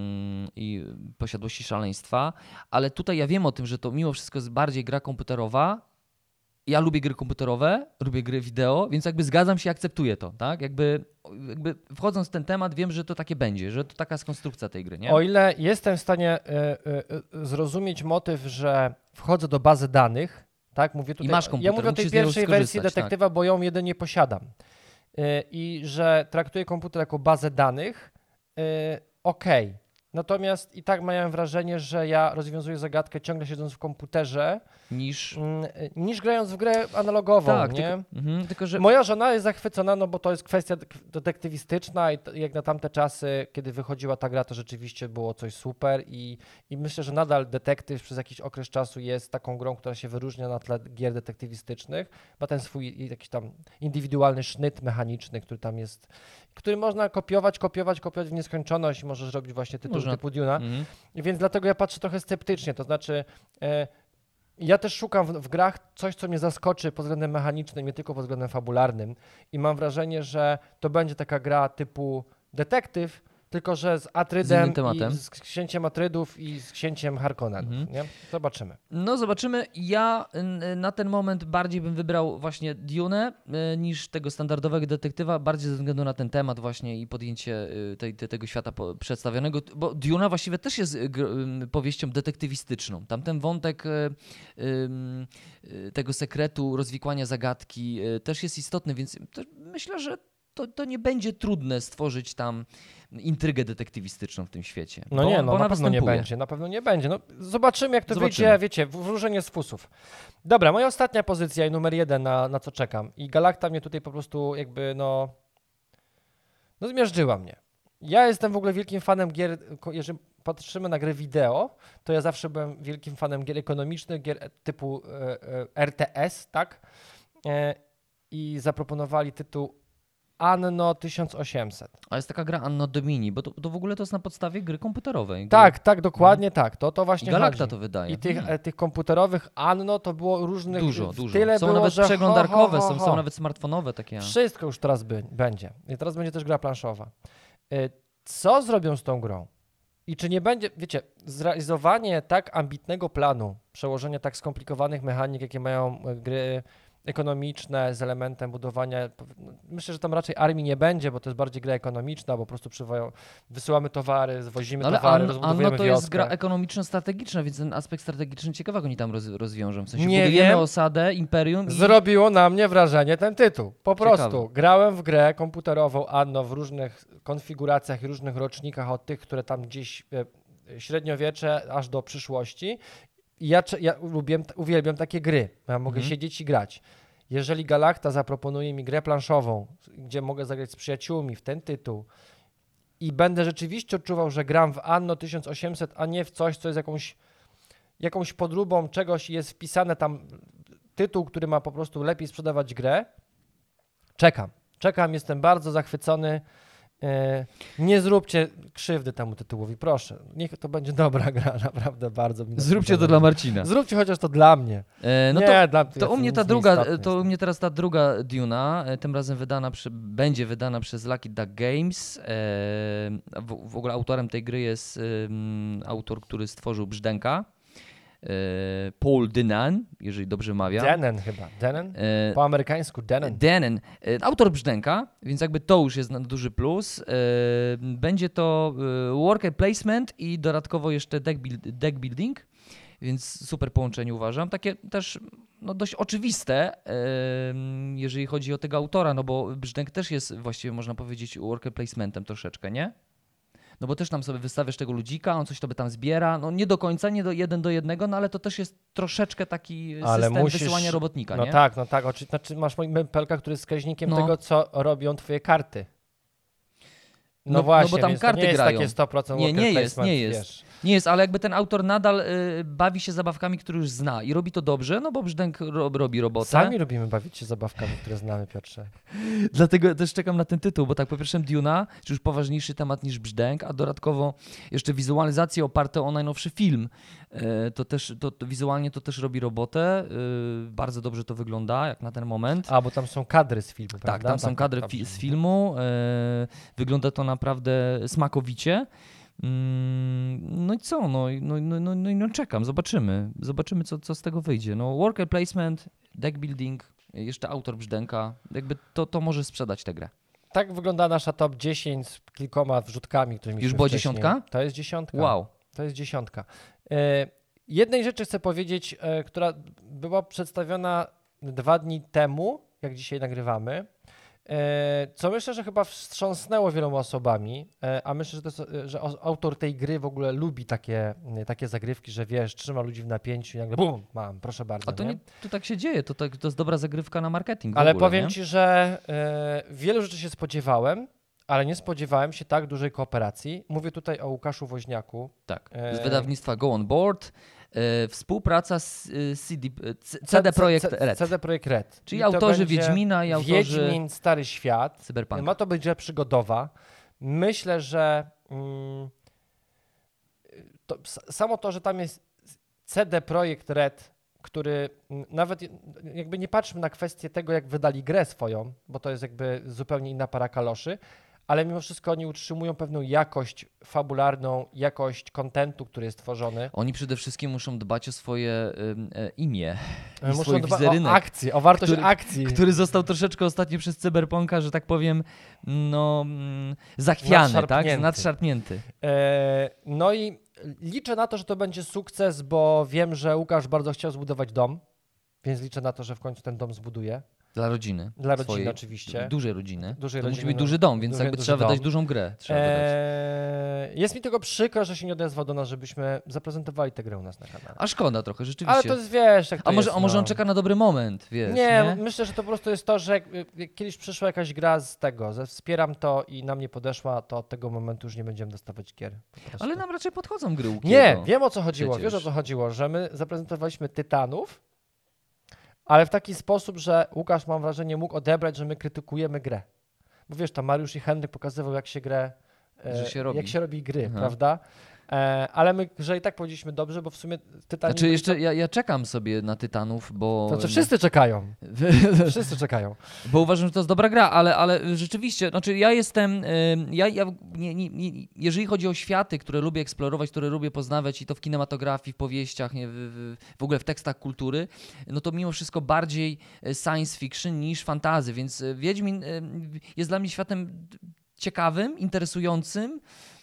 A: i Posiadłości Szaleństwa, ale tutaj ja wiem o tym, że to mimo wszystko jest bardziej gra komputerowa. Ja lubię gry komputerowe, lubię gry wideo, więc jakby zgadzam się i akceptuję to, tak? Jakby, jakby wchodząc w ten temat wiem, że to takie będzie, że to taka jest konstrukcja tej gry, nie?
B: O ile jestem w stanie y, y, zrozumieć motyw, że wchodzę do bazy danych, tak? Mówię tutaj,
A: I masz komputer,
B: ja mówię o tej pierwszej wersji detektywa, tak. Bo ją jedynie posiadam. Y, I że traktuję komputer jako bazę danych, y, okej. Okay. Natomiast i tak miałem wrażenie, że ja rozwiązuję zagadkę ciągle siedząc w komputerze,
A: niż,
B: niż grając w grę analogową.
A: Tak,
B: nie?
A: Tylko, mhm, tylko, że...
B: Moja żona jest zachwycona, no bo to jest kwestia detektywistyczna i jak na tamte czasy, kiedy wychodziła ta gra, to rzeczywiście było coś super i, i myślę, że nadal detektyw przez jakiś okres czasu jest taką grą, która się wyróżnia na tle gier detektywistycznych. Ma ten swój jakiś tam indywidualny sznyt mechaniczny, który tam jest, który można kopiować, kopiować, kopiować w nieskończoność i możesz robić właśnie tytuł
A: Można.
B: typu Dune'a.
A: Mhm.
B: Więc dlatego ja patrzę trochę sceptycznie, to znaczy e, ja też szukam w, w grach coś, co mnie zaskoczy pod względem mechanicznym, nie tylko pod względem fabularnym i mam wrażenie, że to będzie taka gra typu detektyw, tylko że z Atrydem,
A: z,
B: i z księciem Atrydów i z księciem Harkonnenów. Mhm. Nie? Zobaczymy.
A: No zobaczymy. Ja na ten moment bardziej bym wybrał właśnie Dune niż tego standardowego detektywa, bardziej ze względu na ten temat właśnie i podjęcie tej, tej, tego świata przedstawionego, bo Duna właściwie też jest powieścią detektywistyczną. Tamten wątek tego sekretu, rozwikłania zagadki też jest istotny, więc myślę, że To, to nie będzie trudne stworzyć tam intrygę detektywistyczną w tym świecie.
B: No
A: bo,
B: nie, no
A: bo
B: na
A: ona
B: pewno
A: występuje.
B: nie będzie, na pewno nie będzie. No, zobaczymy, jak to
A: Zobaczymy.
B: wyjdzie, wiecie, wróżenie z fusów. Dobra, moja ostatnia pozycja i numer jeden, na, na co czekam. I Galacta mnie tutaj po prostu jakby, no, no zmiażdżyła mnie. Ja jestem w ogóle wielkim fanem gier, jeżeli patrzymy na gry wideo, to ja zawsze byłem wielkim fanem gier ekonomicznych, gier typu e, e, R T S, tak? E, I zaproponowali tytuł Anno tysiąc osiemset.
A: A jest taka gra Anno Domini, bo to, to w ogóle to jest na podstawie gry komputerowej.
B: Tak, tak, dokładnie hmm. tak. To, to właśnie
A: I Galacta
B: chodzi.
A: to wydaje.
B: I tych,
A: hmm.
B: tych komputerowych Anno to było różnych...
A: Dużo, dużo.
B: Tyle
A: są
B: było,
A: nawet
B: że
A: przeglądarkowe,
B: ho, ho, ho, ho.
A: Są, są nawet smartfonowe takie.
B: Wszystko już teraz by, będzie. I teraz będzie też gra planszowa. Co zrobią z tą grą? I czy nie będzie, wiecie, zrealizowanie tak ambitnego planu, przełożenie tak skomplikowanych mechanik, jakie mają gry ekonomiczne z elementem budowania, myślę, że tam raczej armii nie będzie, bo to jest bardziej gra ekonomiczna, bo po prostu przywoją, wysyłamy towary, zwozimy
A: no ale
B: towary,
A: an,
B: rozbudowujemy
A: Anno to
B: wioskę.
A: jest gra ekonomiczno-strategiczna, więc ten aspekt strategiczny ciekawego oni tam roz, rozwiążą. W sensie
B: nie
A: budujemy
B: wiem.
A: osadę, imperium. I...
B: Zrobiło na mnie wrażenie ten tytuł. Po
A: Ciekawe.
B: prostu grałem w grę komputerową Anno w różnych konfiguracjach i różnych rocznikach od tych, które tam gdzieś e, średniowiecze aż do przyszłości. I ja, ja lubię, uwielbiam takie gry. Ja mogę mhm. siedzieć i grać. Jeżeli Galacta zaproponuje mi grę planszową, gdzie mogę zagrać z przyjaciółmi w ten tytuł i będę rzeczywiście odczuwał, że gram w Anno tysiąc osiemset, a nie w coś, co jest jakąś jakąś podróbą czegoś jest wpisane tam tytuł, który ma po prostu lepiej sprzedawać grę, czekam. Czekam, jestem bardzo zachwycony. Nie zróbcie krzywdy temu tytułowi, proszę. Niech to będzie dobra gra, naprawdę bardzo mi.
A: Zróbcie to dla Marcina.
B: Zróbcie chociaż to dla mnie.
A: E, no
B: nie,
A: to,
B: dla
A: to u mnie ta druga, to u mnie teraz ta druga Duna, tym razem wydana przy, będzie wydana przez Lucky Duck Games. E, w, w ogóle autorem tej gry jest um, autor, który stworzył Brzdęka. Paul Dennen, jeżeli dobrze wymawiam.
B: Dennen chyba. Dennen? Po amerykańsku Dennen.
A: Dennen. Autor Brzdęka, więc jakby to już jest duży plus. Będzie to worker placement i dodatkowo jeszcze deck, build, deck building, więc super połączenie uważam. Takie też no, dość oczywiste, jeżeli chodzi o tego autora, no bo Brzdęk też jest właściwie można powiedzieć worker placementem troszeczkę, nie? No bo też tam sobie wystawiasz tego ludzika, on coś tobie tam zbiera, no nie do końca, nie do jeden do jednego, no ale to też jest troszeczkę taki ale system musisz, wysyłania robotnika,
B: no
A: nie?
B: tak, no tak, oczywiście, znaczy masz mempelka, który jest wskaźnikiem no. tego, co robią twoje karty. No, no właśnie, no bo tam karty to nie
A: grają.
B: jest takie sto procent
A: nie, nie jest, nie jest.
B: Wiesz.
A: Nie jest, ale jakby ten autor nadal y, bawi się zabawkami, które już zna i robi to dobrze, no bo Brzdęk ro, robi robotę.
B: Sami lubimy bawić się zabawkami, które znamy, Piotrze.
A: Dlatego też czekam na ten tytuł, bo tak po pierwsze Duna, czy już poważniejszy temat niż Brzdęk, a dodatkowo jeszcze wizualizacje oparte o najnowszy film. Y, to też, to, to wizualnie to też robi robotę, y, bardzo dobrze to wygląda, jak na ten moment.
B: A, bo tam są kadry z filmu, prawda?
A: Tak, tam są kadry tak, fi- z filmu, y, wygląda to naprawdę smakowicie. No i co? No, no, no, no, no, no czekam, zobaczymy. Zobaczymy, co, co z tego wyjdzie. No, worker placement, deck building, jeszcze autor Brzdęka. Jakby to, to może sprzedać tę grę.
B: Tak wygląda nasza top dziesięć z kilkoma wrzutkami, którymi
A: Już była
B: wcześniej.
A: dziesiątka?
B: To jest dziesiątka.
A: Wow.
B: To jest dziesiątka. E, jednej rzeczy chcę powiedzieć, e, która była przedstawiona dwa dni temu, jak dzisiaj nagrywamy, co myślę, że chyba wstrząsnęło wieloma osobami, a myślę, że, to jest, że autor tej gry w ogóle lubi takie, takie zagrywki, że wiesz, trzyma ludzi w napięciu i nagle bum, mam, proszę bardzo.
A: A to,
B: nie?
A: Nie, to tak się dzieje, to, tak, to jest dobra zagrywka na marketing.
B: Ale
A: ogóle,
B: powiem
A: nie?
B: ci, że y, wielu rzeczy się spodziewałem, ale nie spodziewałem się tak dużej kooperacji. Mówię tutaj o Łukaszu Woźniaku.
A: Tak, z wydawnictwa Go On Board. Współpraca z C D, C D Projekt Red.
B: C D Projekt Red.
A: Czyli autorzy Wiedźmina i autorzy...
B: Wiedźmin, Stary Świat.
A: Cyberpunk.
B: Ma to być grze przygodowa. Myślę, że mm, to, samo to, że tam jest C D Projekt Red, który nawet jakby nie patrzmy na kwestię tego, jak wydali grę swoją, bo to jest jakby zupełnie inna para kaloszy, ale mimo wszystko oni utrzymują pewną jakość fabularną, jakość kontentu, który jest tworzony.
A: Oni przede wszystkim muszą dbać o swoje y, imię,
B: muszą
A: swój
B: dba
A: wizerunek.
B: O akcję, o wartość
A: który,
B: akcji.
A: Który został troszeczkę ostatnio przez Cyberpunka, że tak powiem, no zachwiany, tak? Nadszarpnięty.
B: E, no i liczę na to, że to będzie sukces, bo wiem, że Łukasz bardzo chciał zbudować dom, więc liczę na to, że w końcu ten dom zbuduje.
A: Dla rodziny.
B: Dla rodziny swojej, oczywiście.
A: Dużej rodziny.
B: Dużej
A: to
B: rodziny,
A: musi być duży dom, więc
B: duży,
A: jakby
B: duży
A: trzeba
B: dom.
A: wydać dużą grę. Trzeba
B: eee, wydać. Jest mi tego przykro, że się nie odezwał do nas, żebyśmy zaprezentowali tę grę u nas na kanale.
A: A szkoda trochę, rzeczywiście.
B: Ale to jest, wiesz, jak to
A: a może,
B: jest,
A: a może
B: no.
A: on czeka na dobry moment, wiesz,
B: nie,
A: nie?
B: myślę, że to po prostu jest to, że jak, jak kiedyś przyszła jakaś gra z tego, że wspieram to i nam nie podeszła, to od tego momentu już nie będziemy dostawać gier.
A: Ale nam raczej podchodzą gry Łukiego.
B: Nie, wiem o co chodziło.
A: Przecież.
B: Wiesz o co chodziło, że my zaprezentowaliśmy Tytanów, ale w taki sposób, że Łukasz, mam wrażenie, mógł odebrać, że my krytykujemy grę. Bo wiesz, tam Mariusz i Henryk pokazywał, jak się grę,
A: że się robi.
B: jak się robi gry, Aha. prawda? E, ale my, że i tak powiedzieliśmy dobrze, bo w sumie Tytani...
A: Znaczy jeszcze ja, ja czekam sobie na Tytanów, bo...
B: Znaczy wszyscy czekają. Wszyscy czekają.
A: Bo uważam, że to jest dobra gra, ale, ale rzeczywiście, znaczy ja jestem... Ja, ja nie, nie, nie, jeżeli chodzi o światy, które lubię eksplorować, które lubię poznawać i to w kinematografii, w powieściach, nie, w, w, w ogóle w tekstach kultury, no to mimo wszystko bardziej science fiction niż fantasy, więc Wiedźmin jest dla mnie światem ciekawym, interesującym,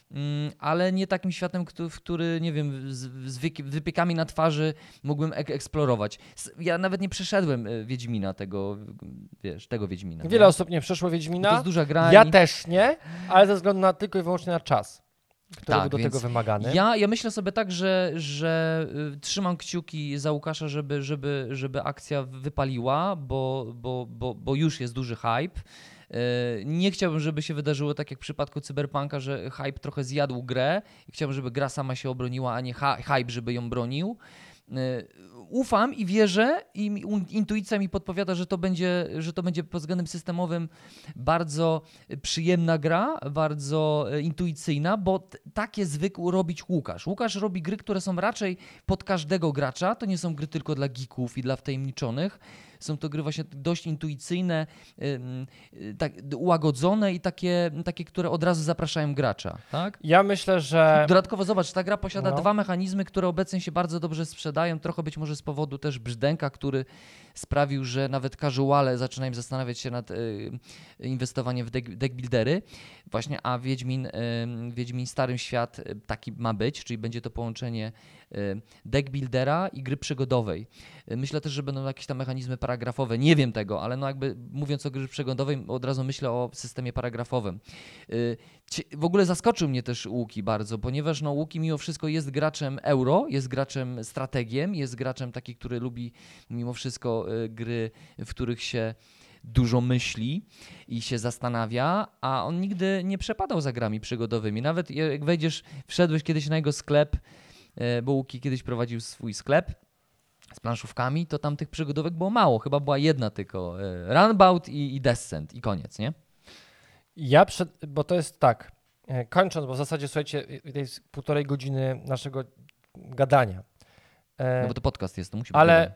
A: ale nie takim światem, w który, nie wiem, z wypiekami na twarzy mógłbym ek eksplorować. Ja nawet nie przeszedłem Wiedźmina, tego, wiesz, tego Wiedźmina.
B: Wiele
A: nie?
B: osób nie przeszło Wiedźmina.
A: To jest duża gra.
B: Ja
A: i...
B: też nie, ale ze względu na tylko i wyłącznie na czas, który
A: tak,
B: był do tego wymagany.
A: Ja, ja myślę sobie tak, że, że y, trzymam kciuki za Łukasza, żeby, żeby, żeby akcja wypaliła, bo, bo, bo, bo już jest duży hype. Nie chciałbym, żeby się wydarzyło tak jak w przypadku Cyberpunka, że hype trochę zjadł grę i chciałbym, żeby gra sama się obroniła, a nie hype, żeby ją bronił. Ufam i wierzę i intuicja mi podpowiada, że to będzie, że to będzie pod względem systemowym bardzo przyjemna gra, bardzo intuicyjna, bo t- takie zwykł robić Łukasz. Łukasz robi gry, które są raczej pod każdego gracza, to nie są gry tylko dla geeków i dla wtajemniczonych. Są to gry właśnie dość intuicyjne, yy, tak, ułagodzone i takie, takie, które od razu zapraszają gracza. Tak?
B: Ja myślę, że...
A: Dodatkowo zobacz, ta gra posiada
B: no.
A: dwa mechanizmy, które obecnie się bardzo dobrze sprzedają, trochę być może z powodu też brzdęka, który sprawił, że nawet casuale zaczynają zastanawiać się nad y, inwestowaniem w deck, deck buildery. Właśnie, a Wiedźmin, y, Wiedźmin Starym Świat y, taki ma być, czyli będzie to połączenie y, deck buildera i gry przygodowej. Y, myślę też, że będą jakieś tam mechanizmy paragrafowe, nie wiem tego, ale no jakby mówiąc o grze przygodowej, od razu myślę o systemie paragrafowym. Y, w ogóle zaskoczył mnie też Łuki bardzo, ponieważ no Łuki mimo wszystko jest graczem euro, jest graczem strategiem, jest graczem taki, który lubi mimo wszystko y, gry, w których się dużo myśli i się zastanawia, a on nigdy nie przepadał za grami przygodowymi. Nawet jak wejdziesz, wszedłeś kiedyś na jego sklep, y, bo Łuki kiedyś prowadził swój sklep z planszówkami, to tam tych przygodówek było mało. Chyba była jedna tylko. Y, Runabout i, i Descent i koniec, nie?
B: Ja, przed, bo to jest tak, kończąc, bo w zasadzie, słuchajcie, to jest półtorej godziny naszego gadania.
A: No bo to podcast jest, to musi być.
B: Ale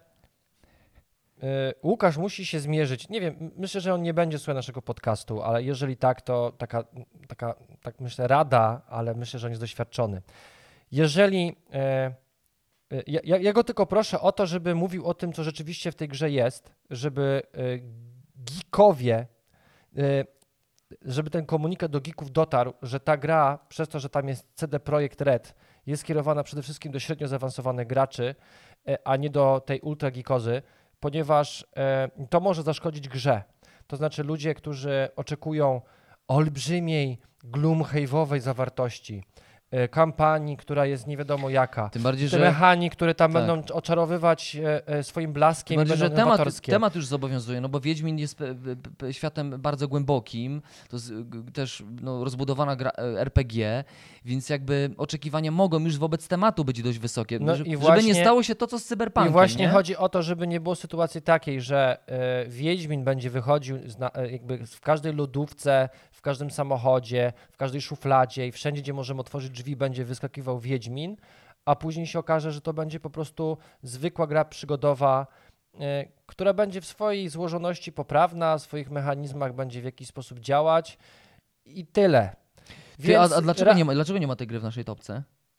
B: y, Łukasz musi się zmierzyć, nie wiem, myślę, że on nie będzie słuchał naszego podcastu, ale jeżeli tak, to taka, taka tak myślę, rada, ale myślę, że on jest doświadczony. Jeżeli, y, y, ja, ja go tylko proszę o to, żeby mówił o tym, co rzeczywiście w tej grze jest, żeby y, geekowie, y, żeby ten komunikat do geeków dotarł, że ta gra, przez to, że tam jest C D Projekt Red, jest skierowana przede wszystkim do średnio zaawansowanych graczy, a nie do tej ultra geekozy, ponieważ to może zaszkodzić grze. To znaczy ludzie, którzy oczekują olbrzymiej, gloomhave'owej zawartości, kampanii, która jest nie wiadomo jaka.
A: Tym bardziej,
B: te
A: że
B: mechanik, które tam
A: tak.
B: będą oczarowywać swoim blaskiem,
A: Tym bardziej,
B: będą
A: że temat,
B: nowatorskie.
A: temat już zobowiązuje, no bo Wiedźmin jest p- p- światem bardzo głębokim, to z, g- też no, rozbudowana gra R P G, więc jakby oczekiwania mogą już wobec tematu być dość wysokie,
B: No
A: żeby,
B: i właśnie,
A: żeby nie stało się to, co z Cyberpunkiem.
B: I właśnie
A: nie?
B: chodzi o to, żeby nie było sytuacji takiej, że y, Wiedźmin będzie wychodził z na, y, jakby w każdej lodówce, w każdym samochodzie, w każdej szufladzie i wszędzie, gdzie możemy otworzyć drzwi, będzie wyskakiwał Wiedźmin, a później się okaże, że to będzie po prostu zwykła gra przygodowa, y, która będzie w swojej złożoności poprawna, w swoich mechanizmach będzie w jakiś sposób działać i tyle.
A: Ty,
B: Więc
A: a, a dlaczego,
B: ra-
A: nie ma, dlaczego nie ma tej gry w naszej topce?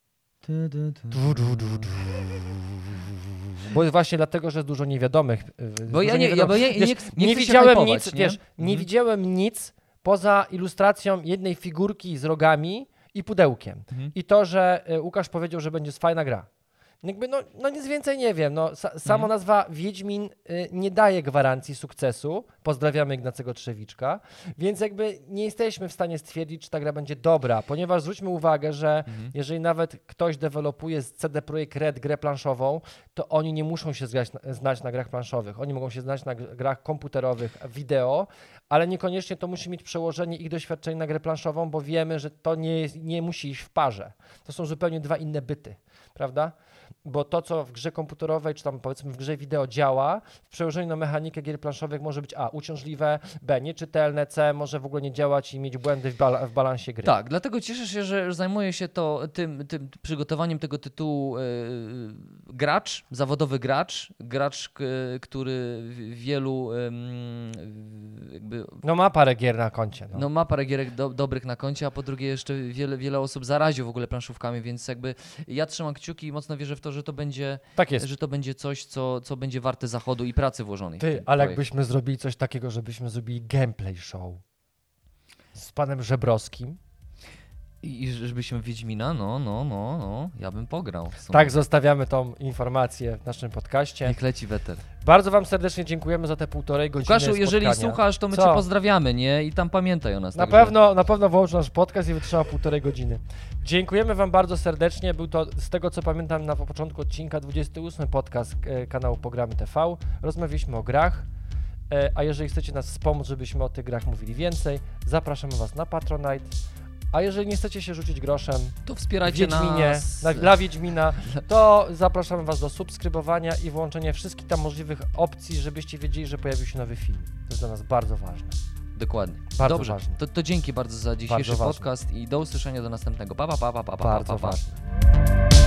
B: Bo właśnie dlatego, że jest dużo niewiadomych.
A: Bo ja
B: dużo
A: nie, ja, bo ja,
B: wiesz,
A: nie, nie,
B: nie,
A: nie chcę
B: widziałem
A: się hypować,
B: nic,
A: nie?
B: wiesz, nie
A: Mhm.
B: widziałem nic poza ilustracją jednej figurki z rogami i pudełkiem.
A: Mhm.
B: I to, że y, Łukasz powiedział, że będzie fajna gra. Jakby no, no nic więcej nie wiem. No, sa, sama
A: Mhm.
B: nazwa Wiedźmin y, nie daje gwarancji sukcesu. Pozdrawiamy Ignacego Trzewiczka. Więc jakby nie jesteśmy w stanie stwierdzić, czy ta gra będzie dobra, ponieważ zwróćmy uwagę, że
A: Mhm.
B: jeżeli nawet ktoś dewelopuje z C D Projekt Red grę planszową, to oni nie muszą się znać na, znać na grach planszowych. Oni mogą się znać na gr- grach komputerowych, wideo, ale niekoniecznie to musi mieć przełożenie ich doświadczeń na grę planszową, bo wiemy, że to nie, jest, nie musi iść w parze. To są zupełnie dwa inne byty, prawda? Bo to, co w grze komputerowej, czy tam powiedzmy w grze wideo działa, w przełożeniu na mechanikę gier planszowych może być a. uciążliwe, b. nieczytelne, c. może w ogóle nie działać i mieć błędy w, bala- w balansie gry.
A: Tak, dlatego cieszę się, że zajmuje się to tym, tym przygotowaniem tego tytułu yy, gracz, zawodowy gracz, gracz, k- który w- wielu yy, jakby
B: No ma parę gier na koncie. No.
A: no ma parę gierek do, dobrych na koncie, a po drugie jeszcze wiele, wiele osób zaraził w ogóle planszówkami, więc jakby ja trzymam kciuki i mocno wierzę w to, że to będzie,
B: Tak jest.
A: że to będzie coś, co, co będzie warte zachodu i pracy włożonej. w
B: Ty,
A: ten
B: ale
A: projekt.
B: jakbyśmy zrobili coś takiego, żebyśmy zrobili gameplay show z panem Żebrowskim.
A: I, I żebyśmy Wiedźmina, no, no, no, no, ja bym pograł. w sumie.
B: Tak, zostawiamy tą informację w naszym podcaście.
A: Niech leci weter.
B: Bardzo wam serdecznie dziękujemy za te półtorej godziny
A: Łukaszu, jeżeli
B: spotkania.
A: słuchasz, to my
B: Co?
A: cię pozdrawiamy, nie? I tam pamiętaj o nas.
B: Na
A: także-
B: pewno, na pewno włącz nasz podcast i wytrzyma półtorej godziny. Dziękujemy wam bardzo serdecznie. Był to, z tego co pamiętam, na początku odcinka dwudziesty ósmy podcast e, kanału Pogramy T V. Rozmawialiśmy o grach. A jeżeli chcecie nas wspomóc, żebyśmy o tych grach mówili więcej, zapraszamy Was na Patronite. A jeżeli nie chcecie się rzucić groszem
C: to wspierajcie
B: Wiedźminie,
C: nas.
B: Na, dla Wiedźmina, to zapraszamy Was do subskrybowania i włączenia wszystkich tam możliwych opcji, żebyście wiedzieli, że pojawił się nowy film. To jest dla nas bardzo ważne.
C: Dokładnie.
B: Bardzo
C: Dobrze,
B: ważne.
C: to, to dzięki bardzo za dzisiejszy
B: Bardzo
C: podcast ważne. I do usłyszenia do następnego. Pa, pa, pa, pa, pa, pa,
B: Bardzo
C: pa, pa.
B: ważne.